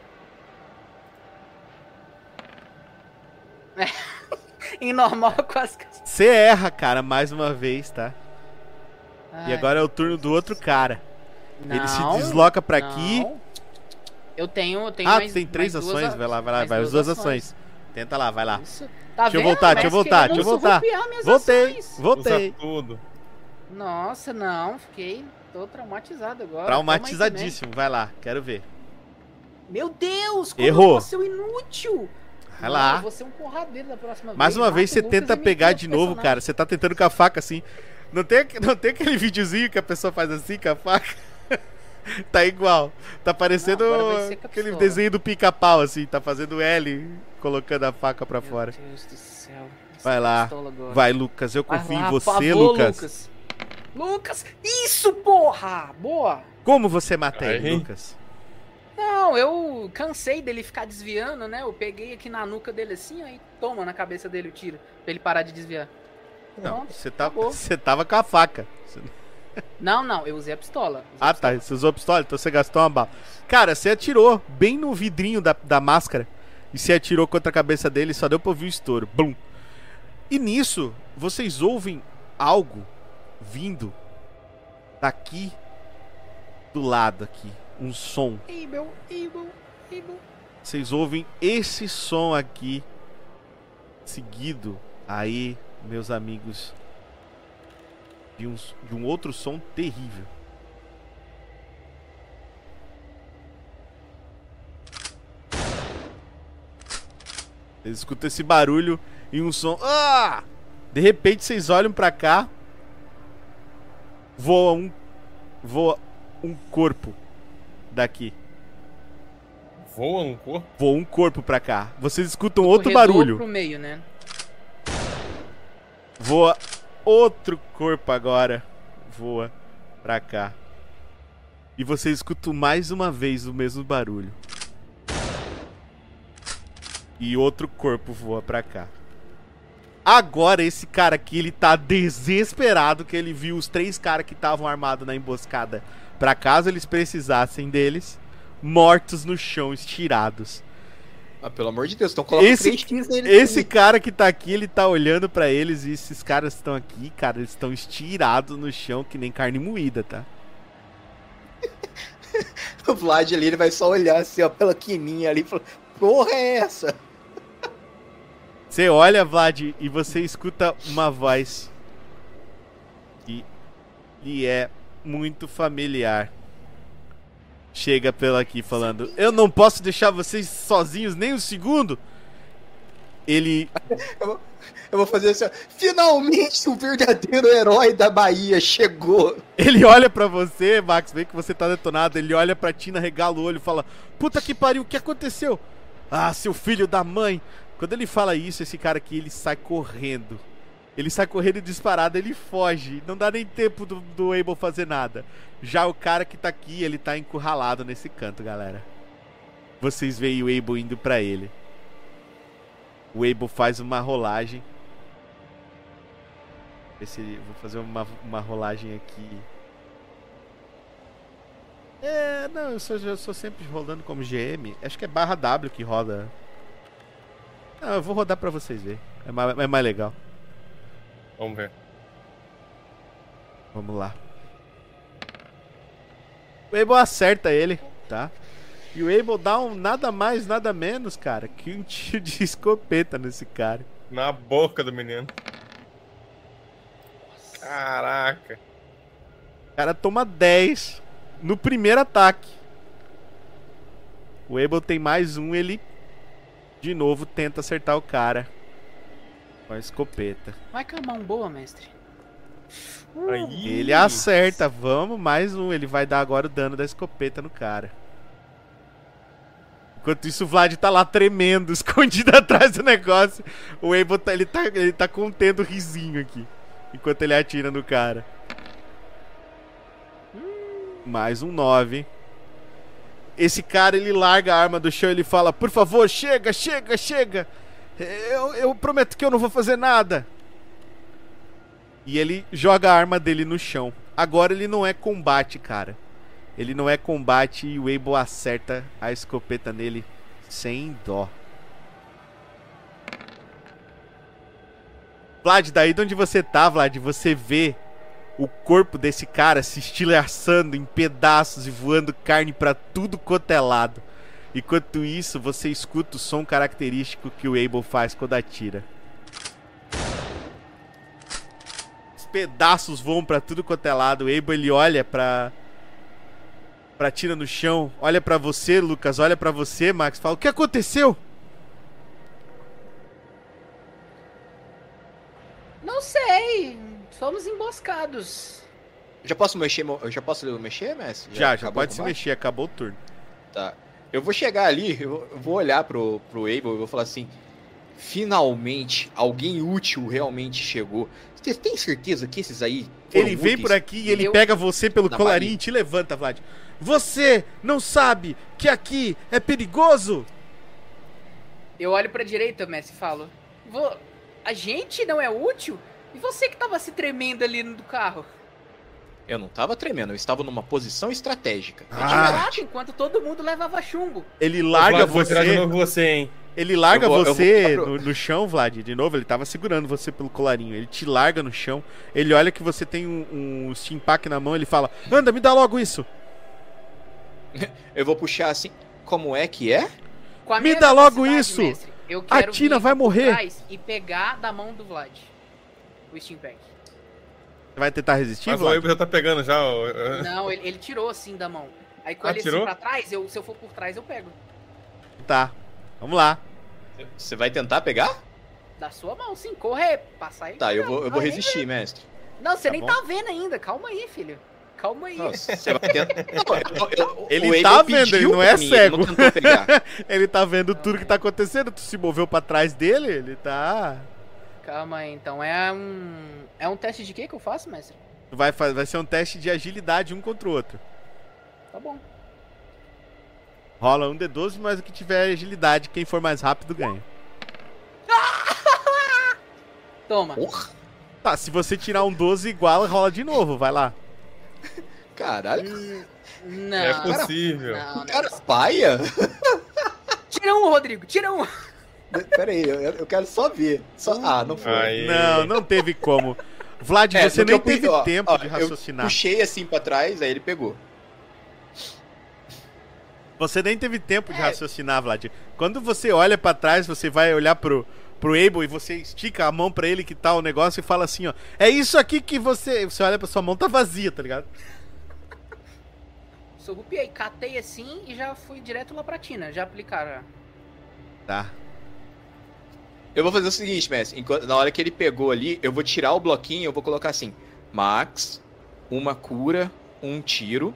É. Em normal, quase que. Você erra, cara, mais uma vez, tá? E Ai, agora é o turno do outro cara. Ele se não, desloca pra aqui. não. Eu tenho, eu tenho Ah, mais, tu tem três mais duas ações. a- Vai lá, vai lá, mais vai as duas ações. Tenta lá, vai lá. Isso. Tá Deixa eu vendo, voltar, deixa eu mestre, voltar, querendo deixa eu voltar. surrupiar minhas Voltei, ações. voltei. Usa tudo. Nossa, não, fiquei. Tô traumatizado agora. Traumatizadíssimo, vai lá, quero ver. Calma aí, Meu Deus, como Errou. eu vou ser um inútil. Vai Não, lá. eu vou ser um porradeiro da próxima Mais vez. uma vez Mata você o Lucas tenta e me pegar tira de o novo, personagem. cara. Você tá tentando com a faca assim. Não tem, não tem aquele videozinho que a pessoa faz assim com a faca? Tá igual. Tá parecendo Não, agora vai ser com a aquele pistola. desenho do pica-pau, assim. Tá fazendo L, colocando a faca pra Meu fora. Deus do céu. Vai Essa lá. pistola agora. Vai, Lucas. Eu Vai confio lá, em por você, favor, Lucas. Lucas. Lucas, isso, porra! Boa! Como você mata ele, Aí. Lucas? Não, eu cansei dele ficar desviando, né? Eu peguei aqui na nuca dele assim, aí toma na cabeça dele o tiro, pra ele parar de desviar. Não, Pronto, você, tá, acabou. você tava com a faca. Você- Não, não, eu usei a pistola. Usei Ah, a tá. pistola. Você usou a pistola, então você gastou uma bala. Cara, você atirou bem no vidrinho da, da máscara. E você atirou contra a cabeça dele e só deu pra ouvir o estouro. Blum. E nisso, vocês ouvem algo vindo daqui do lado aqui. Um som. Abel, Abel, Abel. Vocês ouvem esse som aqui. Seguido aí, meus amigos, de um, de um outro som terrível. Vocês escutam esse barulho e um som. Ah! De repente vocês olham pra cá. Voa um. Voa um corpo daqui. Voa um corpo? Voa um corpo pra cá. Vocês escutam outro Corredor barulho. pro meio, né? Voa outro corpo agora. Voa pra cá. E vocês escutam mais uma vez o mesmo barulho. E outro corpo voa pra cá. Agora esse cara aqui, ele tá desesperado que ele viu os três caras que estavam armados na emboscada, pra caso eles precisassem deles, mortos no chão, estirados. Ah, pelo amor de Deus, estão colocando Esse, três tiros neles. esse cara que tá aqui, ele tá olhando pra eles e esses caras estão aqui, cara, eles estão estirados no chão que nem carne moída, tá? O Vlad ali, ele vai só olhar assim, ó, pela quininha ali e falar, porra é essa? Você olha, Vlad, e você escuta uma voz que lhe é muito familiar. Chega pela aqui falando: eu não posso deixar vocês sozinhos nem um segundo. Ele... Eu vou, eu vou fazer assim, ó, finalmente o verdadeiro herói da Bahia chegou. Ele olha pra você, Max, vê que você tá detonado. Ele olha pra Tina, regala o olho e fala: puta que pariu, o que aconteceu? Ah, seu filho da mãe. Quando ele fala isso, esse cara aqui, ele sai correndo. Ele sai correndo disparado, ele foge. Não dá nem tempo do, do Abel fazer nada. Já o cara que tá aqui, ele tá encurralado nesse canto, galera. Vocês veem o Abel indo pra ele. O Abel faz uma rolagem. Esse, vou fazer uma, uma rolagem aqui. É, não, eu sou, eu sou sempre rodando como G M. Acho que é barra W que roda. Não, eu vou rodar pra vocês verem. É mais, é mais legal. Vamos ver. Vamos lá. O Abel acerta ele, tá? E o Abel dá um nada mais, nada menos, cara, que um tiro de escopeta nesse cara. Na boca do menino. Caraca. O cara toma dez no primeiro ataque. O Abel tem mais um, ele de novo tenta acertar o cara com a escopeta. Vai com a mão boa, mestre. Aí. Ele acerta, vamos, mais um. Ele vai dar agora o dano da escopeta no cara. Enquanto isso, o Vlad tá lá tremendo, escondido atrás do negócio. O Abel tá, ele tá, ele tá contendo o risinho aqui, enquanto ele atira no cara. Mais um nove. Esse cara, ele larga a arma do chão e ele fala: por favor, chega, chega, chega. Eu, eu prometo que eu não vou fazer nada. E ele joga a arma dele no chão. Agora ele não é combate, cara. Ele não é combate e o Abel acerta a escopeta nele sem dó. Vlad, daí de onde você tá, Vlad, você vê o corpo desse cara se estilhaçando em pedaços e voando carne pra tudo quanto é lado. Enquanto isso, você escuta o som característico que o Abel faz quando atira. Os pedaços voam pra tudo quanto é lado. O Abel, ele olha pra... pra Tina no chão. Olha pra você, Lucas. Olha pra você, Max. Fala: o que aconteceu? Não sei. Fomos emboscados. Já posso mexer, eu já posso mexer, mestre? Já, já, acabou pode o se combate? mexer. Acabou o turno. Tá. Eu vou chegar ali, eu vou olhar pro, pro Abel e vou falar assim: finalmente, alguém útil realmente chegou. Você tem certeza que esses aí foram Ele vem úteis? por aqui e ele Eu- pega você pelo Na colarinho Bahia. e te levanta, Vlad. Você não sabe que aqui é perigoso? Eu olho pra direita, mestre, e falo: "Vo- a gente não é útil? E você que tava se tremendo ali no carro?" Eu não tava tremendo, eu estava numa posição estratégica. Ah. Caraca, enquanto todo mundo levava chumbo. Ele larga Vlad, vou tirar de você. novo você, hein? Ele larga Eu vou- eu você vou- no, no chão, Vlad. De novo, ele tava segurando você pelo colarinho. Ele te larga no chão. Ele olha que você tem um, um steam pack na mão. Ele fala: anda, me dá logo isso. Eu vou puxar assim, como é que é? Com a Me minha dá logo velocidade, isso! mestre, eu A quero Tina vir vai por morrer! trás e pegar da mão do Vlad o Steam Pack. Você vai tentar resistir, Mas o Vlad? Abel já tá pegando já. ó. Não, ele, ele tirou assim da mão. Aí Ah, quando ele tirou? assim pra trás, eu, se eu for por trás, eu pego. Tá. Vamos lá. Você vai tentar pegar? Da sua mão, sim. Correr, passar ele. Tá, eu vou, eu vou Aí, resistir, mestre. Não, você Tá nem bom. tá vendo ainda. Calma aí, filho. Calma aí. Nossa, você vai tentar. Não, eu- eu- Ele o Abel tá vendo, pediu ele não é pra mim, cego. Ele não tentou pegar. Ele tá vendo tudo que tá acontecendo, tu se moveu pra trás dele, ele tá... Calma aí, então. É um. É um teste de quê que eu faço, mestre? Vai, fa- vai ser um teste de agilidade um contra o outro. Tá bom. Rola um D doze, mas o que tiver agilidade, quem for mais rápido ganha. Toma. Porra, Tá, se você tirar um doze igual, rola de novo, vai lá. caralho. Não. É possível. Não, não. Cara, paia? Tira um, Rodrigo. Tira um. Pera aí, eu, eu quero só ver. Só... Ah, não foi. Aí. Não, não teve como. Vlad, É, você porque nem eu pu- teve ó, tempo ó, de eu raciocinar. puxei assim pra trás, aí ele pegou. Você nem teve tempo de É. raciocinar, Vlad. Quando você olha pra trás, você vai olhar pro, pro Abel e você estica a mão pra ele que tá o negócio e fala assim, ó. É isso aqui que você... Você olha pra sua mão, tá vazia, tá ligado? Surrupiei, catei assim e já fui direto lá pra Tina. Já aplicaram. Tá. Eu vou fazer o seguinte, mestre. enquanto- na hora que ele pegou ali, eu vou tirar o bloquinho, eu vou colocar assim: Max, uma cura, um tiro.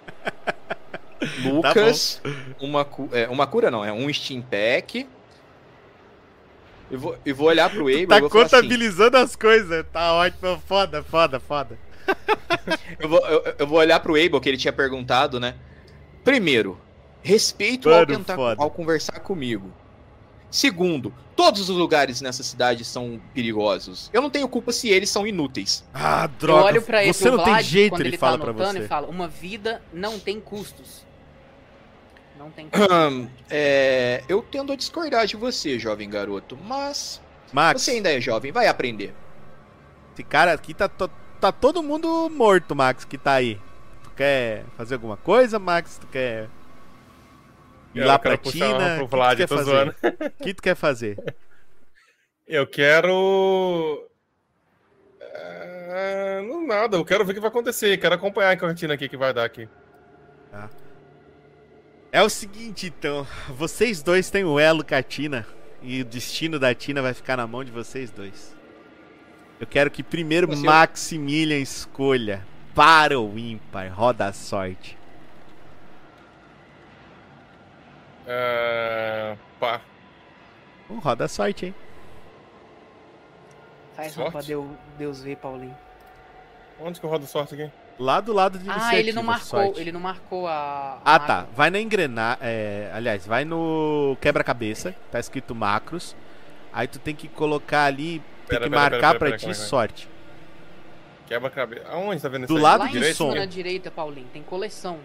Lucas, uma, cu- é, uma cura não, é um Steam Pack. Eu vou, eu vou olhar pro Abel e Tá vou falar assim, contabilizando as coisas. Tá ótimo. Foda, foda, foda. eu, vou, eu, eu vou olhar pro Abel, que ele tinha perguntado, né? Primeiro, respeito ao, Mano, tentar, foda. ao conversar comigo. Segundo, todos os lugares nessa cidade são perigosos. Eu não tenho culpa se eles são inúteis. Ah, Eu droga. olho pra ele, Você não tem Vlad, jeito, quando ele, ele fala tá pra anotando você. e fala: uma vida não tem custos. Não tem custos. Ahn, é, eu tendo a discordar de você, jovem garoto, mas Max, você ainda é jovem, vai aprender. esse cara aqui tá, to- tá todo mundo morto, Max, que tá aí. Tu quer fazer alguma coisa, Max? Tu quer ir Eu lá pra quero puxar uma Tina? pro O que, Vlad, tu quer tô fazer? zoando. O que tu quer fazer? Eu quero. É, não nada, eu quero ver o que vai acontecer. Quero acompanhar a cantina aqui que vai dar aqui. É o seguinte, então. Vocês dois têm o elo com a Tina. E o destino da Tina vai ficar na mão de vocês dois. Eu quero que primeiro Você- Maximilian escolha para o ímpar. Roda a sorte. É, pá. Uh, roda a sorte, hein? Faz Sorte? um pra Deus, Deus ver, Paulinho. Onde que eu rodo sorte aqui? Lá do lado de iniciativa. Ah, ele não marcou, sorte. ele não marcou a. Ah, a- tá. Vai na engrenar. É, aliás, vai no quebra-cabeça. Tá escrito macros. Aí tu tem que colocar ali. Tem Pera, que pera, marcar pera, pera, pra pera, ti como é que vai? sorte. Quebra a cabeça. Aonde tá vendo Do isso aí? lado Lá de em direito? cima som. na direita, Paulinho, tem coleção.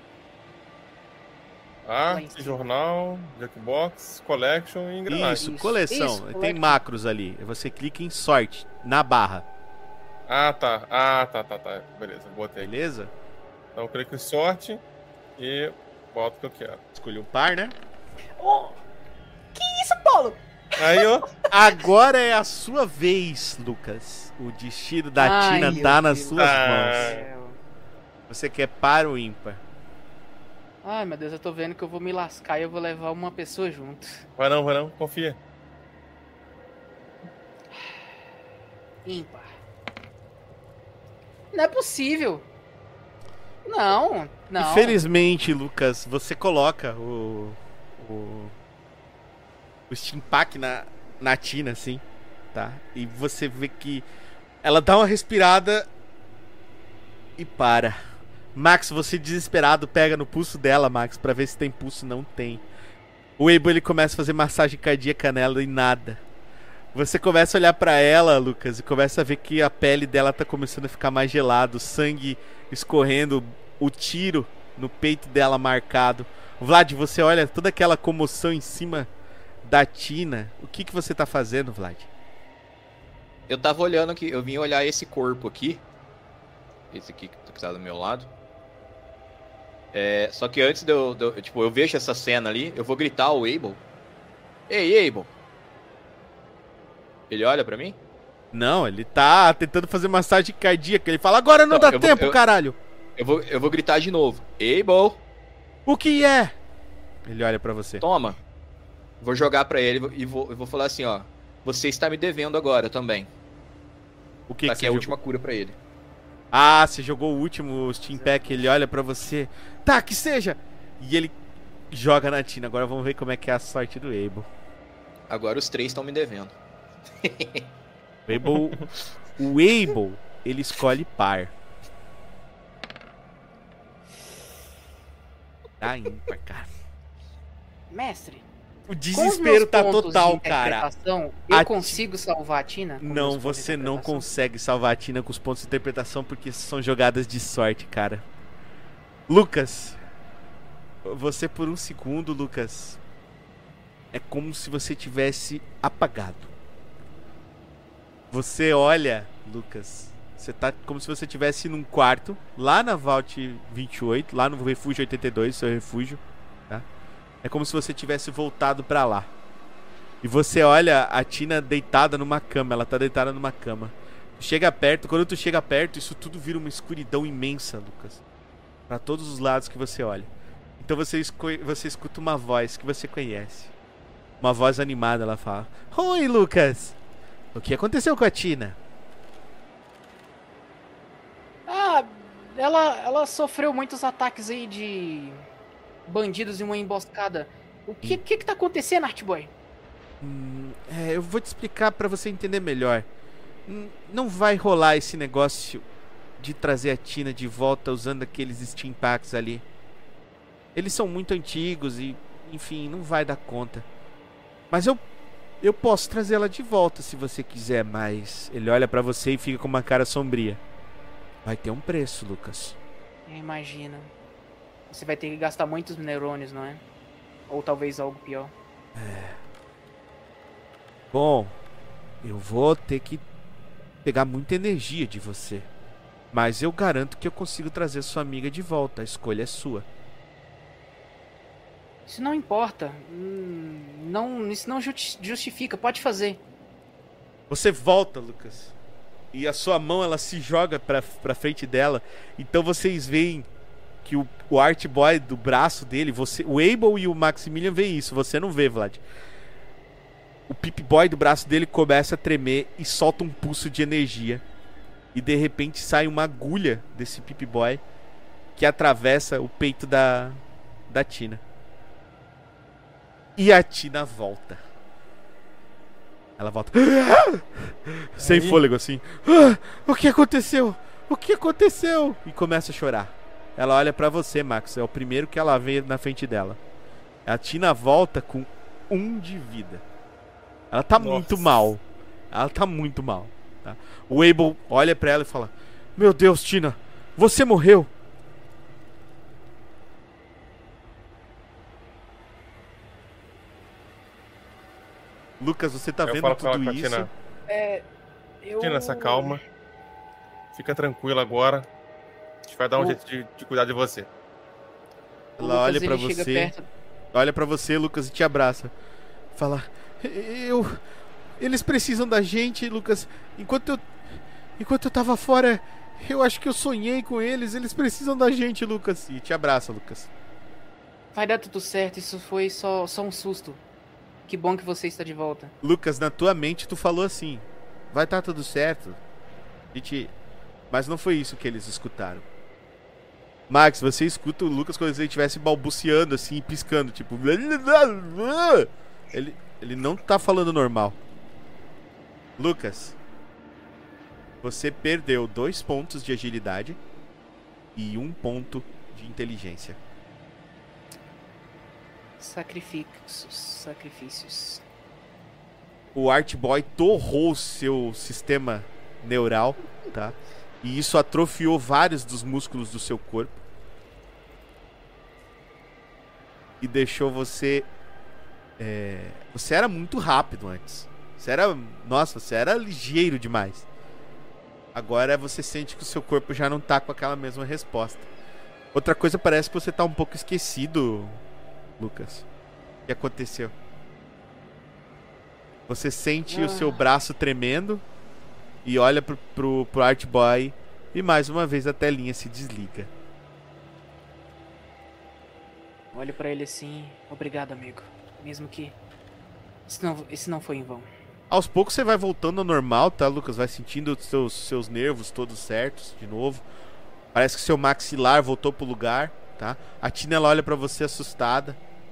Ah, lá em cima. jornal, Jackbox, Collection e engrenagem. Isso, Isso, coleção. isso, Tem collection. macros ali. Você clica em sorte. Na barra. Ah, tá. Ah, tá, tá, tá. Beleza, botei. Beleza? Então eu clico em sorte e boto o que eu quero. Escolhi um par, né? Oh, que isso, Paulo? Aí, ó. Agora é a sua vez, Lucas. O destino da Ai, Tina meu tá nas Deus. suas Ah. mãos. Você quer par ou ímpar? Ai, meu Deus, eu tô vendo que eu vou me lascar e eu vou levar uma pessoa junto. Vai não, vai não. Confia. Ímpar. Não é possível. Não, não. Infelizmente, Lucas, você coloca o. O. O Steam Pack na, na Tina, assim, tá? E você vê que ela dá uma respirada e para. Max, você desesperado pega no pulso dela, Max, pra ver se tem pulso. Não tem. O Abel, ele começa a fazer massagem cardíaca nela e nada. Você começa a olhar pra ela, Lucas, e começa a ver que a pele dela tá começando a ficar mais gelada, o sangue escorrendo, o tiro no peito dela marcado. Vlad, você olha toda aquela comoção em cima da Tina. O que que você tá fazendo, Vlad? Eu tava olhando aqui, eu vim olhar esse corpo aqui. Esse aqui que tá do meu lado. É, só que antes de eu, de eu- Tipo, eu vejo essa cena ali, eu vou gritar ao Abel. Ei, Abel! Ele olha pra mim? Não, ele tá tentando fazer massagem cardíaca. Ele fala, agora não, Não, dá eu vou- tempo, eu- caralho. Eu vou, eu vou gritar de novo. Abel, O que é? Ele olha pra você. toma. Vou jogar pra ele e vou, eu vou falar assim, ó. Você está me devendo agora também. O que Tá que aqui é a você última jogou? cura pra ele. Ah, você jogou o último Steam Pack, ele olha pra você. Tá, que seja! E ele joga na Tina. Agora vamos ver como é que é a sorte do Abel. Agora os três estão me devendo. O Abel, o Abel, ele escolhe par. Tá ímpar, cara. Mestre, O com os desespero meus tá pontos total, de cara. interpretação, eu A Ti- consigo salvar a Tina? com meus Não, pontos de você não interpretação? consegue salvar a Tina com os pontos de interpretação porque são jogadas de sorte, cara. Lucas, você por um segundo, Lucas, é como se você tivesse apagado. Você olha, Lucas, você tá como se você estivesse num quarto, lá na Vault vinte e oito, lá no Refúgio oitenta e dois, seu refúgio, tá? É como se você tivesse voltado pra lá. E você olha a Tina deitada numa cama, ela tá deitada numa cama. Tu chega perto, quando tu chega perto, isso tudo vira uma escuridão imensa, Lucas. Pra todos os lados que você olha. Então você, esco você escuta uma voz que você conhece. Uma voz animada, ela fala: Oi, Lucas! O que aconteceu com a Tina? Ah, ela, ela sofreu muitos ataques aí de bandidos em uma emboscada. O que que, que tá acontecendo, Artboy? Hum, é, eu vou te explicar pra você entender melhor. Hum, não vai rolar esse negócio de trazer a Tina de volta usando aqueles Steam Packs ali. Eles são muito antigos e, enfim, não vai dar conta. Mas eu eu posso trazer ela de volta se você quiser, mas ele olha pra você e fica com uma cara sombria. Vai ter um preço, Lucas. Imagina. Você vai ter que gastar muitos neurônios, não é? Ou talvez algo pior. Bom, eu vou ter que pegar muita energia de você. Mas eu garanto que eu consigo trazer sua amiga de volta. A escolha é sua. Isso não importa. Hum, Não, isso não justi- justifica. Pode fazer. Você volta, Lucas. E a sua mão, ela se joga pra, pra frente dela. Então vocês veem que o, o Art Boy do braço dele, você, o Abel e o Maximilian veem isso. Você não vê, Vlad. O Pip Boy do braço dele começa a tremer e solta um pulso de energia. E de repente sai uma agulha desse Pip Boy que atravessa o peito da, da Tina. E a Tina volta. Ela volta. Sem Aí. fôlego assim. "Ah, o que aconteceu? O que aconteceu?" E começa a chorar. Ela olha pra você, Max. É o primeiro que ela vê na frente dela. A Tina volta com um de vida. Ela tá Nossa. muito mal. Ela tá muito mal. Tá? O Abel olha pra ela e fala: "Meu Deus, Tina, você morreu." Lucas, você tá Eu vendo falo pra ela tudo com a isso? Tina. É. Eu... Tina, essa calma. Fica tranquila agora. A gente vai dar um O- jeito de, de cuidar de você. O Ela olha Lucas, pra ele chega você. perto- Olha pra você, Lucas, e te abraça. Fala: "Eu eles precisam da gente, Lucas. Enquanto eu enquanto eu tava fora, eu acho que eu sonhei com eles. Eles precisam da gente, Lucas." E te abraça, Lucas. Vai dar tudo certo. Isso foi só, só um susto. Que bom que você está de volta. Lucas, na tua mente tu falou assim: "Vai tá tudo certo." Gente, mas não foi isso que eles escutaram. Max, você escuta o Lucas como se ele estivesse balbuciando assim, piscando, tipo, ele ele não tá falando normal. Lucas, você perdeu dois pontos de agilidade e um ponto de inteligência. Sacrifícios. Sacrifícios. O Art Boy torrou o seu sistema neural, tá? E isso atrofiou vários dos músculos do seu corpo. E deixou você... é, Você era muito rápido antes. Você era... Nossa, você era ligeiro demais. Agora você sente que o seu corpo já não tá com aquela mesma resposta. Outra coisa, parece que você tá um pouco esquecido, Lucas. O que aconteceu? Você sente Ah. o seu braço tremendo e olha pro, pro, pro Art Boy e mais uma vez a telinha se desliga. Olho pra ele assim. Obrigado, amigo. Mesmo que Isso não, isso não foi em vão. Aos poucos você vai voltando ao normal, tá, Lucas? Vai sentindo os seus, seus nervos todos certos de novo. Parece que seu maxilar voltou pro lugar, tá? A Tina, ela olha pra você assustada.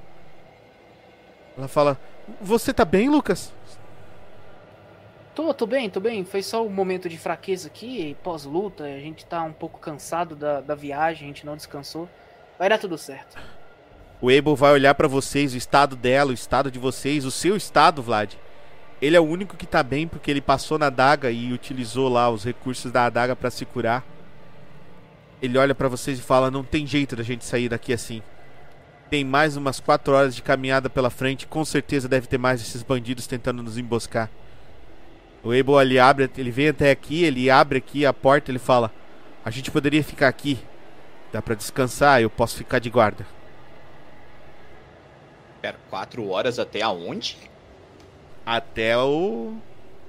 Ela fala, você tá bem, Lucas? Tô, tô bem, tô bem. Foi só um momento de fraqueza aqui, pós-luta. A gente tá um pouco cansado da, da viagem, a gente não descansou. Vai dar tudo certo. O Abel vai olhar pra vocês, o estado dela, o estado de vocês, o seu estado, Vlad. Ele é o único que tá bem porque ele passou na adaga e utilizou lá os recursos da adaga pra se curar. Ele olha pra vocês e fala, não tem jeito da gente sair daqui assim. Tem mais umas quatro horas de caminhada pela frente, com certeza deve ter mais esses bandidos tentando nos emboscar. O Abel, ele abre, ele vem até aqui, ele abre aqui a porta, ele fala, a gente poderia ficar aqui. Dá pra descansar, eu posso ficar de guarda. Pera, quatro horas até aonde? Até o...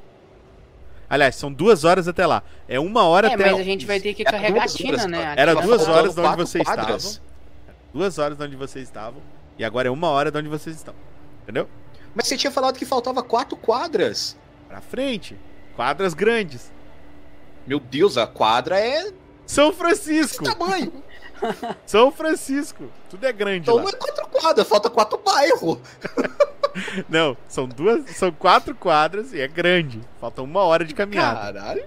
Aliás, são duas horas até lá. É uma hora É, até... mas a gente vai ter que Era carregar a duas Tina, horas, né? cara. A Era Tina duas falou- horas de onde quatro vocês quadras. estavam. Duas horas de onde vocês estavam. E agora é uma hora de onde vocês estão. Entendeu? Mas você tinha falado que faltava quatro quadras. Pra frente. Quadras grandes. Meu Deus, a quadra é São desse Francisco. tamanho. São Francisco. Tudo é grande Então lá. não é quatro quadras, falta quatro bairros. Não, são duas, são quatro quadras e é grande. Falta uma hora de caminhada. Caralho.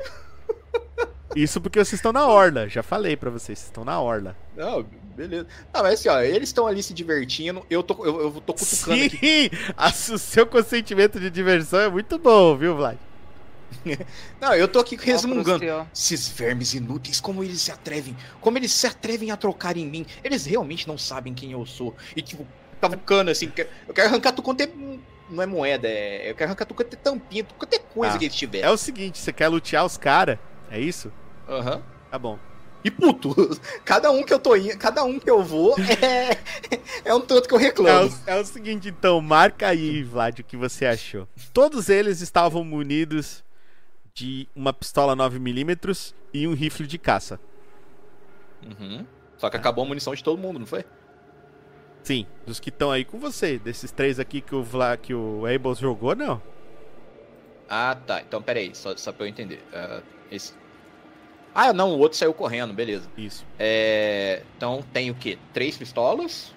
Isso porque vocês estão na orla. Já falei pra vocês, vocês estão na orla. Não, beleza. Não, mas assim, ó, eles estão ali se divertindo, eu tô, eu, eu tô cutucando Sim, aqui. a- o seu consentimento de diversão é muito bom, viu, Vlad? Não, eu tô aqui Ó, pro resmungando. seu- Esses vermes inúteis, como eles se atrevem? Como eles se atrevem a trocar em mim? Eles realmente não sabem quem eu sou. E tipo, cavucando assim, quer- eu quero arrancar tu quanto é. Não é moeda, é. Eu quero arrancar tu quanto é tampinha, tu quanto é coisa Ah, que eles tiverem. É o seguinte, você quer lutear os caras? É isso? Aham. Tá bom. E puto, cada um que eu tô indo, cada um que eu vou é, é um tanto que eu É reclamo. o, é o seguinte, então, marca aí, Vlad, o que você achou. Todos eles estavam munidos de uma pistola nove milímetros e um rifle de caça. Uhum. Só que acabou a munição de todo mundo, não foi? Sim, dos que estão aí com você. Desses três aqui que o, Vla, que o Abel jogou, não. Ah, tá. Então, peraí, só, só pra eu entender. Ah, esse... ah, não, o outro saiu correndo, beleza. Isso. É... Então tem o quê? Três pistolas?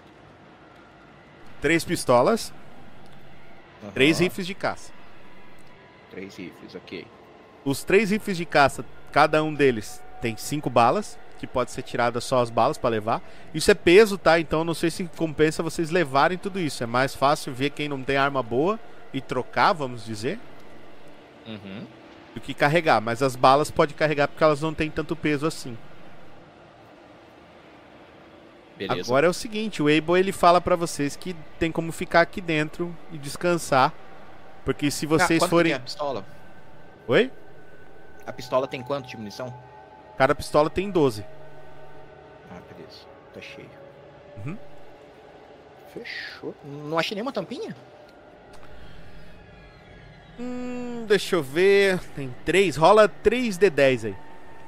Três pistolas, Aham. três rifles de caça. Três rifles, ok. Os três rifles de caça, cada um deles tem cinco balas, que pode ser tirada só as balas pra levar. Isso é peso, tá? Então não sei se compensa vocês levarem tudo isso. É mais fácil ver quem não tem arma boa e trocar, vamos dizer, Uhum. do que carregar. Mas as balas pode carregar porque elas não têm tanto peso assim. Beleza. Agora é o seguinte, o Abel ele fala pra vocês que tem como ficar aqui dentro e descansar. Porque se Ah, vocês quanto que forem... tem a pistola? Oi? A pistola tem quanto de munição? Cada pistola tem doze. Ah, beleza. Tá cheio. Uhum. Fechou. Não achei nenhuma tampinha? Hum, deixa eu ver. Tem três. Rola três D dez aí.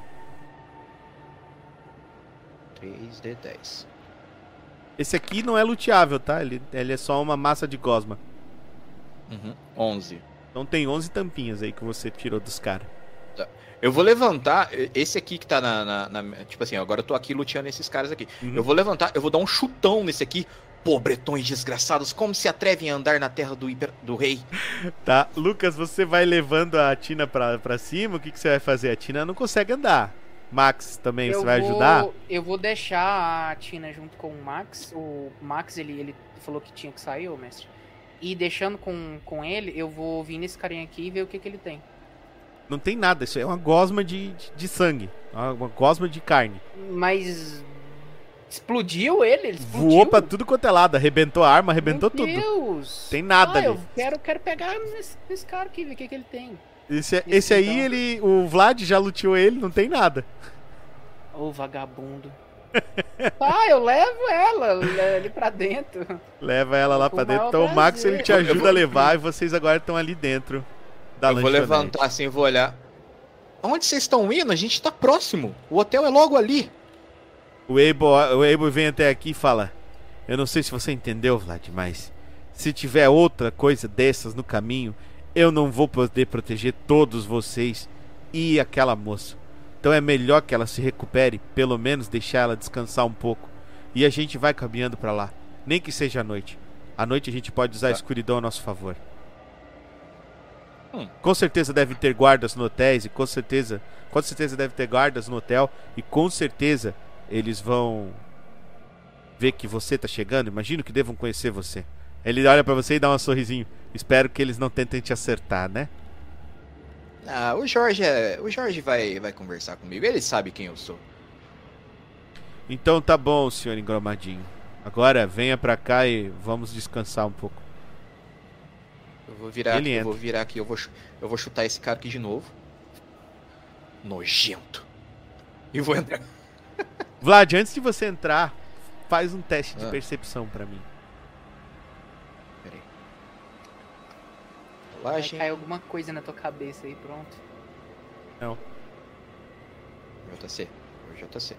três D dez. Esse aqui não é luteável, tá? Ele, ele é só uma massa de gosma. Uhum. onze. Então tem onze tampinhas aí que você tirou dos caras. Eu vou levantar. Esse aqui que tá na, na- na- Tipo assim, agora eu tô aqui luteando esses caras aqui. Uhum. Eu vou levantar, eu vou dar um chutão nesse aqui. Pobretões desgraçados, como se atrevem a andar na terra do, hiper, do rei? Tá, Lucas, você vai levando a Tina pra, pra cima. O que, que você vai fazer? A Tina não consegue andar. Max também, Eu você vai vou- ajudar? Eu vou deixar a Tina junto com o Max. O Max, ele, ele falou que tinha que sair, ô mestre. E deixando com, com ele, eu vou vir nesse carinha aqui e ver o que, que ele tem. Não tem nada, isso é uma gosma de, de, de sangue. Uma, uma gosma de carne. Mas explodiu ele? Ele explodiu? Voou pra tudo quanto é lado, arrebentou a arma, arrebentou Meu tudo. Deus! Tem nada ah, ali. eu quero, quero pegar nesse, nesse cara aqui, ver o que, que ele tem. Esse, Esse esse aí, então. ele, o Vlad já luteou ele, não tem nada. Ô, vagabundo. Ah, eu levo ela ali pra dentro. Leva ela lá Com pra o dentro. maior Então o Max prazer. ele te Eu- eu ajuda vou- a levar e vocês agora estão ali dentro da eu vou lanchonete. levantar assim, vou olhar. Onde vocês estão indo? A gente tá próximo. O hotel é logo ali. O Abel, o Abel vem até aqui e fala: eu não sei se você entendeu, Vlad, mas Se tiver outra coisa dessas no caminho, eu não vou poder proteger todos vocês e aquela moça. Então é melhor que ela se recupere, pelo menos deixar ela descansar um pouco. E a gente vai caminhando pra lá, nem que seja à noite. À noite a gente pode usar a escuridão a nosso favor. Hum. Com certeza deve ter guardas no hotéis e com certeza, com certeza deve ter guardas no hotel e com certeza eles vão ver que você tá chegando. Imagino que devam conhecer você. Ele olha pra você e dá um sorrisinho. Espero que eles não tentem te acertar, né? Ah, o Jorge, é... o Jorge vai, vai conversar comigo. Ele sabe quem eu sou. Então tá bom, senhor engromadinho. Agora venha pra cá e vamos descansar um pouco. Eu vou virar Ele aqui, eu entra. vou virar aqui, eu vou, chu- eu vou chutar esse cara aqui de novo. Nojento. E vou entrar. Vlad, antes de você entrar, faz um teste de Ah. percepção pra mim. Peraí. Vai Rolagem. cair alguma coisa na tua cabeça aí, pronto. Não. J C. J C.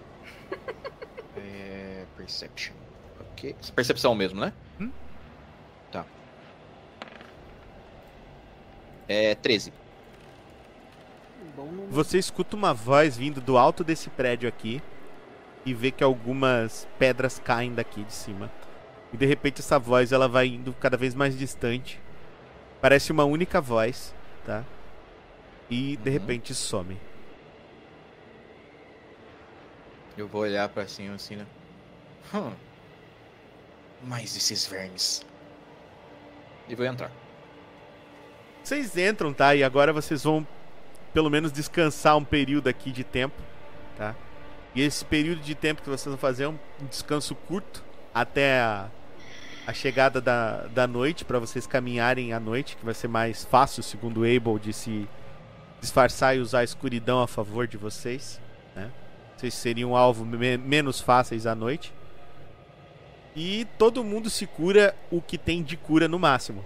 É. Perception. Ok. Percepção mesmo, né? Hum? Tá. É treze. Bom número. Você escuta uma voz vindo do alto desse prédio aqui e vê que algumas pedras caem daqui de cima. E de repente essa voz ela vai indo cada vez mais distante. Parece uma única voz, tá? E de Uhum. repente some. Eu vou olhar pra cima assim, né? Hum. Mais esses vermes. E vou entrar. Vocês entram, tá? E agora vocês vão pelo menos descansar um período aqui de tempo, tá? E esse período de tempo que vocês vão fazer é um descanso curto até a, a chegada da, da noite, pra vocês caminharem à noite, que vai ser mais fácil, segundo o Abel, de se disfarçar e usar a escuridão a favor de vocês, né? Vocês seriam um alvo me- menos fáceis à noite. E todo mundo se cura o que tem de cura no máximo.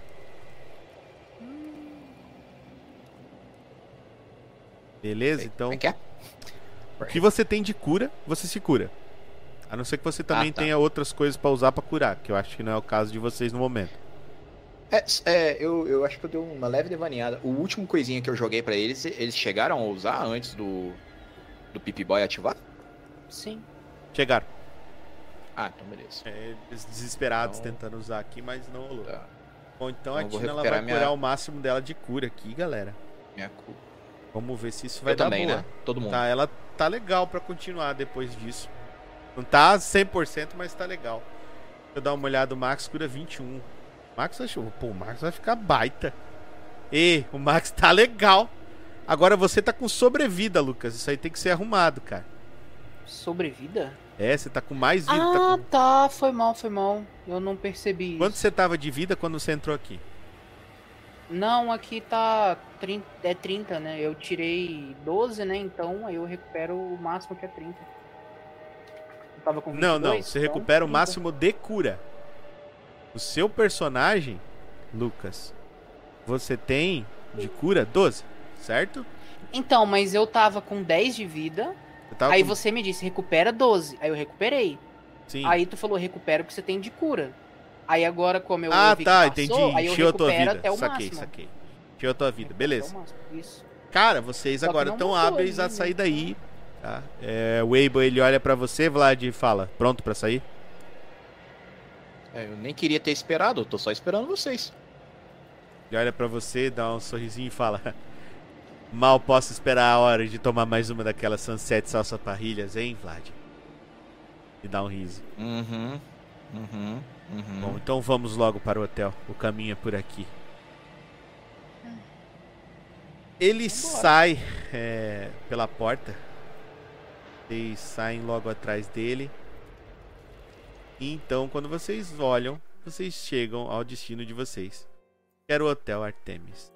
Beleza? Então, Como é que é? o que você tem de cura, você se cura. A não ser que você também Ah, tá. tenha outras coisas pra usar pra curar, que eu acho que não é o caso de vocês no momento. É, é, eu, eu acho que eu dei uma leve devaneada. O último coisinha que eu joguei pra eles, eles chegaram a usar antes do, do Pip Boy ativar? Sim. Chegaram. Ah, então beleza. É, eles desesperados Então- tentando usar aqui, mas não rolou. Tá. Bom, então Então a eu vou Tina ela vai recuperar minha- curar o máximo dela de cura aqui, galera. Minha culpa. Vamos ver se isso vai Eu dar também, boa. né? Todo mundo. Tá, ela tá legal pra continuar depois disso. Não tá cem por cento, mas tá legal. Deixa eu dar uma olhada, o Max cura vinte e um. O Max achou, pô, o Max vai ficar baita. E o Max tá legal. Agora você tá com sobrevida, Lucas. Isso aí tem que ser arrumado, cara. Sobrevida? É, você tá com mais vida. Ah, tá com... tá. Foi mal, foi mal. Eu não percebi Quanto isso. você tava de vida quando você entrou aqui? Não, aqui tá trinta, é trinta, né? Eu tirei doze, né? Então aí eu recupero o máximo que é trinta. Eu tava com vinte e dois, Não, não. Você então, recupera o trinta. máximo de cura. O seu personagem, Lucas, você tem de cura doze, certo? Então, mas eu tava com dez de vida. Você tava Aí com... você me disse, recupera doze. Aí eu recuperei. Sim. Aí tu falou, recupera o que você tem de cura. Aí agora, como eu Ah, vi tá, que passou, entendi. aí eu Encheu a tua recupero vida. até o Saquei, máximo. saquei. Encheu a tua vida, beleza. Até o máximo, isso. Cara, vocês Só que agora não estão mudou hábeis a ali, né? sair daí, tá? É, o Abel, ele olha pra você, Vlad, e fala, pronto pra sair? É, eu nem queria ter esperado, eu tô só esperando vocês. Ele olha pra você, dá um sorrisinho e fala, mal posso esperar a hora de tomar mais uma daquelas Sunset Salsa Parrilhas, hein, Vlad? E dá um riso. Uhum. Uhum. Uhum. Bom, então vamos logo para o hotel. O caminho é por aqui. Ele sai é, pela porta. Vocês saem logo atrás dele. E então, quando vocês olham, vocês chegam ao destino de vocês. Que era o Hotel Artemis.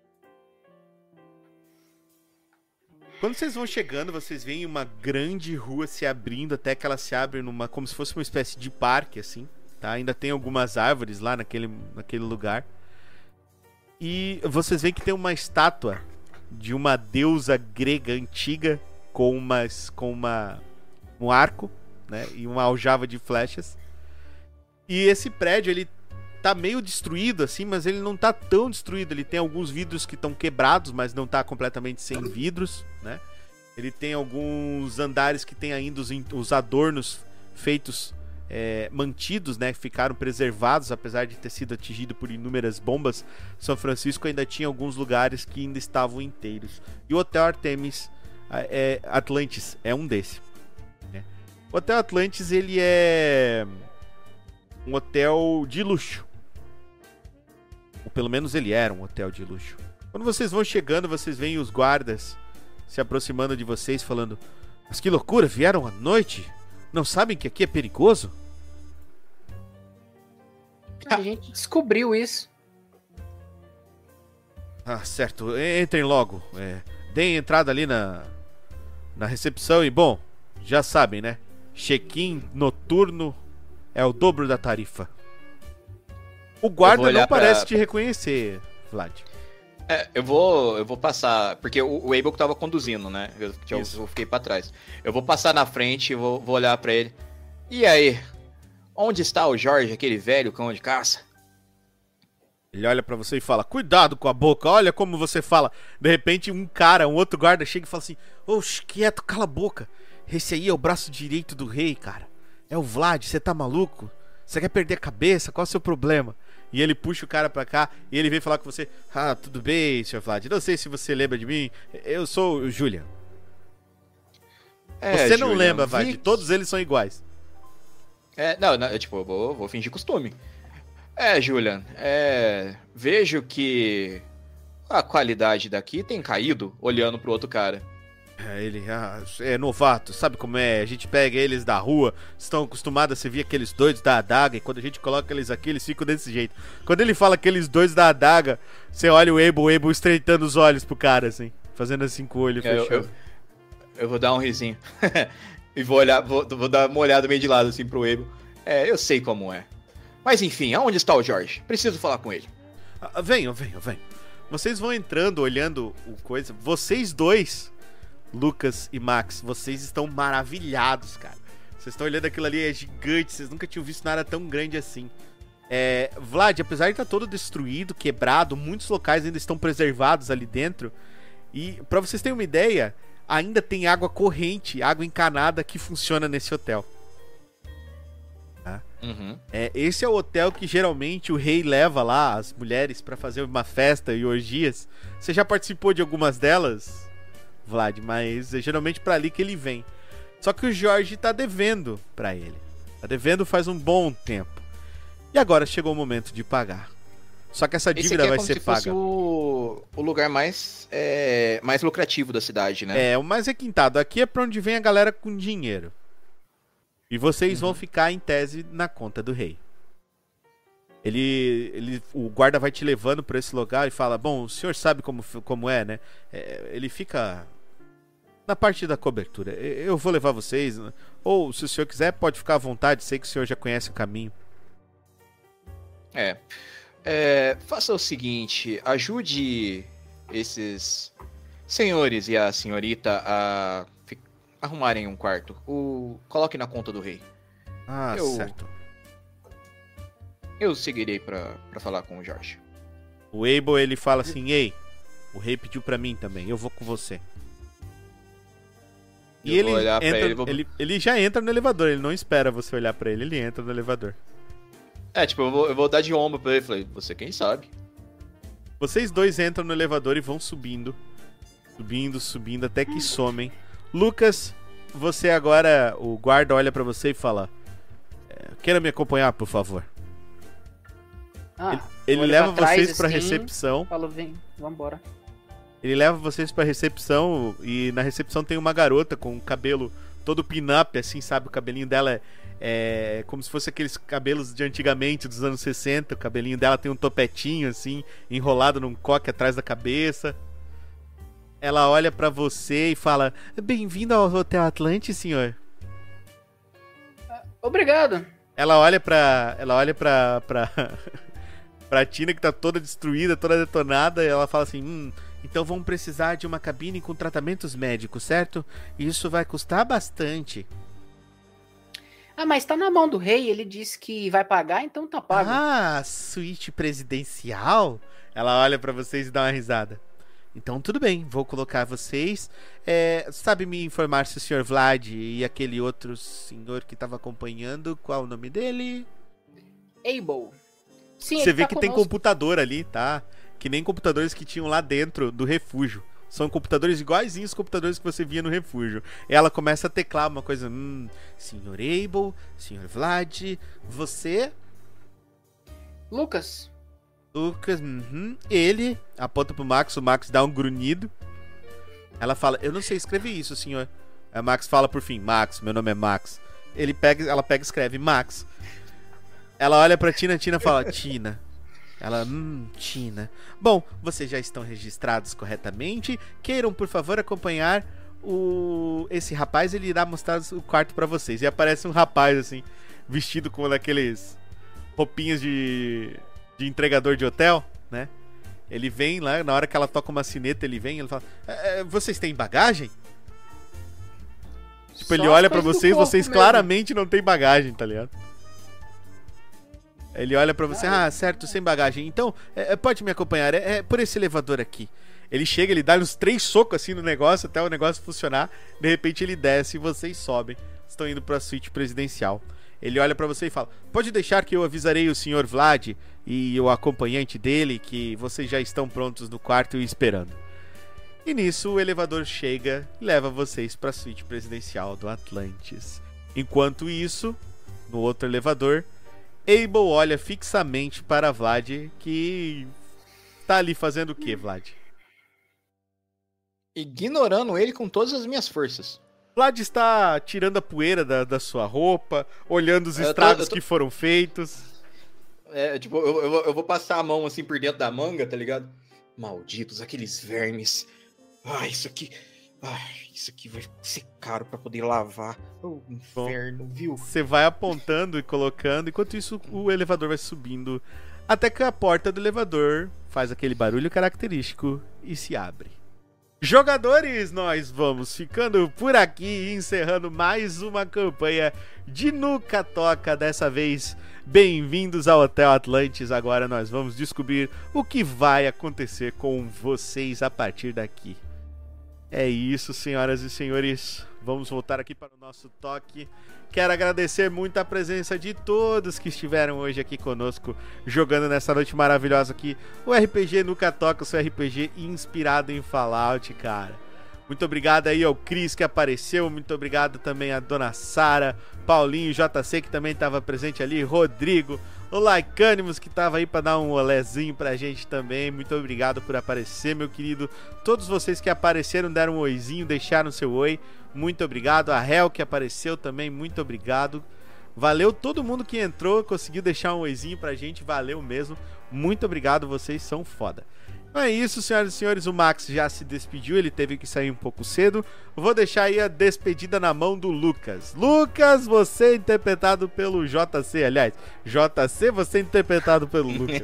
Quando vocês vão chegando, vocês veem uma grande rua se abrindo, até que ela se abre numa, como se fosse uma espécie de parque, assim. Tá? Ainda tem algumas árvores lá naquele, naquele lugar. E vocês veem que tem uma estátua de uma deusa grega antiga com, umas, com uma, um arco, né, e uma aljava de flechas. E esse prédio, ele tá meio destruído assim, mas ele não tá tão destruído. Ele tem alguns vidros que estão quebrados, mas não tá completamente sem vidros, né? Ele tem alguns andares que tem ainda os, os adornos feitos, é, mantidos, né? Ficaram preservados, apesar de ter sido atingido por inúmeras bombas. São Francisco ainda tinha alguns lugares que ainda estavam inteiros. E o Hotel Artemis é, Atlantis é um desses. Né? O Hotel Atlantis, ele é um hotel de luxo. Ou pelo menos ele era um hotel de luxo. Quando vocês vão chegando, vocês veem os guardas se aproximando de vocês, falando: mas que loucura, vieram à noite? Não sabem que aqui é perigoso? A gente descobriu isso. Ah, certo. Entrem logo. É, deem entrada ali na, na recepção e, bom, já sabem, né? Check-in noturno é o dobro da tarifa. O guarda não parece pra... te reconhecer, Vlad. É, eu vou, eu vou passar, porque o, o Abel que tava conduzindo, né? Eu, eu, eu fiquei pra trás. Eu vou passar na frente e vou, vou olhar pra ele. E aí? Onde está o Jorge, aquele velho cão de caça? Ele olha pra você e fala: cuidado com a boca, olha como você fala. De repente um cara, um outro guarda chega e fala assim: oxe, quieto, cala a boca. Esse aí é o braço direito do rei, cara. É o Vlad, você tá maluco? Você quer perder a cabeça? Qual é o seu problema? E ele puxa o cara pra cá e ele vem falar com você: ah, tudo bem, senhor Vlad, não sei se você lembra de mim. Eu sou o Julian. É, você não Julian, lembra, Vlad, vi... todos eles são iguais. É, não, não, eu, tipo, eu vou, vou fingir costume. É, Julian, é, vejo que a qualidade daqui tem caído, olhando pro outro cara. É, ele ah, é novato, sabe como é? A gente pega eles da rua, estão acostumados a se ver aqueles doidos da adaga, e quando a gente coloca eles aqui, eles ficam desse jeito. Quando ele fala aqueles dois da adaga, você olha o Abel, o Abel estreitando os olhos pro cara, assim, fazendo assim com o olho é, fechado. Eu, eu, eu vou dar um risinho. E vou olhar, vou, vou dar uma olhada meio de lado assim pro Abel. É, eu sei como é. Mas enfim, aonde está o Jorge? Preciso falar com ele. Ah, venham, venham, venham. Vocês vão entrando, olhando o coisa. Vocês dois, Lucas e Max, vocês estão maravilhados, cara. Vocês estão olhando aquilo ali, é gigante. Vocês nunca tinham visto nada tão grande assim. É, Vlad, apesar de estar todo destruído, quebrado, muitos locais ainda estão preservados ali dentro. E pra vocês terem uma ideia, ainda tem água corrente, água encanada que funciona nesse hotel. Tá? Uhum. É, esse é o hotel que geralmente o rei leva lá as mulheres pra fazer uma festa e orgias. Você já participou de algumas delas, Vlad? Mas é geralmente pra ali que ele vem. Só que o Jorge tá devendo pra ele. Tá devendo faz um bom tempo. E agora chegou o momento de pagar. Só que essa dívida Esse aqui é vai como ser se paga. fosse o, o lugar mais, é, mais lucrativo da cidade, né? É, o mais requintado. Aqui é pra onde vem a galera com dinheiro. E vocês uhum. vão ficar, em tese, na conta do rei. Ele, ele, o guarda vai te levando pra esse lugar e fala: bom, o senhor sabe como, como é, né? É, ele fica na parte da cobertura. Eu vou levar vocês. Ou, se o senhor quiser, pode ficar à vontade. Sei que o senhor já conhece o caminho. É. é faça o seguinte: ajude esses senhores e a senhorita a arrumarem um quarto. O... Coloque na conta do rei. Ah, eu... certo. Eu seguirei pra, pra falar com o Jorge. O Abel, ele fala assim: ei, o rei pediu pra mim também, eu vou com você. E eu ele, vou olhar entra, pra ele, vou... ele ele já entra no elevador, ele não espera você olhar pra ele, ele entra no elevador. É, tipo, eu vou, eu vou dar de ombro pra ele e falei: você quem sabe? Vocês dois entram no elevador e vão subindo. Subindo, subindo, até que somem. Lucas, você agora, o guarda olha pra você e fala: queira me acompanhar, por favor. Ah, ele ele leva pra vocês trás, pra assim, recepção. Fala, vem, vambora. Ele leva vocês pra recepção e na recepção tem uma garota com o cabelo todo pin-up, assim, sabe? O cabelinho dela é, é como se fosse aqueles cabelos de antigamente, dos anos sessenta. O cabelinho dela tem um topetinho, assim, enrolado num coque atrás da cabeça. Ela olha pra você e fala: bem-vindo ao Hotel Atlantis, senhor. Obrigado. Ela olha pra... Ela olha pra... pra, pra Tina, que tá toda destruída, toda detonada, e ela fala assim: hum, então vamos precisar de uma cabine com tratamentos médicos, certo? Isso vai custar bastante. Ah, mas tá na mão do rei, ele disse que vai pagar, então tá pago. Ah, suíte presidencial? Ela olha pra vocês e dá uma risada. Então tudo bem, vou colocar vocês. É, sabe me informar se o senhor Vlad e aquele outro senhor que tava acompanhando, qual o nome dele? Able. Sim, Você ele vê tá que tem conosco. computador ali, tá? Que nem computadores que tinham lá dentro do refúgio. São computadores iguaizinhos os computadores que você via no refúgio. Ela começa a teclar uma coisa. Hum, senhor Able, senhor Vlad, você, Lucas, Lucas, uhum, ele aponta pro Max, o Max dá um grunhido. Ela fala, eu não sei escrever isso, senhor. A Max fala por fim, Max, meu nome é Max. Ele pega, ela pega e escreve, Max. Ela olha pra Tina, Tina fala, Tina. Ela, hum, Tina. Bom, vocês já estão registrados corretamente. Queiram, por favor, acompanhar o... esse rapaz, ele irá mostrar o quarto pra vocês. E aparece um rapaz, assim, vestido com aqueles roupinhas de, de entregador de hotel, né? Ele vem lá, na hora que ela toca uma sineta, ele vem, ele fala, é, é, vocês têm bagagem? Tipo, só ele as olha pra coisas do vocês, corpo vocês mesmo. claramente não têm bagagem, tá ligado? Ele olha pra você, ah, certo, sem bagagem. Então, é, é, pode me acompanhar, é, é por esse elevador aqui. Ele chega, ele dá uns três socos assim no negócio, até o negócio funcionar. De repente ele desce e vocês sobem. Estão indo pra suíte presidencial. Ele olha pra você e fala, pode deixar que eu avisarei o senhor Vlad e o acompanhante dele que vocês já estão prontos no quarto e esperando. E nisso o elevador chega e leva vocês pra suíte presidencial do Atlantis. Enquanto isso, no outro elevador, Able olha fixamente para Vlad, que tá ali fazendo o que, Vlad? Ignorando ele com todas as minhas forças. Vlad está tirando a poeira da, da sua roupa, olhando os Eu tô- estragos eu tô- que foram feitos. É, tipo, eu, eu, vou- eu vou passar a mão assim por dentro da manga, tá ligado? Malditos, aqueles vermes. Ai, isso aqui. Ai, isso aqui vai ser caro pra poder lavar. Ô, inferno, viu? Você vai apontando e colocando, enquanto isso o elevador vai subindo, até que a porta do elevador faz aquele barulho característico e se abre. Jogadores, nós vamos ficando por aqui, encerrando mais uma campanha de Nuka Toca. Dessa vez, bem-vindos ao Hotel Atlantis. Agora nós vamos descobrir o que vai acontecer com vocês a partir daqui. É isso, senhoras e senhores. Vamos voltar aqui para o nosso toque. Quero agradecer muito a presença de todos que estiveram hoje aqui conosco, jogando nessa noite maravilhosa aqui, o R P G Nuka Toca, o seu R P G inspirado em Fallout, cara. Muito obrigado aí ao Cris que apareceu, muito obrigado também a Dona Sara, Paulinho, J C que também estava presente ali, Rodrigo, o Laicânimos que estava aí para dar um olézinho pra gente também. Muito obrigado por aparecer, meu querido. Todos vocês que apareceram, deram um oizinho, deixaram seu oi. Muito obrigado. A Hel que apareceu também, muito obrigado. Valeu todo mundo que entrou, conseguiu deixar um oizinho pra gente, valeu mesmo. Muito obrigado, vocês são foda. Então é isso, senhoras e senhores, o Max já se despediu, ele teve que sair um pouco cedo. Vou deixar aí a despedida na mão do Lucas. Lucas, você é interpretado pelo J C, aliás, J C, você é interpretado pelo Lucas.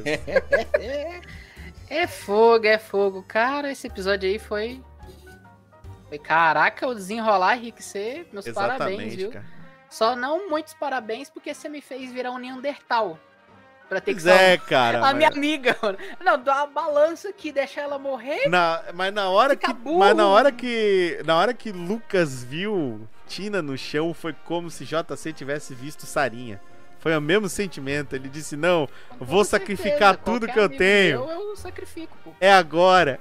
é fogo, é fogo. Cara, esse episódio aí foi... foi caraca, o desenrolar, Henrique, você... meus parabéns, viu? Cara. Só não muitos parabéns, porque você me fez virar um Neandertal. Pra ter que Pois é, salvar cara. a mas- minha amiga, mano. Não, dá uma balança aqui, deixar ela morrer. Na, mas na hora Fica que, burro. mas na hora que, na hora que Lucas viu Tina no chão, foi como se J C tivesse visto Sarinha. Foi o mesmo sentimento. Ele disse: "Não, Com vou certeza, sacrificar tudo qualquer que eu amigo tenho. meu, eu sacrifico, pô. É agora."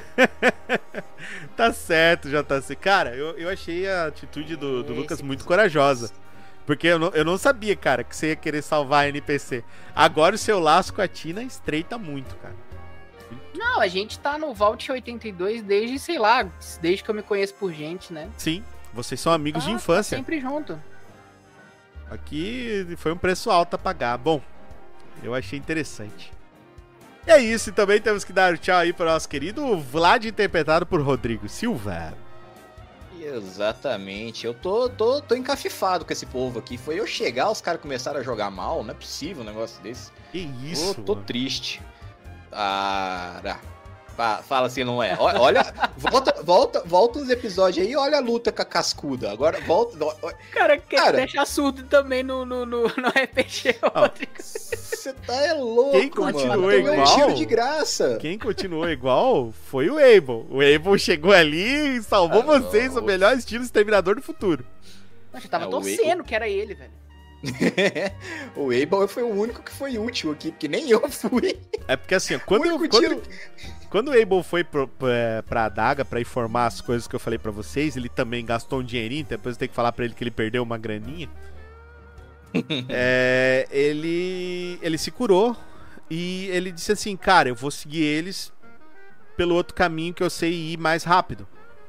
Tá certo, J C. Cara, eu, eu achei a atitude do, do Esse Lucas muito episódio. corajosa. Porque eu não, eu não sabia, cara, que você ia querer salvar a N P C. Agora o seu laço com a Tina estreita muito, cara. Não, a gente tá no Vault oitenta e dois desde, sei lá, desde que eu me conheço por gente, né? Sim, vocês são amigos de Tá- infância. Tá sempre junto. Aqui foi um preço alto a pagar. Bom, eu achei interessante. E é isso, e também temos que dar tchau aí para o nosso querido Vlad, interpretado por Rodrigo Silva. Exatamente. Eu tô, tô, tô encafifado com esse povo aqui. Foi eu chegar, os caras começaram a jogar mal. Não é possível um negócio desse. Que isso, Tô, tô mano. triste. Cara. Fa- Fala assim, não é. Ó- Olha, volta, volta, volta uns episódios aí e olha a luta com a cascuda. Agora volta. ó- Cara, quer Cara. deixar surdo também no, no, no, no R P G, Rodrigo. Você tá é louco, Quem mano. continua Tomei um igual? tiro de graça. Quem continuou igual foi o Abel. O Abel chegou ali e salvou Ah, vocês, não. o melhor estilo Exterminador do Futuro. Eu já tava É, o torcendo que era ele, velho. O Abel foi o único que foi útil aqui, porque nem eu fui. É porque assim, ó, quando, o único quando, tiro. quando o Abel foi pro, pra, pra adaga pra informar as coisas que eu falei pra vocês, ele também gastou um dinheirinho, depois eu tenho que falar pra ele que ele perdeu uma graninha. É, ele, ele se curou e ele disse assim, cara, eu vou seguir eles pelo outro caminho que eu sei ir mais rápido.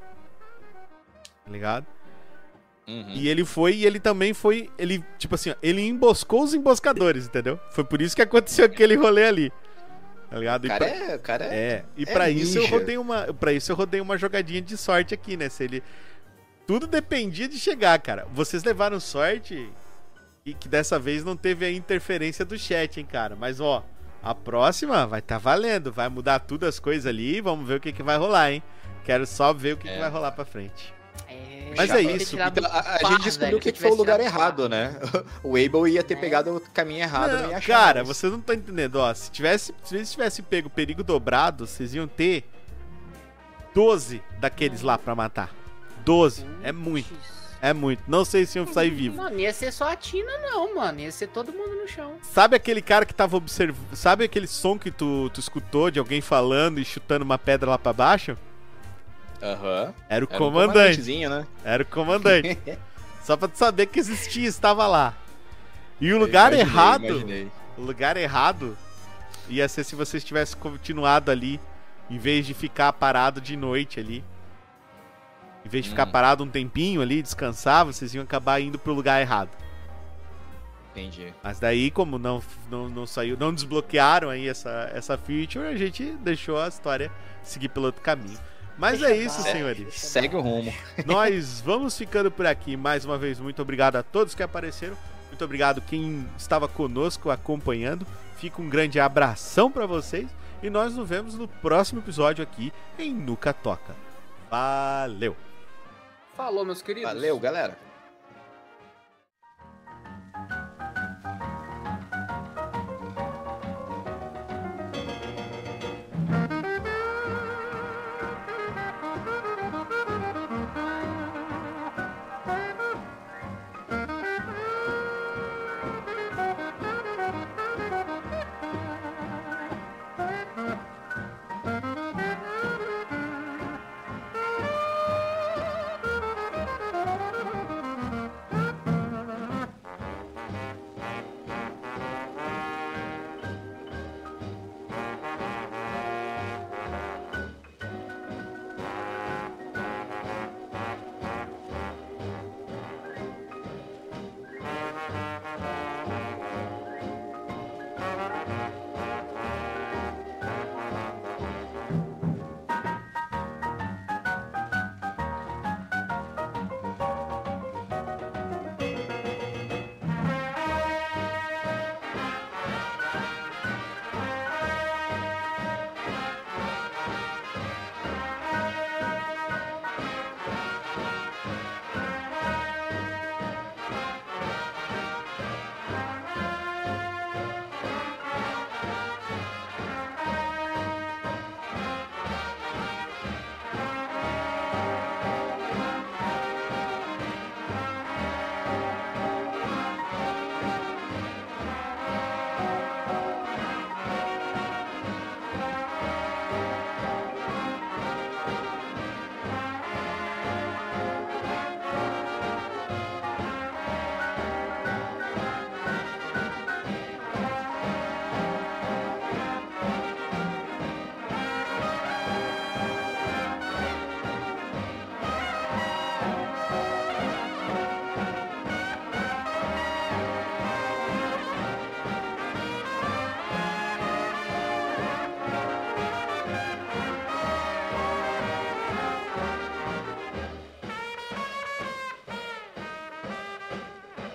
Tá ligado? Uhum. E ele foi, e ele também foi, ele, tipo assim, ó, ele emboscou os emboscadores, entendeu? Foi por isso que aconteceu aquele rolê ali. Tá ligado? O E cara pra- é. O cara é. é, e é pra isso eu ninja. rodei uma, para isso eu rodei uma jogadinha de sorte aqui, né? Se ele tudo dependia de chegar, cara. Vocês levaram sorte e que dessa vez não teve a interferência do chat, hein, cara. Mas ó, a próxima vai tá valendo, vai mudar tudo as coisas ali, vamos ver o que que vai rolar, hein? Quero só ver o que, É. que vai rolar pra frente. É, Mas já é ia ter isso. tirado Então, a, a par, gente descobriu velho, que, se que foi o tivesse lugar tirado errado, né? O Abel ia ter É. pegado o caminho errado, não, Não, ia achar cara, mais. vocês não estão entendendo, ó. Se tivesse, se eles tivessem pego perigo dobrado, vocês iam ter doze daqueles lá pra matar. doze. É muito. É muito. Não sei se iam sair vivos. Mano, ia ser só a Tina, não, mano. Ia ser todo mundo no chão. Sabe aquele cara que tava observando. Sabe aquele som que tu, tu escutou de alguém falando e chutando uma pedra lá pra baixo? Aham. Era o Era um comandante. comandantezinho, né? Era o comandante. Só pra tu saber que existia, estava lá. E o lugar Imaginei, errado. imaginei. O lugar errado ia ser se vocês tivessem continuado ali, em vez de ficar parado de noite ali. Em vez de ficar Hum. parado um tempinho ali, descansar, vocês iam acabar indo pro lugar errado. Entendi. Mas daí, como não, não, não saiu, não desbloquearam aí essa, essa feature, a gente deixou a história seguir pelo outro caminho. Mas Deixa é isso, abaixo. senhores. Segue o rumo. Nós vamos ficando por aqui. Mais uma vez, muito obrigado a todos que apareceram. Muito obrigado quem estava conosco acompanhando. Fica um grande abração pra vocês. E nós nos vemos no próximo episódio aqui em Nuca Toca. Valeu! Falou, meus queridos. Valeu, galera.